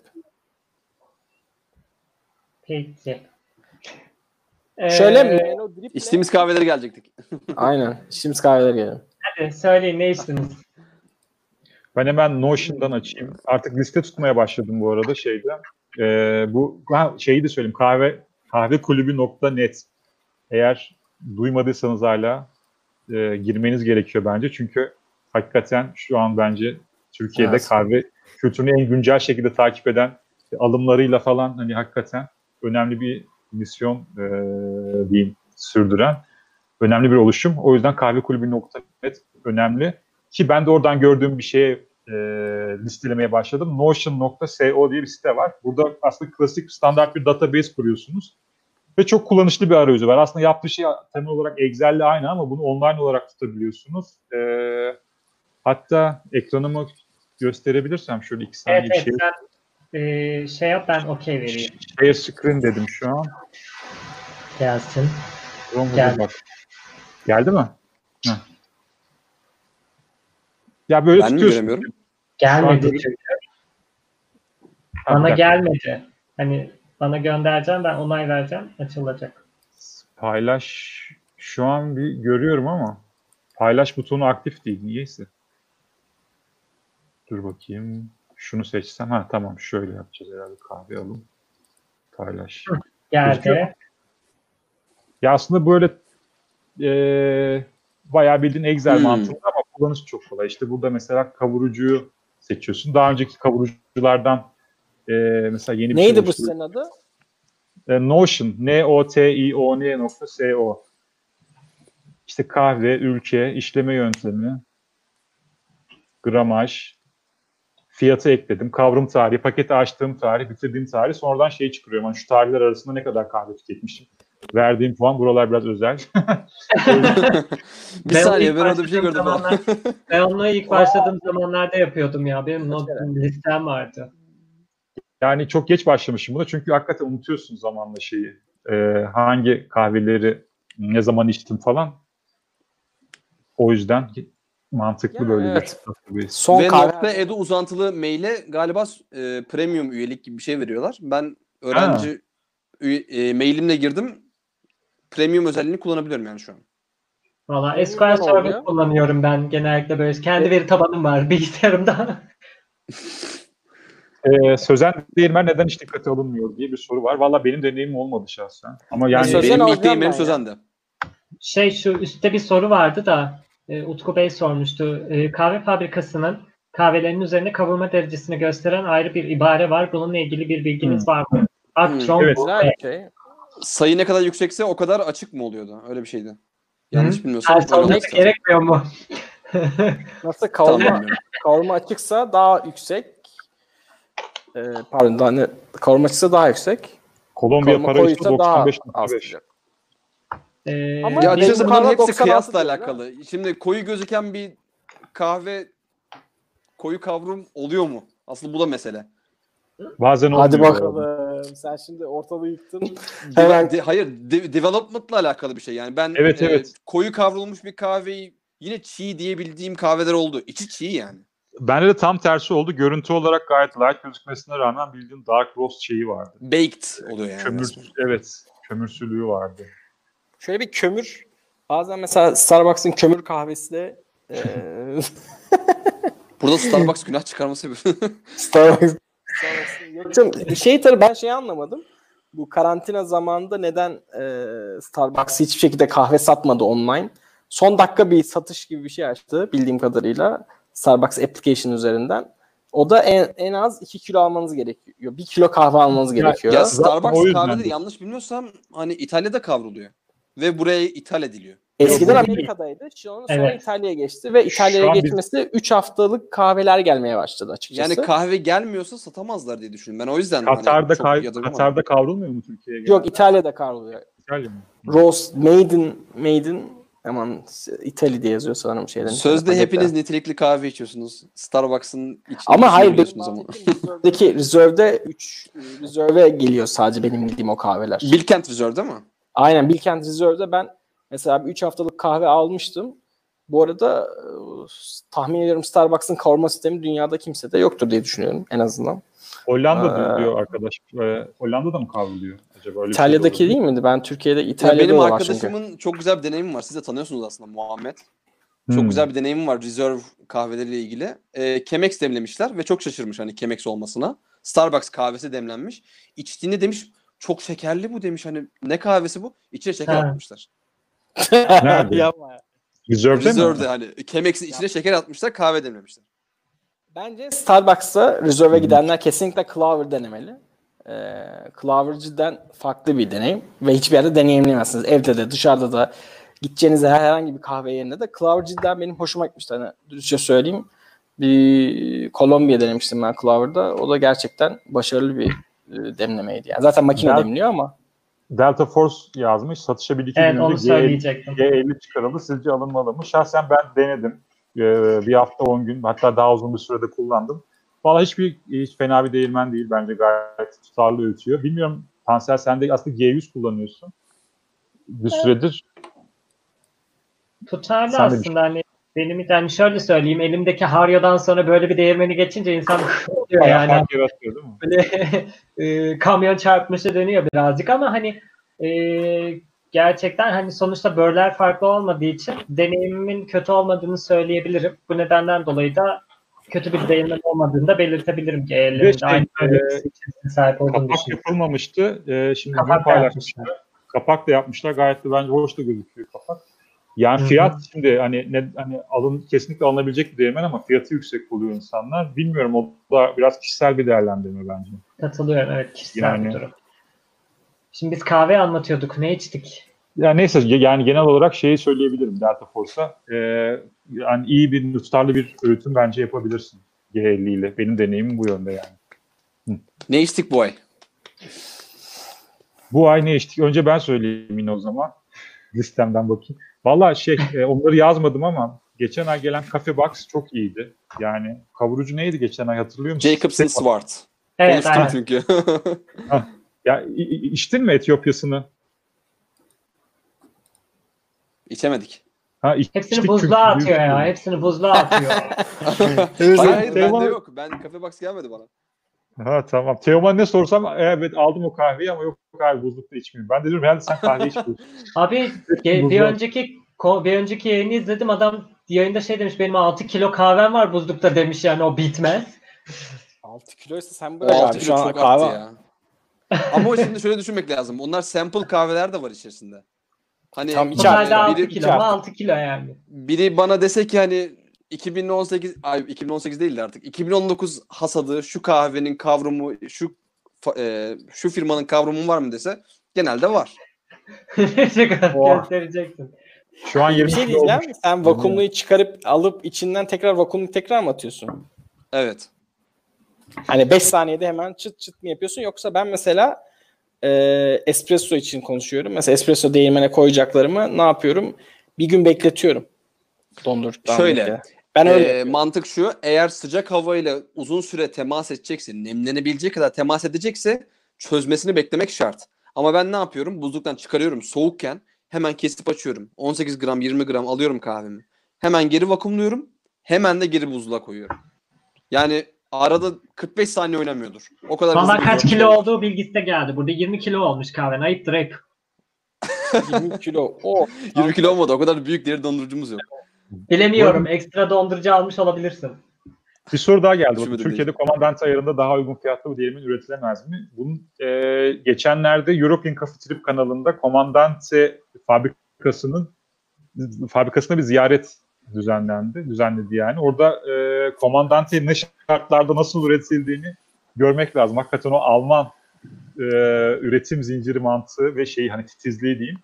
Speaker 2: Peki.
Speaker 3: Şöyle
Speaker 2: Ee,
Speaker 3: Melodrip'le...
Speaker 4: İçtiğimiz kahveleri gelecektik.
Speaker 3: Aynen. İçtiğimiz kahveler gelelim.
Speaker 2: hadi söyleyin ne içtiniz?
Speaker 1: Ben hemen Notion'dan açayım. Artık liste tutmaya başladım bu arada şeyde. Ee, bu ha, şeyi de söyleyeyim. Kahve kahvekulübü nokta net. Eğer duymadıysanız hala e, girmeniz gerekiyor bence. Çünkü hakikaten şu an bence Türkiye'de
Speaker 3: Evet.
Speaker 1: kahve kültürünü en güncel şekilde takip eden, e, alımlarıyla falan hani hakikaten önemli bir misyon e, diyeyim sürdüren önemli bir oluşum. O yüzden kahvekulübü nokta net önemli. Ki ben de oradan gördüğüm bir şeye e, listelemeye başladım. Notion nokta co diye bir site var. Burada aslında klasik standart bir database kuruyorsunuz. Ve çok kullanışlı bir arayüzü var. Aslında yaptığı şey temel olarak Excel'le aynı ama bunu online olarak tutabiliyorsunuz. E, hatta ekranımı gösterebilirsem şöyle iki saniye
Speaker 2: Evet
Speaker 1: bir
Speaker 2: evet
Speaker 1: şey.
Speaker 2: sen e, şey yap ben okey vereyim.
Speaker 1: Share screen dedim şu an.
Speaker 2: Gelsin.
Speaker 1: Chrome
Speaker 2: Geldi.
Speaker 1: bak. Geldi mi? Heh. Ya böyle
Speaker 4: Ben mi
Speaker 1: tutuyorsun.
Speaker 4: göremiyorum?
Speaker 2: Gelmedi
Speaker 1: Şu an-
Speaker 2: çünkü.
Speaker 1: Ha,
Speaker 2: Bana
Speaker 1: bir dakika.
Speaker 2: gelmedi. Hani bana göndereceğim ben onay vereceğim açılacak.
Speaker 1: Paylaş şu an bir görüyorum ama paylaş butonu aktif değil niyeyse. Dur bakayım. Şunu seçsem. Ha tamam şöyle yapacağız herhalde. Kahve alın. Paylaş. Gözüküyor mu?
Speaker 2: Geldi.
Speaker 1: Ya aslında böyle e, bayağı bildiğin Excel
Speaker 4: Hmm.
Speaker 1: mantığında ama kullanışı çok kolay. İşte burada mesela kavurucuyu seçiyorsun. Daha önceki kavuruculardan e, mesela yeni bir
Speaker 3: Neydi
Speaker 1: şey
Speaker 3: bu
Speaker 1: oluşturuyor.
Speaker 3: sitenin adı?
Speaker 1: E, Notion. N O T I O N nokta C O. İşte kahve, ülke, işleme yöntemi, gramaj, fiyatı ekledim, kavram tarihi, paketi açtığım tarih, bitirdiğim tarih, sonradan şey çıkıyor. Yani şu tarihler arasında ne kadar kahve tüketmişim. Verdiğim puan, buralar biraz özel.
Speaker 4: Bir
Speaker 2: Ben
Speaker 4: saniye
Speaker 2: ilk
Speaker 4: ben orada bir şey
Speaker 2: başladığım
Speaker 4: gördüm.
Speaker 2: zamanlar- Ben onu ilk başladığım zamanlarda yapıyordum ya. Benim not
Speaker 3: Mesela.
Speaker 2: listem vardı.
Speaker 1: Yani çok geç başlamışım buna çünkü hakikaten unutuyorsun zamanla şeyi. Ee, hangi kahveleri ne zaman içtim falan. O yüzden mantıklı
Speaker 3: Ya,
Speaker 1: böyle
Speaker 3: evet.
Speaker 1: bir
Speaker 3: Son
Speaker 4: Ve
Speaker 3: kahve.
Speaker 4: nokta edu uzantılı maile galiba e, premium üyelik gibi bir şey veriyorlar. Ben öğrenci üye, e, mailimle girdim. Premium özelliğini kullanabiliyorum yani şu an.
Speaker 2: Valla
Speaker 3: Benim
Speaker 2: S Q L
Speaker 3: ne
Speaker 2: Server
Speaker 3: oluyor?
Speaker 2: kullanıyorum ben genellikle böyle. Kendi veri tabanım var bilgisayarımda.
Speaker 1: Ee, sözen değirmen neden hiç dikkate alınmıyor diye bir soru var. Valla benim deneyimim olmadı şahsen. Ama yani
Speaker 3: Sözen
Speaker 4: Benim ilk
Speaker 3: alacağım
Speaker 4: değirmenim
Speaker 3: ben ya.
Speaker 4: Sözen'de.
Speaker 2: Şey şu üstte bir soru vardı da e, Utku Bey sormuştu. E, kahve fabrikasının kahvelerinin üzerine kavurma derecesini gösteren ayrı bir ibare var. Bununla ilgili bir bilginiz
Speaker 1: Hmm.
Speaker 2: var mı? Aktron
Speaker 1: Evet.
Speaker 3: Güzel bir şey.
Speaker 4: Sayı ne kadar yüksekse o kadar açık mı oluyordu? Öyle bir şeydi. Yanlış
Speaker 2: Hı?
Speaker 4: bilmiyorsam
Speaker 2: Her
Speaker 4: öyle olması
Speaker 2: olması
Speaker 4: lazım.
Speaker 2: gerekmiyor mu?
Speaker 3: Nasıl
Speaker 4: Tamam,
Speaker 3: kavurma,
Speaker 4: bilmiyorum.
Speaker 3: kavurma açıksa daha yüksek. Ee, pardon daha ne? Kavurma açıksa daha yüksek.
Speaker 1: Kolombiya
Speaker 3: Kavurma
Speaker 1: para üstü
Speaker 3: koyuysa daha
Speaker 1: doksan beş nokta
Speaker 3: az
Speaker 1: beş.
Speaker 3: sıcak.
Speaker 2: Ee,
Speaker 3: Ama
Speaker 4: Ya
Speaker 3: benim
Speaker 4: açıkçası bunların
Speaker 3: yukarıda
Speaker 4: hepsi
Speaker 3: doksan altı
Speaker 4: kıyasla
Speaker 3: diyor,
Speaker 4: alakalı. Şimdi koyu gözüken bir kahve koyu kavrum oluyor mu? Aslında bu da mesele.
Speaker 1: Bazen
Speaker 3: Hadi
Speaker 1: olmuyor.
Speaker 3: bakalım. Sen şimdi ortalığı yıktın.
Speaker 4: Deve-
Speaker 3: Hemen-
Speaker 4: de- hayır, de- development'la alakalı bir şey. Yani ben
Speaker 1: Evet,
Speaker 4: e,
Speaker 1: evet.
Speaker 4: koyu kavrulmuş bir kahveyi yine çiğ diyebildiğim kahveler oldu. İçi çiğ yani.
Speaker 1: Bende de tam tersi oldu. Görüntü olarak gayet light gözükmesine rağmen bildiğin dark roast şeyi vardı.
Speaker 4: Baked oluyor yani.
Speaker 1: Kömür,
Speaker 4: resmen.
Speaker 1: evet. Kömürsülüğü vardı.
Speaker 3: Şöyle bir kömür. Bazen mesela Starbucks'ın kömür kahvesi de eee
Speaker 4: Burada Starbucks günah çıkarması yapıyor.
Speaker 3: Starbucks. Starbucks'ın- Yok canım, şey tabii ben şeyi anlamadım. Bu karantina zamanında neden eee Starbucks hiçbir şekilde kahve satmadı online? Son dakika bir satış gibi bir şey açtı bildiğim kadarıyla Starbucks application üzerinden. O da en, en az iki kilo almanız gerekiyor. bir kilo kahve almanız
Speaker 1: Ya-
Speaker 3: gerekiyor.
Speaker 4: Ya
Speaker 1: Zaten o
Speaker 4: Starbucks
Speaker 1: yüzdendir.
Speaker 4: kahveleri yanlış bilmiyorsam hani İtalya'da kavruluyor. Ve buraya ithal ediliyor.
Speaker 3: Eskiden
Speaker 2: Yok,
Speaker 3: Amerika'daydı. Sonra,
Speaker 2: Evet.
Speaker 3: sonra İtalya'ya geçti ve İtalya'ya
Speaker 1: Şu an biz-
Speaker 3: geçmesi üç haftalık kahveler gelmeye başladı açıkçası.
Speaker 4: Yani kahve gelmiyorsa satamazlar diye düşünüyorum. Ben o yüzden
Speaker 1: Katar'da,
Speaker 4: hani çok
Speaker 1: kay-
Speaker 4: yadırgamadım.
Speaker 1: Katar'da kavrulmuyor mu Türkiye'ye?
Speaker 3: Yok, İtalya'da kavruluyor.
Speaker 1: İtalya mı?
Speaker 3: Roast, Maiden, Maiden aman İtalya diye yazıyor sanırım şeyden.
Speaker 4: Sözde
Speaker 3: pakette.
Speaker 4: hepiniz nitelikli kahve içiyorsunuz. Starbucks'ın içinde
Speaker 3: Ama hayır, benim
Speaker 4: biliyorsunuz ama.
Speaker 3: bahsettiğim Reserve'deki Reserve'de üç Reserve'e geliyor sadece benim bildiğim o kahveler.
Speaker 4: Bilkent Reserve değil mi?
Speaker 3: Aynen, Bilkent Reserve'de ben mesela üç haftalık kahve almıştım. Bu arada e, tahmin ediyorum Starbucks'ın kavurma sistemi dünyada kimsede yoktur diye düşünüyorum en azından.
Speaker 1: Hollanda
Speaker 3: Ee,
Speaker 1: diyor arkadaş. Ee, Hollanda'da mı kavruluyor acaba? Öyle bir
Speaker 3: İtalya'daki
Speaker 1: şey de
Speaker 3: değil miydi? Ben Türkiye'de
Speaker 4: Ya
Speaker 3: İtalya'da
Speaker 4: benim
Speaker 3: da var çünkü.
Speaker 4: arkadaşımın çok güzel bir deneyimi var. Siz de tanıyorsunuz aslında, Muhammed.
Speaker 1: Hmm.
Speaker 4: Çok güzel bir deneyimi var Reserve kahveleriyle ilgili. E, Chemex demlemişler ve çok şaşırmış hani Chemex olmasına. Starbucks kahvesi demlenmiş. İçtiğinde demiş çok şekerli bu demiş. Hani ne kahvesi bu? İçine şeker
Speaker 2: Ha.
Speaker 4: atmışlar.
Speaker 1: Nerede?
Speaker 3: Yapma ya.
Speaker 1: Reserve'de mi?
Speaker 4: Reserve'de hani Chemex'in içine şeker atmışlar, kahve demlemişler.
Speaker 3: Bence Starbucks'a Reserve'e gidenler kesinlikle Clover denemeli. Ee, Clover cidden farklı bir deneyim ve hiçbir yerde deneyimleyemezsiniz. Evde de dışarıda da gideceğiniz herhangi bir kahve yerine de Clover cidden benim hoşuma gitmişti. Hani dürüstçe söyleyeyim. Bir Kolombiya denemiştim ben Clover'da. O da gerçekten başarılı bir e, demlemeydi. Yani zaten makine
Speaker 1: Ben-
Speaker 3: demliyor ama.
Speaker 1: Delta Force yazmış. Satışa bir iki
Speaker 2: Evet,
Speaker 1: gün
Speaker 2: onu
Speaker 1: önce G elli,
Speaker 2: söyleyecektim.
Speaker 1: G elli çıkarıldı. Sizce alınmalı mı? Şahsen ben denedim. Ee, bir hafta on gün, hatta daha uzun bir sürede kullandım. Valla hiçbir hiç fena bir değirmen değil. Bence gayet tutarlı ötüyor. Bilmiyorum Tansel, sen de aslında G yüz kullanıyorsun. Bir süredir.
Speaker 2: Tutarlı
Speaker 1: Sen de bir
Speaker 2: aslında hani benim yani şöyle söyleyeyim, elimdeki Haryo'dan sonra böyle bir değirmeni geçince insan oluyor
Speaker 1: Bayağı
Speaker 2: yani.
Speaker 1: fark yaratıyor değil mi?
Speaker 2: Böyle e, kamyon çarpmışa dönüyor birazcık ama hani e, gerçekten hani sonuçta börler farklı olmadığı için deneyimimin kötü olmadığını söyleyebilirim. Bu nedenden dolayı da kötü bir değirmen olmadığını da belirtebilirim ki
Speaker 1: Bir de
Speaker 2: ellerinde
Speaker 1: şey,
Speaker 2: aynı böyle
Speaker 1: e,
Speaker 2: bir seçeneğe sahip olduğunu
Speaker 1: Kapak
Speaker 2: düşünüyorum.
Speaker 1: yapılmamıştı. Ee, şimdi
Speaker 2: Kapak
Speaker 1: dün
Speaker 2: da
Speaker 1: paylaşmışlar. Kapak da yapmışlar. Gayet de bence hoş da gözüküyor kapak. Yani
Speaker 2: Hı hı.
Speaker 1: fiyat şimdi hani ne hani alın kesinlikle alınabilecek bir değirmen ama fiyatı yüksek buluyor insanlar. Bilmiyorum, o da biraz kişisel bir değerlendirme bence.
Speaker 2: Katılıyorum, evet, kişisel
Speaker 1: Yani-
Speaker 2: bir durum. Şimdi biz kahve anlatıyorduk. Ne içtik?
Speaker 1: Ya neyse, yani genel olarak şeyi söyleyebilirim Delta Force'a. Ee, yani iyi bir, tutarlı bir öğütüm bence yapabilirsin G elli ile. Benim deneyimim bu yönde yani.
Speaker 4: Ne içtik bu ay?
Speaker 1: Bu ay ne içtik? Önce ben söyleyeyim yine o zaman. Listemden bakayım. Valla şey, e, onları yazmadım ama geçen ay gelen Cafe Box çok iyiydi. Yani kavurucu neydi geçen ay, hatırlıyor musun?
Speaker 4: Jacobson
Speaker 1: Tek-
Speaker 4: Swart.
Speaker 2: Evet,
Speaker 4: Konuştum
Speaker 2: aynen.
Speaker 4: çünkü.
Speaker 1: Ya i- i- içtin mi Etiyopya'sını?
Speaker 4: İçemedik.
Speaker 1: Ha, içtik
Speaker 2: Hepsini
Speaker 1: çünkü
Speaker 2: buzluğa atıyor ya.
Speaker 1: büyük-
Speaker 2: Hepsini buzluğa atıyor.
Speaker 4: hayır hayır
Speaker 1: Teoman-
Speaker 4: bende yok. Ben Cafe Box gelmedi bana.
Speaker 1: Ha tamam. Teoman ne sorsam evet aldım o kahveyi ama yok abi buzlukta içmiyorum. Ben de diyorum herhalde sen kahve içmiyorsun.
Speaker 2: Abi ge- bir
Speaker 1: Buzluğa-
Speaker 2: önceki ko- bir önceki yayını izledim. Adam yayında şey demiş, benim altı kilo kahvem var buzlukta demiş, yani o bitmez.
Speaker 3: altı kiloysa sen
Speaker 4: O
Speaker 3: bırak
Speaker 4: altı
Speaker 3: abi.
Speaker 4: kilo
Speaker 3: Şu an
Speaker 4: çok
Speaker 3: kahve.
Speaker 4: arttı ya. Ama şimdi şöyle düşünmek lazım. Onlar sample kahveler de var içerisinde. Hani
Speaker 3: Tam içer-
Speaker 2: Totalde
Speaker 3: İçeride
Speaker 2: altı
Speaker 4: biri,
Speaker 2: kilo mu?
Speaker 3: içeride.
Speaker 2: altı kilo yani.
Speaker 4: biri bana dese ki hani iki bin on sekiz ay iki bin on sekiz değil de artık iki bin on dokuz hasadı şu kahvenin kavrumu şu fa- e, şu firmanın kavrumu var mı dese genelde var.
Speaker 1: Oh.
Speaker 2: Göstereceksin.
Speaker 1: Şu an
Speaker 3: Bir
Speaker 1: yirmi
Speaker 3: şey
Speaker 1: kilo olmuş.
Speaker 3: diyeceğim. Sen vakumluyu çıkarıp alıp içinden tekrar vakumluyu tekrar mı atıyorsun?
Speaker 4: Evet.
Speaker 3: Hani beş saniyede hemen çıt çıt mı yapıyorsun, yoksa ben mesela e, espresso için konuşuyorum. Mesela espresso değirmene koyacaklarımı ne yapıyorum? Bir gün bekletiyorum. Dondurduktan
Speaker 4: Şöyle,
Speaker 3: bekle. Ben öyle
Speaker 4: Ee,
Speaker 3: yapıyorum.
Speaker 4: mantık şu, eğer sıcak havayla uzun süre temas edecekse, nemlenebilecek kadar temas edecekse çözmesini beklemek şart. Ama ben ne yapıyorum? Buzluktan çıkarıyorum soğukken, hemen kesip açıyorum. on sekiz gram yirmi gram alıyorum kahvemi. Hemen geri vakumluyorum. Hemen de geri buzluğa koyuyorum. Yani arada kırk beş saniye oynamıyordur. O kadar
Speaker 2: Valla
Speaker 4: hızlı
Speaker 2: kaç
Speaker 4: bir
Speaker 2: kilo
Speaker 4: döngü.
Speaker 2: olduğu bilgisi de geldi. Burada yirmi kilo olmuş kahven. Ayıptır hep.
Speaker 3: yirmi kilo. O.
Speaker 4: yirmi kilo olmadı. O kadar büyük deri dondurucumuz yok.
Speaker 2: Bilemiyorum. Ekstra dondurucu almış olabilirsin.
Speaker 1: Bir soru daha geldi. Bakın,
Speaker 4: Üşümedim
Speaker 1: Türkiye'de Komandante ayarında daha uygun fiyatlı bu değirmen üretilemez mi? Bunun e, geçenlerde European Coffee Trip kanalında Komandante fabrikasının fabrikasına bir ziyaret düzenlendi. Düzenledi yani. Orada e, Komandante ne şartlarda nasıl üretildiğini görmek lazım. Hakikaten o Alman e, üretim zinciri mantığı ve şeyi hani titizliği diyeyim.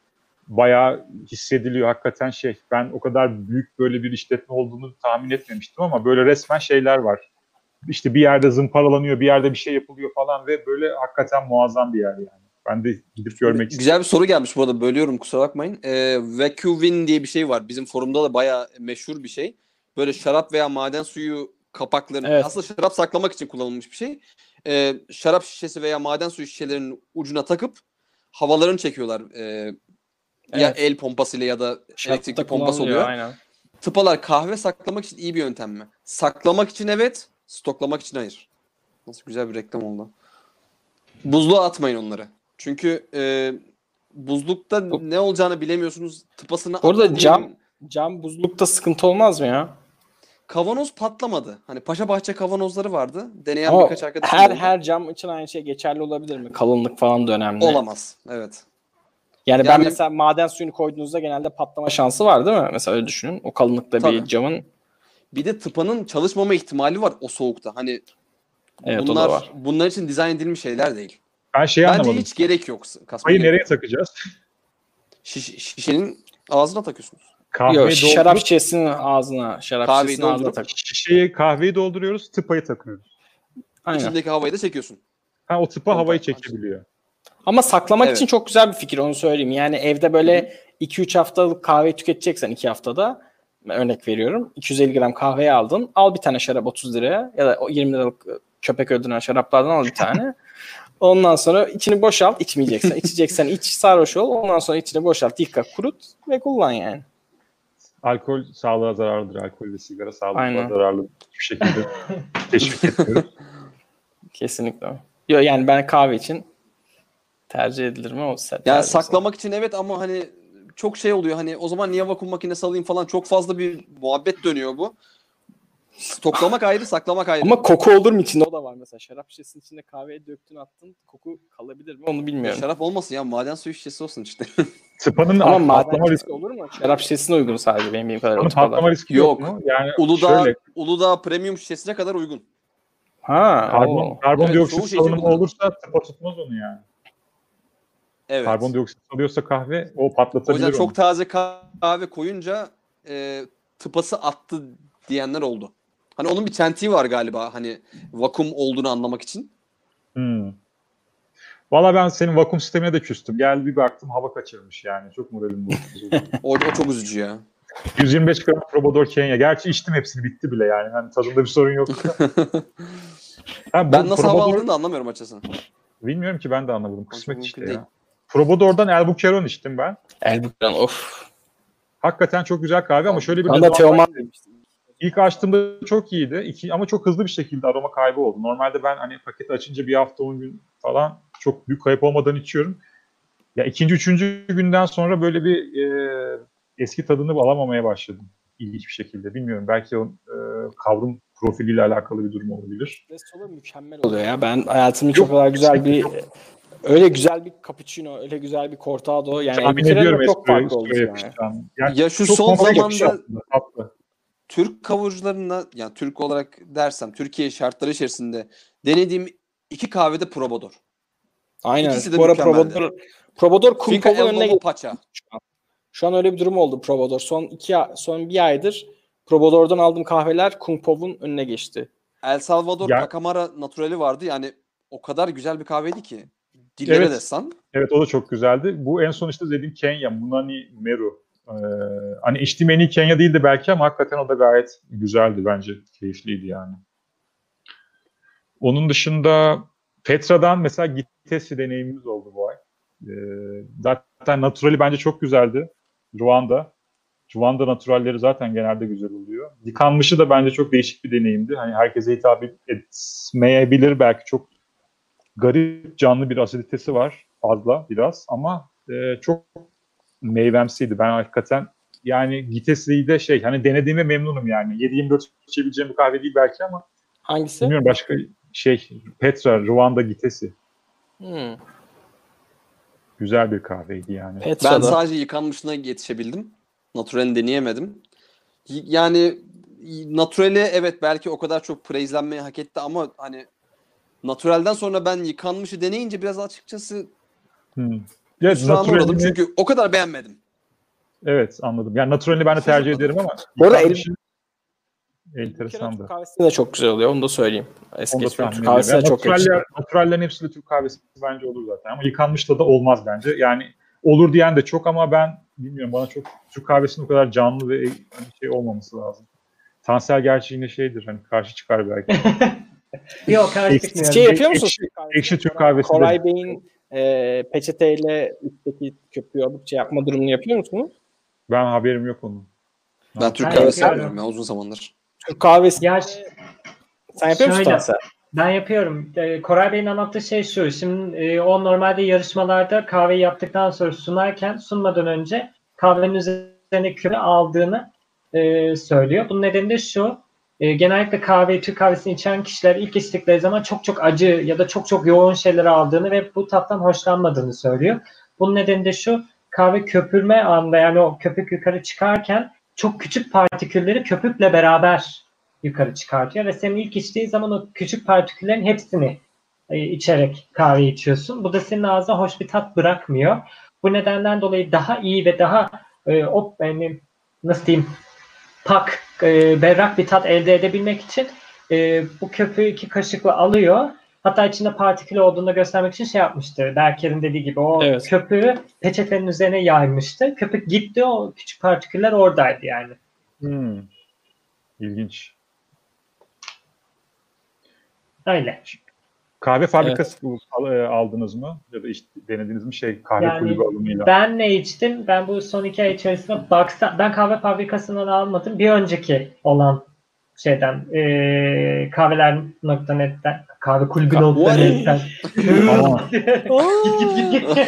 Speaker 1: Bayağı hissediliyor hakikaten şey. Ben o kadar büyük böyle bir işletme olduğunu tahmin etmemiştim ama böyle resmen şeyler var. İşte bir yerde zımparalanıyor, bir yerde bir şey yapılıyor falan ve böyle hakikaten muazzam bir yer yani. Ben de gidip görmek istedim.
Speaker 4: Güzel bir soru gelmiş bu arada. Bölüyorum, kusura bakmayın. Ee, Vacuvin diye bir şey var. Bizim forumda da bayağı meşhur bir şey. Böyle şarap veya maden suyu kapaklarını,
Speaker 3: Evet.
Speaker 4: aslında şarap saklamak için kullanılmış bir şey. Ee, şarap şişesi veya maden suyu şişelerinin ucuna takıp havalarını çekiyorlar. Ee, Ya
Speaker 3: Evet.
Speaker 4: el pompasıyla ya da
Speaker 3: Şartta
Speaker 4: elektrikli pompas
Speaker 3: kullanılıyor,
Speaker 4: oluyor.
Speaker 3: aynen.
Speaker 4: Tıpalar kahve saklamak için iyi bir yöntem mi? Saklamak için evet, stoklamak için hayır. Nasıl güzel bir reklam oldu. Buzluğa atmayın onları. Çünkü e, buzlukta
Speaker 3: Bu-
Speaker 4: ne olacağını bilemiyorsunuz. Tıpasını
Speaker 3: Orada
Speaker 4: attı
Speaker 3: cam
Speaker 4: diyelim.
Speaker 3: cam buzlukta sıkıntı olmaz mı ya?
Speaker 4: Kavanoz patlamadı. Hani Paşa Bahçe kavanozları vardı. Deneyen
Speaker 3: Ama
Speaker 4: birkaç arkadaşım
Speaker 3: her
Speaker 4: oldu.
Speaker 3: her cam için aynı şey geçerli olabilir mi? Kalınlık falan da önemli.
Speaker 4: Olamaz. Evet.
Speaker 3: Yani, ben
Speaker 4: Yani-
Speaker 3: mesela maden suyunu koyduğunuzda genelde patlama şansı var değil mi? Mesela öyle düşünün. O kalınlıkta bir
Speaker 4: Tabii.
Speaker 3: camın.
Speaker 4: Bir de tıpanın çalışmama ihtimali var o soğukta. Hani
Speaker 3: Evet, o da
Speaker 4: bunlar
Speaker 3: var.
Speaker 4: bunlar için dizayn edilmiş şeyler değil.
Speaker 1: Ben şeyi
Speaker 4: Bence
Speaker 1: anlamadım.
Speaker 4: hiç gerek yok. Kasmaya
Speaker 1: Kupayı
Speaker 4: gerek
Speaker 1: nereye
Speaker 4: yok.
Speaker 1: takacağız?
Speaker 4: Şiş- şişenin ağzına takıyorsunuz.
Speaker 1: Kahveyi
Speaker 3: Yok, şarap
Speaker 1: doldurup
Speaker 3: şişesinin ağzına, şarap
Speaker 4: Kahveyi
Speaker 3: şişesinin ağzına
Speaker 4: doldurup-
Speaker 3: tak.
Speaker 1: şişeyi kahveyi dolduruyoruz, tıpayı takıyoruz.
Speaker 3: Aynen.
Speaker 4: İçindeki havayı da çekiyorsun.
Speaker 1: Ha, o tıpa
Speaker 4: Kontak-
Speaker 1: havayı çekebiliyor.
Speaker 3: Ama saklamak
Speaker 4: Evet.
Speaker 3: için çok güzel bir fikir, onu söyleyeyim. Yani evde böyle iki üç haftalık kahve tüketeceksen iki haftada, örnek veriyorum, iki yüz elli gram kahveyi aldın. Al bir tane şarap otuz liraya ya da o yirmi liralık köpek öldüren şaraplardan al bir tane. Ondan sonra içini boşalt, içmeyeceksen. içeceksen iç, sarhoş ol. Ondan sonra içini boşalt, yıka, kurut ve kullan yani.
Speaker 1: Alkol sağlığa zararlıdır. Alkol ve sigara sağlığa
Speaker 3: Aynen.
Speaker 1: zararlı. Hiçbir şekilde teşvik etmiyoruz.
Speaker 3: Kesinlikle. Yok yani ben kahve için tercih edilir mi o?
Speaker 4: Yani saklamak için evet, ama hani çok şey oluyor. Hani o zaman niye vakum makinesi alayım falan, çok fazla bir muhabbet dönüyor bu. Stoklamak ayrı, saklamak ayrı.
Speaker 3: Ama koku olur mu içinde, o da var mesela. Şarap şişesinin içinde kahveyi döktün attın, koku kalabilir mi onu bilmiyorum.
Speaker 4: Şarap olmasın ya, maden suyu şişesi olsun işte.
Speaker 1: Tıpanın
Speaker 3: Ama
Speaker 1: patlama
Speaker 3: maden
Speaker 1: riski,
Speaker 3: şişesi olur mu? Şarap şişesine uygun sadece benim bildiğim kadarıyla.
Speaker 1: onun
Speaker 3: o tıpalar.
Speaker 1: patlama riski yok,
Speaker 4: Yok.
Speaker 1: mu? Yani
Speaker 4: Uludağ,
Speaker 1: şöyle
Speaker 4: Uludağ premium şişesine kadar uygun.
Speaker 3: Ha,
Speaker 1: karbon,
Speaker 3: o.
Speaker 1: karbon
Speaker 4: Evet,
Speaker 1: dioksit
Speaker 4: çoğu şey
Speaker 1: salınımı
Speaker 4: çok uygun.
Speaker 1: olursa tıpa tutmaz onu yani.
Speaker 4: Evet.
Speaker 1: Karbon dioksit alıyorsa kahve o
Speaker 4: O
Speaker 1: patlatabilir
Speaker 4: yüzden
Speaker 1: onu.
Speaker 4: çok taze kahve koyunca e, tıpası attı diyenler oldu. Hani onun bir tentiği var galiba, hani vakum olduğunu anlamak için.
Speaker 1: Hmm. Valla ben senin vakum sistemine de küstüm. Geldi bir baktım hava kaçırmış yani. Çok moralim bozuldu.
Speaker 4: O, o çok üzücü ya.
Speaker 1: yüz yirmi beş gram Probador Kenya. Gerçi içtim hepsini, bitti bile yani. Hani tadında bir sorun yok. Ha, bu
Speaker 4: Ben nasıl hava
Speaker 1: Probador-
Speaker 4: aldığını da anlamıyorum açıkçası.
Speaker 1: Bilmiyorum ki, ben de anlamadım. Kısmet
Speaker 4: mümkün
Speaker 1: işte
Speaker 4: değil.
Speaker 1: ya. Probador'dan Albuquerque içtim ben.
Speaker 3: Elbukran of.
Speaker 1: Hakikaten çok güzel kahve ama şöyle bir
Speaker 3: Bana da
Speaker 1: dezavantaj-
Speaker 3: Teoman demiştim.
Speaker 1: İlk açtığımda çok iyiydi. İki, ama çok hızlı bir şekilde aroma kaybı oldu. Normalde ben hani paketi açınca bir hafta on gün falan çok büyük kayıp olmadan içiyorum. Ya ikinci, üçüncü günden sonra böyle bir e, eski tadını alamamaya başladım. İlginç bir şekilde. Bilmiyorum, belki o e, kavrum profiliyle alakalı bir durum olabilir.
Speaker 3: Espresso mükemmel oluyor ya. Ben hayatımda
Speaker 1: Yok,
Speaker 3: çok kadar güzel bir
Speaker 1: kesinlikle
Speaker 3: öyle güzel bir cappuccino, öyle güzel bir cortado, yani
Speaker 1: Tahmin
Speaker 3: Elbukran'ın
Speaker 1: ediyorum
Speaker 3: çok
Speaker 1: espriye
Speaker 3: farklı oldu
Speaker 1: espriye
Speaker 3: yani.
Speaker 1: yapışacağını. Yani
Speaker 4: Ya şu
Speaker 1: çok
Speaker 4: son
Speaker 1: kompleks bir şey
Speaker 4: zamanda
Speaker 1: aslında, tatlı.
Speaker 4: Türk kavurucularında, yani Türk olarak dersem Türkiye şartları içerisinde denediğim iki kahvede Probador.
Speaker 3: Aynen.
Speaker 4: İkisi de
Speaker 3: Bu ara
Speaker 4: mükemmeldi.
Speaker 3: Probador Probador
Speaker 4: Finca
Speaker 3: Kumkov'un
Speaker 4: El
Speaker 3: önüne
Speaker 4: Lobo
Speaker 3: geçti
Speaker 4: Paça.
Speaker 3: şu an. Şu an öyle bir durum oldu Probador. Son iki a- son bir aydır Probador'dan aldığım kahveler Kumkov'un önüne geçti.
Speaker 4: El Salvador
Speaker 1: Ya-
Speaker 4: Pacamara Naturali vardı. Yani o kadar güzel bir kahveydi ki. Dillere
Speaker 1: Evet.
Speaker 4: destan.
Speaker 1: Evet, o da çok güzeldi. Bu en son işte dediğim Kenya, Munani Meru. Ee, hani içtiğim en iyi Kenya değildi belki ama hakikaten o da gayet güzeldi bence. Keyifliydi yani. Onun dışında Petra'dan mesela Gitesi deneyimimiz oldu bu ay. Ee, zaten naturali bence çok güzeldi. Ruanda. Ruanda naturalleri zaten genelde güzel oluyor. Yıkanmışı da bence çok değişik bir deneyimdi. Hani herkese hitap etmeyebilir belki, çok garip canlı bir asiditesi var fazla biraz ama e, çok meyvemsiydi. Ben hakikaten yani Gitesi'yi de şey hani denediğime memnunum yani. yedi yirmi dört içebileceğim bir kahve değil belki ama
Speaker 3: Hangisi?
Speaker 1: bilmiyorum, başka şey Petra, Ruanda Gitesi.
Speaker 3: Hmm.
Speaker 1: Güzel bir kahveydi yani.
Speaker 4: Ben
Speaker 3: Petra'da.
Speaker 4: sadece yıkanmışına yetişebildim. Naturalini deneyemedim. Y- Yani naturali evet belki o kadar çok praiselenmeyi hak etti ama hani naturalden sonra ben yıkanmışı deneyince biraz açıkçası
Speaker 1: Hmm. Ya,
Speaker 4: hüsrana uğradım
Speaker 1: naturalini,
Speaker 4: çünkü o kadar beğenmedim.
Speaker 1: evet anladım. Yani naturalini ben de tercih
Speaker 4: Şaşırtmadım.
Speaker 1: ederim ama
Speaker 3: Bu arada
Speaker 1: yıkanmışı
Speaker 3: Bir kere
Speaker 1: enteresandı.
Speaker 3: Türk kahvesi de çok güzel oluyor. Onu da söyleyeyim. Es
Speaker 1: Onu da
Speaker 3: geçmiyorum.
Speaker 1: tahmin
Speaker 3: Türk kahvesi de
Speaker 1: ediyorum.
Speaker 3: çok
Speaker 1: Yani
Speaker 3: yakışıyor.
Speaker 1: naturaller, naturallerin hepsi de Türk kahvesi bence olur zaten. Ama yıkanmış da da olmaz bence. Yani olur diyen de çok ama ben bilmiyorum, bana çok Türk kahvesinin o kadar canlı ve hani şey olmaması lazım. Tansel gerçi yine şeydir, hani karşı çıkar belki.
Speaker 2: Yok, karşı
Speaker 1: Ekşi-
Speaker 2: çıkmıyorum.
Speaker 3: Şey yapıyor musunuz?
Speaker 1: Ekşi-
Speaker 3: Türk kahvesi?
Speaker 1: ekşi Türk
Speaker 3: Koray-
Speaker 1: kahvesi de-
Speaker 3: Koray Bey'in e, peçeteyle üstteki köpüğü alıp şey yapma durumunu yapıyor musunuz?
Speaker 1: Ben haberim yok onun.
Speaker 4: Ben Türk
Speaker 2: Ben
Speaker 4: kahvesi
Speaker 2: yapıyorum.
Speaker 4: yapmıyorum ya uzun zamandır.
Speaker 3: Türk kahvesi.
Speaker 2: Ya
Speaker 3: Sen yapıyor musun
Speaker 2: şöyle,
Speaker 3: Tansel?
Speaker 2: ben yapıyorum. Ee, Koray Bey'in anlattığı şey şu. Şimdi e, o normalde yarışmalarda kahveyi yaptıktan sonra sunarken, sunmadan önce kahvenin üzerine küre aldığını e, söylüyor. Bunun nedeni de şu. E, genellikle kahveyi, Türk kahvesini içen kişiler ilk içtikleri zaman çok çok acı ya da çok çok yoğun şeyler aldığını ve bu tattan hoşlanmadığını söylüyor. Bunun nedeni de şu. Kahve köpürme anında, yani o köpük yukarı çıkarken çok küçük partikülleri köpükle beraber yukarı çıkartıyor ve senin ilk içtiğin zaman o küçük partiküllerin hepsini e, içerek kahve içiyorsun. Bu da senin ağzına hoş bir tat bırakmıyor. Bu nedenden dolayı daha iyi ve daha e, o yani nasıl diyeyim, pak, e, berrak bir tat elde edebilmek için e, bu köpüğü iki kaşıkla alıyor. Hatta içinde partikül olduğunu göstermek için şey yapmıştı. Berker'in dediği gibi o
Speaker 3: Evet.
Speaker 2: köpüğü peçetenin üzerine yaymıştı. Köpük gitti, o küçük partiküller oradaydı yani.
Speaker 1: Hmm. İlginç.
Speaker 2: Öyle.
Speaker 1: Kahve fabrikası al- e, aldınız mı? Ya da işte denediniz mi şey kahve
Speaker 2: Yani
Speaker 1: kulübü alımıyla?
Speaker 2: ben ne içtim? Ben bu son iki ay içerisinde baksa, ben kahve fabrikasından almadım. Bir önceki olan şeyden eee kahveler nokta net'ten, kahve kulübü nokta net'ten.
Speaker 1: Aa.
Speaker 2: git git git git.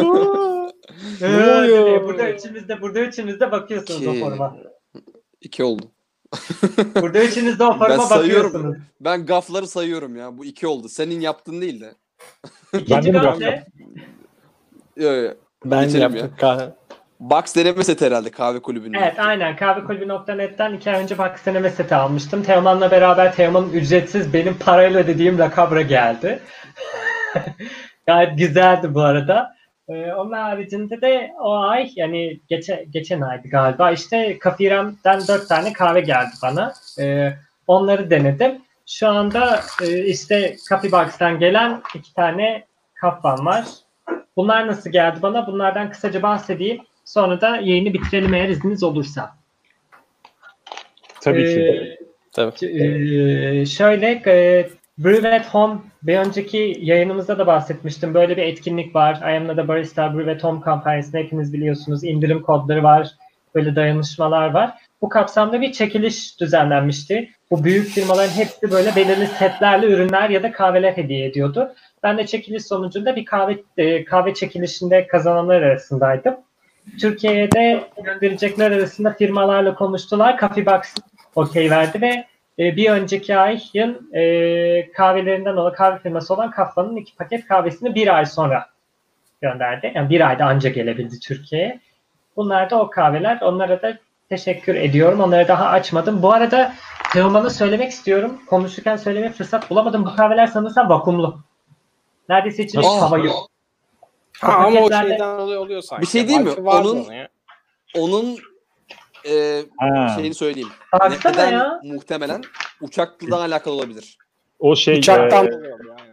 Speaker 3: Ne oluyor?
Speaker 2: Burada üçümüz de burada üçümüz de bakıyorsunuz o
Speaker 4: İki.
Speaker 2: forma.
Speaker 4: İki oldu.
Speaker 2: Burada üçünüz de o
Speaker 4: Ben
Speaker 2: forma
Speaker 4: sayıyorum.
Speaker 2: bakıyorsunuz.
Speaker 4: Ben gafları sayıyorum ya. Bu iki oldu. Senin yaptığın değil de.
Speaker 2: İkinci
Speaker 1: de mi
Speaker 2: gaf ne?
Speaker 1: yaptım?
Speaker 4: Yo, yo.
Speaker 3: Ben
Speaker 4: Geçelim
Speaker 3: yaptım kahve.
Speaker 4: Box deneme seti herhalde kahve kulübünün.
Speaker 2: Evet, aynen. kahve kulübü nokta net'ten iki ay önce box deneme seti almıştım. Teoman'la beraber Teoman'ın ücretsiz benim parayla ödediğim Rakabra geldi. Gayet güzeldi bu arada. Ee, onun haricinde de o ay, yani geçe, geçen aydı galiba, işte Kafirem'den dört tane kahve geldi bana. Ee, onları denedim. Şu anda e, işte Coffee Box'tan gelen iki tane kahvam var. Bunlar nasıl geldi bana? Bunlardan kısaca bahsedeyim. Sonra da yayını bitirelim eğer izniniz olursa.
Speaker 1: Tabii ki.
Speaker 2: Ee,
Speaker 3: Tabii.
Speaker 2: Ee, şöyle e, Brew at Home, bir önceki yayınımızda da bahsetmiştim. Böyle bir etkinlik var. I Am Not a Barista Brew at Home kampanyasını hepiniz biliyorsunuz. İndirim kodları var. Böyle dayanışmalar var. Bu kapsamda bir çekiliş düzenlenmişti. Bu büyük firmaların hepsi böyle belirli setlerle ürünler ya da kahveler hediye ediyordu. Ben de çekiliş sonucunda bir kahve e, kahve çekilişinde kazananlar arasındaydım. Türkiye'de gönderecekler arasında firmalarla konuştular. Coffee Box okey verdi ve e, bir önceki ayın e, kahvelerinden olan kahve firması olan Kafla'nın iki paket kahvesini bir ay sonra gönderdi. Yani bir ayda anca gelebildi Türkiye'ye. Bunlar da o kahveler. Onlara da teşekkür ediyorum. Onları daha açmadım. Bu arada Teoman'a söylemek istiyorum. Konuşurken söylemeye fırsat bulamadım. Bu kahveler sanırsam vakumlu. Neredeyse içinde hiç
Speaker 4: Aa.
Speaker 2: hava yok.
Speaker 3: Ha, ama o
Speaker 2: paketlerde-
Speaker 3: şeyden oluyor, oluyor sanki.
Speaker 4: Bir şey değil mi?
Speaker 3: Marka vardı
Speaker 4: Onun-
Speaker 3: ona ya.
Speaker 4: Onun e,
Speaker 1: Ha.
Speaker 4: şeyini söyleyeyim.
Speaker 2: Baksana
Speaker 4: Neden
Speaker 2: ya.
Speaker 4: muhtemelen uçakla alakalı olabilir.
Speaker 1: O şey
Speaker 3: Uçaktan
Speaker 1: e,
Speaker 3: dolayı oluyor. Aynen.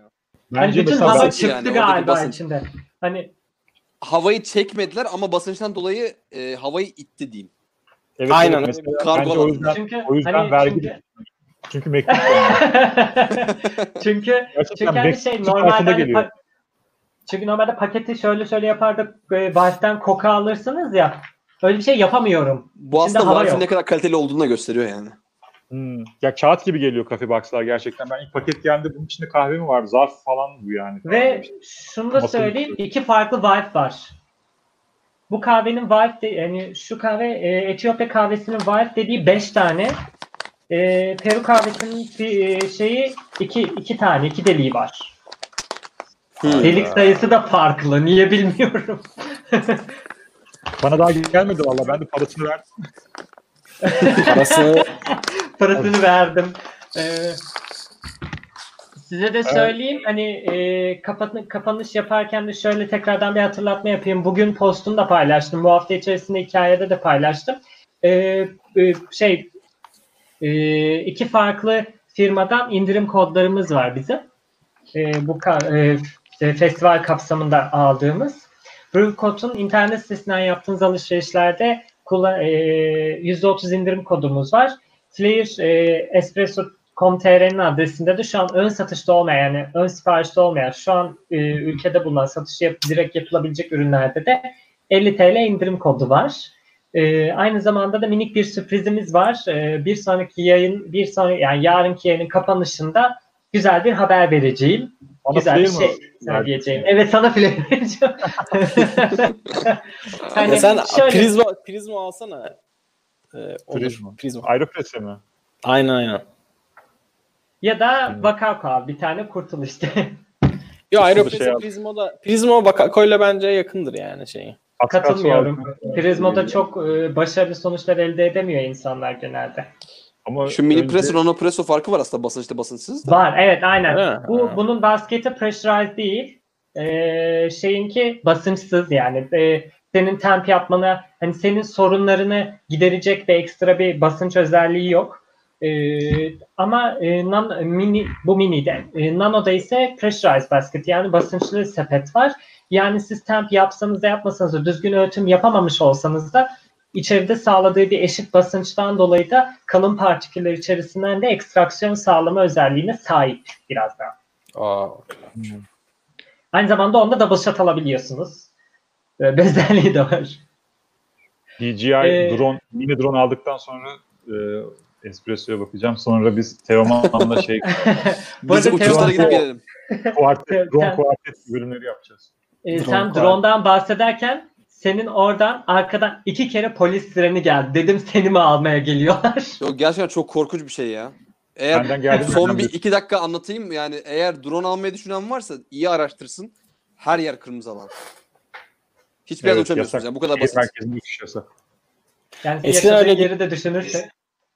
Speaker 2: Hani
Speaker 1: Bence
Speaker 2: bütün
Speaker 1: mesela
Speaker 2: hava
Speaker 4: basınç
Speaker 2: çıktı
Speaker 4: yani, oradaki
Speaker 2: galiba
Speaker 4: basınç.
Speaker 2: içinde. Hani
Speaker 4: Havayı çekmediler ama basınçtan dolayı e, havayı itti diyeyim.
Speaker 1: evet,
Speaker 3: Aynen.
Speaker 1: evet, mesela
Speaker 4: Kargo
Speaker 1: bence o
Speaker 4: alanında.
Speaker 1: yüzden,
Speaker 2: çünkü
Speaker 1: o yüzden
Speaker 2: hani
Speaker 1: vergi
Speaker 2: çünkü
Speaker 1: çünkü mektup onlar.
Speaker 2: çünkü
Speaker 1: Gerçekten
Speaker 2: çünkü hani şey
Speaker 1: mektup
Speaker 2: normalde
Speaker 1: altında
Speaker 2: hani
Speaker 1: geliyor.
Speaker 2: pa- çünkü normalde paketi şöyle şöyle yapardık, e, valften koka alırsınız ya. Öyle bir şey yapamıyorum.
Speaker 4: Bu
Speaker 2: İçinde
Speaker 4: aslında
Speaker 2: hava
Speaker 4: valve'in
Speaker 2: yok.
Speaker 4: ne kadar kaliteli olduğunu da gösteriyor yani.
Speaker 1: Hmm. Ya kağıt gibi geliyor Coffee Box'lar gerçekten. Ben ilk paket geldi, bunun içinde kahve mi var? Zarf falan bu yani. Falan
Speaker 2: Ve
Speaker 1: demiştim.
Speaker 2: şunu da
Speaker 1: Masa
Speaker 2: söyleyeyim,
Speaker 1: üstü.
Speaker 2: iki farklı vibe var. Bu kahvenin vibe de, yani şu kahve e, Etiyopya kahvesinin vibe dediği beş tane. E, Peru kahvesinin bir, e, şeyi iki, iki tane, iki deliği var.
Speaker 4: Hmm.
Speaker 2: Delik sayısı da farklı. Niye bilmiyorum.
Speaker 1: Bana daha gelmedi valla. Ben de parasını verdim.
Speaker 3: Parası
Speaker 2: Parasını verdim. Ee, size de
Speaker 1: Evet.
Speaker 2: söyleyeyim, hani e, kapat- kapanış yaparken de şöyle tekrardan bir hatırlatma yapayım. Bugün postunu da paylaştım. Bu hafta içerisinde hikayede de paylaştım. Ee, e, şey e, iki farklı firmadan indirim kodlarımız var bizim. E, bu ka- e, festival kapsamında aldığımız. Brewcode'un internet sitesinden yaptığınız alışverişlerde kullan- e, yüzde otuz indirim kodumuz var. Flair e, espresso nokta com nokta tr'nin adresinde de şu an ön satışta olmayan, yani ön siparişte olmayan, şu an e, ülkede bulunan satış yap, direkt yapılabilecek ürünlerde de elli T L indirim kodu var. E, aynı zamanda da minik bir sürprizimiz var. E, bir sonraki yayın, bir sonraki yani yarınki yayının kapanışında güzel bir haber vereceğim.
Speaker 1: Bana
Speaker 2: Güzel bir
Speaker 1: Flair mi
Speaker 2: şey
Speaker 1: verdin?
Speaker 2: söyleyeceğim. Evet, sana Flair vereceğim.
Speaker 3: ya
Speaker 2: hani
Speaker 3: sen
Speaker 2: şöyle,
Speaker 3: prizma prizma alsana. Ee, olur.
Speaker 1: Prizma.
Speaker 3: Prizma.
Speaker 1: Aeropress'e mi?
Speaker 3: Aynen aynen.
Speaker 2: ya da
Speaker 1: Hmm.
Speaker 2: Vakako al bir tane, kurtul işte.
Speaker 3: Yo
Speaker 1: şey
Speaker 3: Aeropress'e
Speaker 1: al.
Speaker 3: Prizma da Prizma Bakako'yla bence yakındır yani şeyi.
Speaker 2: Katılmıyorum.
Speaker 1: Katılmıyorum.
Speaker 2: Prizmo'da çok e, başarılı sonuçlar elde edemiyor insanlar genelde.
Speaker 1: Ama
Speaker 4: Şu mini
Speaker 1: önce
Speaker 4: presso, nano presso farkı var aslında basınçta basınçsız da.
Speaker 2: Var, evet, aynen.
Speaker 3: Öyle mi?
Speaker 2: Bu
Speaker 3: Ha.
Speaker 2: bunun basketi pressurized değil. Ee, şeyinki basınçsız yani. Ee, senin temp yapmana, hani senin sorunlarını giderecek ve ekstra bir basınç özelliği yok. Ee, ama e, nan, mini bu mini'de, e, nano'da ise pressurized basket, yani basınçlı sepet var. Yani siz temp yapsanız da yapmasanız da, düzgün ölçüm yapamamış olsanız da içeride sağladığı bir eşit basınçtan dolayı da kalın partiküller içerisinden de ekstraksiyon sağlama özelliğine sahip biraz daha.
Speaker 3: Aa.
Speaker 2: Aynı zamanda onda double shot alabiliyorsunuz. Böyle bir özelliği de var.
Speaker 1: D J I
Speaker 2: Ee,
Speaker 1: drone, mini drone aldıktan sonra e, espressoya bakacağım. Sonra biz Teoman'la şey
Speaker 2: Bu
Speaker 4: Biz de
Speaker 2: arada
Speaker 4: uçuşlara
Speaker 2: Teoman,
Speaker 4: gidip
Speaker 2: sen,
Speaker 4: gelelim.
Speaker 1: kuartet, drone
Speaker 2: sen,
Speaker 1: kuartet bölümleri yapacağız.
Speaker 2: e,
Speaker 3: Drone
Speaker 2: sen
Speaker 3: kuar-
Speaker 2: drone'dan bahsederken senin oradan arkadan iki kere polis sireni geldi. Dedim seni mi almaya geliyorlar?
Speaker 4: Yok, gerçekten çok korkunç bir şey ya. Eğer
Speaker 1: Benden geldiğini
Speaker 4: son bir
Speaker 1: inanmıyorsun.
Speaker 4: iki dakika anlatayım, yani eğer drone almayı düşünen varsa iyi araştırsın. Her yer kırmızı alan. Hiçbir yerde
Speaker 1: Evet,
Speaker 4: uçamıyorsunuz
Speaker 1: yasak.
Speaker 4: yani, bu kadar
Speaker 1: Şehir
Speaker 4: basit.
Speaker 1: merkezinde uçuş yasak.
Speaker 2: Yani
Speaker 3: Eskiden
Speaker 2: yaşadığın
Speaker 3: öyle
Speaker 2: yeri de düşünürsek.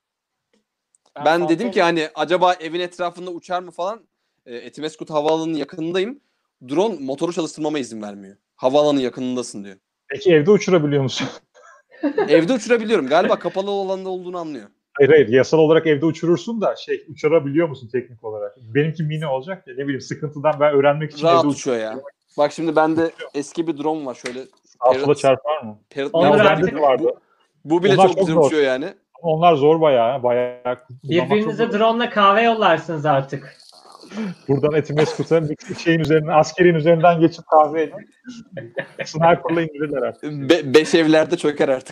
Speaker 4: Ben dedim ki hani acaba evin etrafında uçar mı falan. E, Etimeskut Havaalanı'nın yakınındayım. Drone motoru çalıştırmama izin vermiyor. Havaalanı yakınındasın diyor.
Speaker 1: Peki evde uçurabiliyor musun?
Speaker 4: Evde uçurabiliyorum. Galiba kapalı alanda olduğunu anlıyor.
Speaker 1: Hayır hayır, yasal olarak evde uçurursun da şey, uçurabiliyor musun teknik olarak? Benimki mini olacak ya, ne bileyim, sıkıntıdan ben öğrenmek için
Speaker 4: Rahat
Speaker 1: evde
Speaker 4: uçuyor
Speaker 1: uçuruyorum.
Speaker 4: ya. Bak şimdi bende eski bir drone var şöyle.
Speaker 1: Sağa sola
Speaker 4: Parrot,
Speaker 1: çarpar mı?
Speaker 4: Parrot
Speaker 2: Onur
Speaker 1: Ya
Speaker 4: Mavic
Speaker 1: bende
Speaker 2: artık
Speaker 1: de vardı.
Speaker 4: bu, bu bile
Speaker 1: Onlar
Speaker 4: çok
Speaker 1: çok
Speaker 4: güzel
Speaker 1: zor.
Speaker 4: uçuyor yani.
Speaker 1: Ama onlar zor bayağı. Bayağı kullanmak çok
Speaker 2: birbirinize
Speaker 1: zor.
Speaker 2: drone'la kahve yollarsınız artık.
Speaker 1: Buradan Etimeskut'a şeyin üzerinden, askerin üzerinden geçip kahve edin. Sniper'la indirirler artık.
Speaker 4: Be- beş evlerde çöker artık.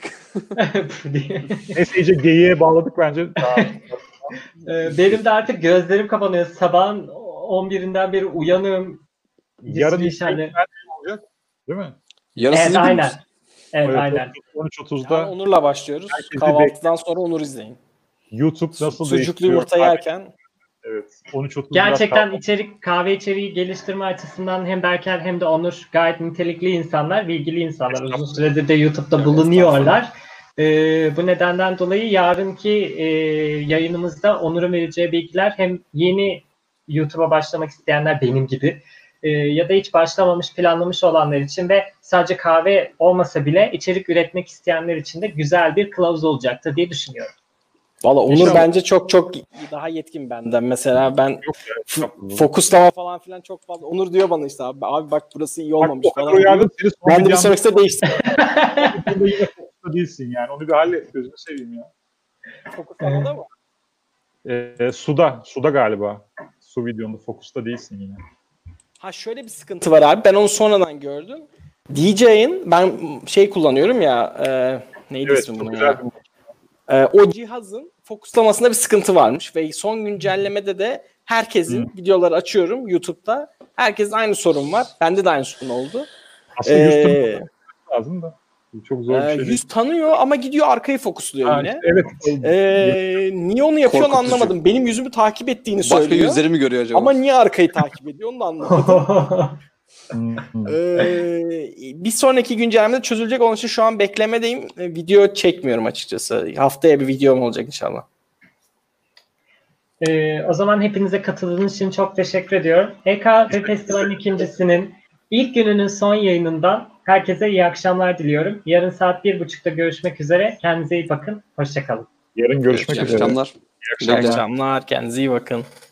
Speaker 1: Neyse, iyice geyiğe bağladık bence. Daha...
Speaker 2: Ee, Benim de artık gözlerim kapanıyor. Sabahın on birinden beri uyanığım. Bir
Speaker 1: Yarın
Speaker 2: sürü
Speaker 1: ilk
Speaker 2: iş halle-
Speaker 1: yayın olacak. Değil mi?
Speaker 4: Yarın
Speaker 2: Evet,
Speaker 4: sizin
Speaker 2: aynen.
Speaker 4: gününüz.
Speaker 2: Evet,
Speaker 1: Evet,
Speaker 2: aynen.
Speaker 1: on üç
Speaker 3: Yani
Speaker 1: otuzda
Speaker 3: Onur'la başlıyoruz.
Speaker 1: Herkesi
Speaker 3: Kahvaltıdan sonra Onur izleyin.
Speaker 1: YouTube nasıl
Speaker 3: Sucuklu
Speaker 1: değiştiriyor?
Speaker 3: yumurta yerken
Speaker 1: Evet. on üç otuz
Speaker 2: Gerçekten içerik, kahve içeriği geliştirme açısından hem Berker hem de Onur gayet nitelikli insanlar, bilgili insanlar. Uzun süredir de YouTube'da bulunuyorlar. Ee, bu nedenden dolayı yarınki e, yayınımızda Onur'un vereceği bilgiler hem yeni YouTube'a başlamak isteyenler benim gibi e, ya da hiç başlamamış, planlamış olanlar için ve sadece kahve olmasa bile içerik üretmek isteyenler için de güzel bir kılavuz olacaktır diye düşünüyorum.
Speaker 3: Valla Onur
Speaker 1: İnşallah.
Speaker 3: bence çok çok daha yetkin benden. Mesela ben
Speaker 1: Yok ya.
Speaker 3: f- fokuslama falan filan çok fazla. Onur diyor bana işte abi, abi bak burası iyi olmamış
Speaker 1: Bak, o
Speaker 3: falan
Speaker 1: kadar uyardım
Speaker 3: diyor.
Speaker 1: seni, son
Speaker 3: Ben de bir
Speaker 1: videomda-
Speaker 3: sonraki sefer değiştim.
Speaker 1: videomda yine fokusta değilsin yani. Onu bir hallet, gözünü seveyim ya.
Speaker 3: Fokuslamada mı?
Speaker 1: Ee, suda, suda galiba. Su videonda fokusta değilsin yine.
Speaker 3: Ha şöyle bir sıkıntı var abi. Ben onu sonradan gördüm. D J'in ben şey kullanıyorum ya e, neydi
Speaker 1: Evet,
Speaker 3: ismi
Speaker 1: çok
Speaker 3: bunun
Speaker 1: güzel
Speaker 3: ya?
Speaker 1: bir
Speaker 3: E, o cihazın fokuslamasında bir sıkıntı varmış ve son güncellemede de herkesin
Speaker 1: Hmm.
Speaker 3: videoları açıyorum YouTube'da. Herkesin aynı sorun var. Bende de aynı sorun oldu.
Speaker 1: Aslında
Speaker 3: Ee,
Speaker 1: yüz tanımak lazım da. Çok zor bir
Speaker 3: Ee,
Speaker 1: şey değil.
Speaker 3: yüz tanıyor ama gidiyor arkayı fokusluyor
Speaker 1: Ha,
Speaker 3: yine.
Speaker 1: işte evet.
Speaker 3: Ee, niye onu yapıyor onu
Speaker 4: Korkutucu.
Speaker 3: anlamadım. Benim yüzümü takip ettiğini
Speaker 4: Başka
Speaker 3: söylüyor.
Speaker 4: yüzleri mi görüyor acaba?
Speaker 3: Ama niye arkayı takip ediyor onu da anlamadım.
Speaker 1: Hmm.
Speaker 3: ee, bir sonraki güncellemede çözülecek. Onun için şu an beklemedeyim. Ee, video çekmiyorum açıkçası. Haftaya bir videom olacak inşallah.
Speaker 2: Ee, o zaman hepinize katıldığınız için çok teşekkür ediyorum. E K ve Festival'in ikincisinin ilk gününün son yayınından herkese iyi akşamlar diliyorum. Yarın saat bir buçukta görüşmek üzere. Kendinize iyi bakın. Hoşçakalın.
Speaker 1: Yarın görüşmek
Speaker 4: İyi
Speaker 1: üzere.
Speaker 4: akşamlar.
Speaker 1: İyi
Speaker 3: İyi
Speaker 1: akşamlar.
Speaker 3: akşamlar. Kendinize iyi bakın.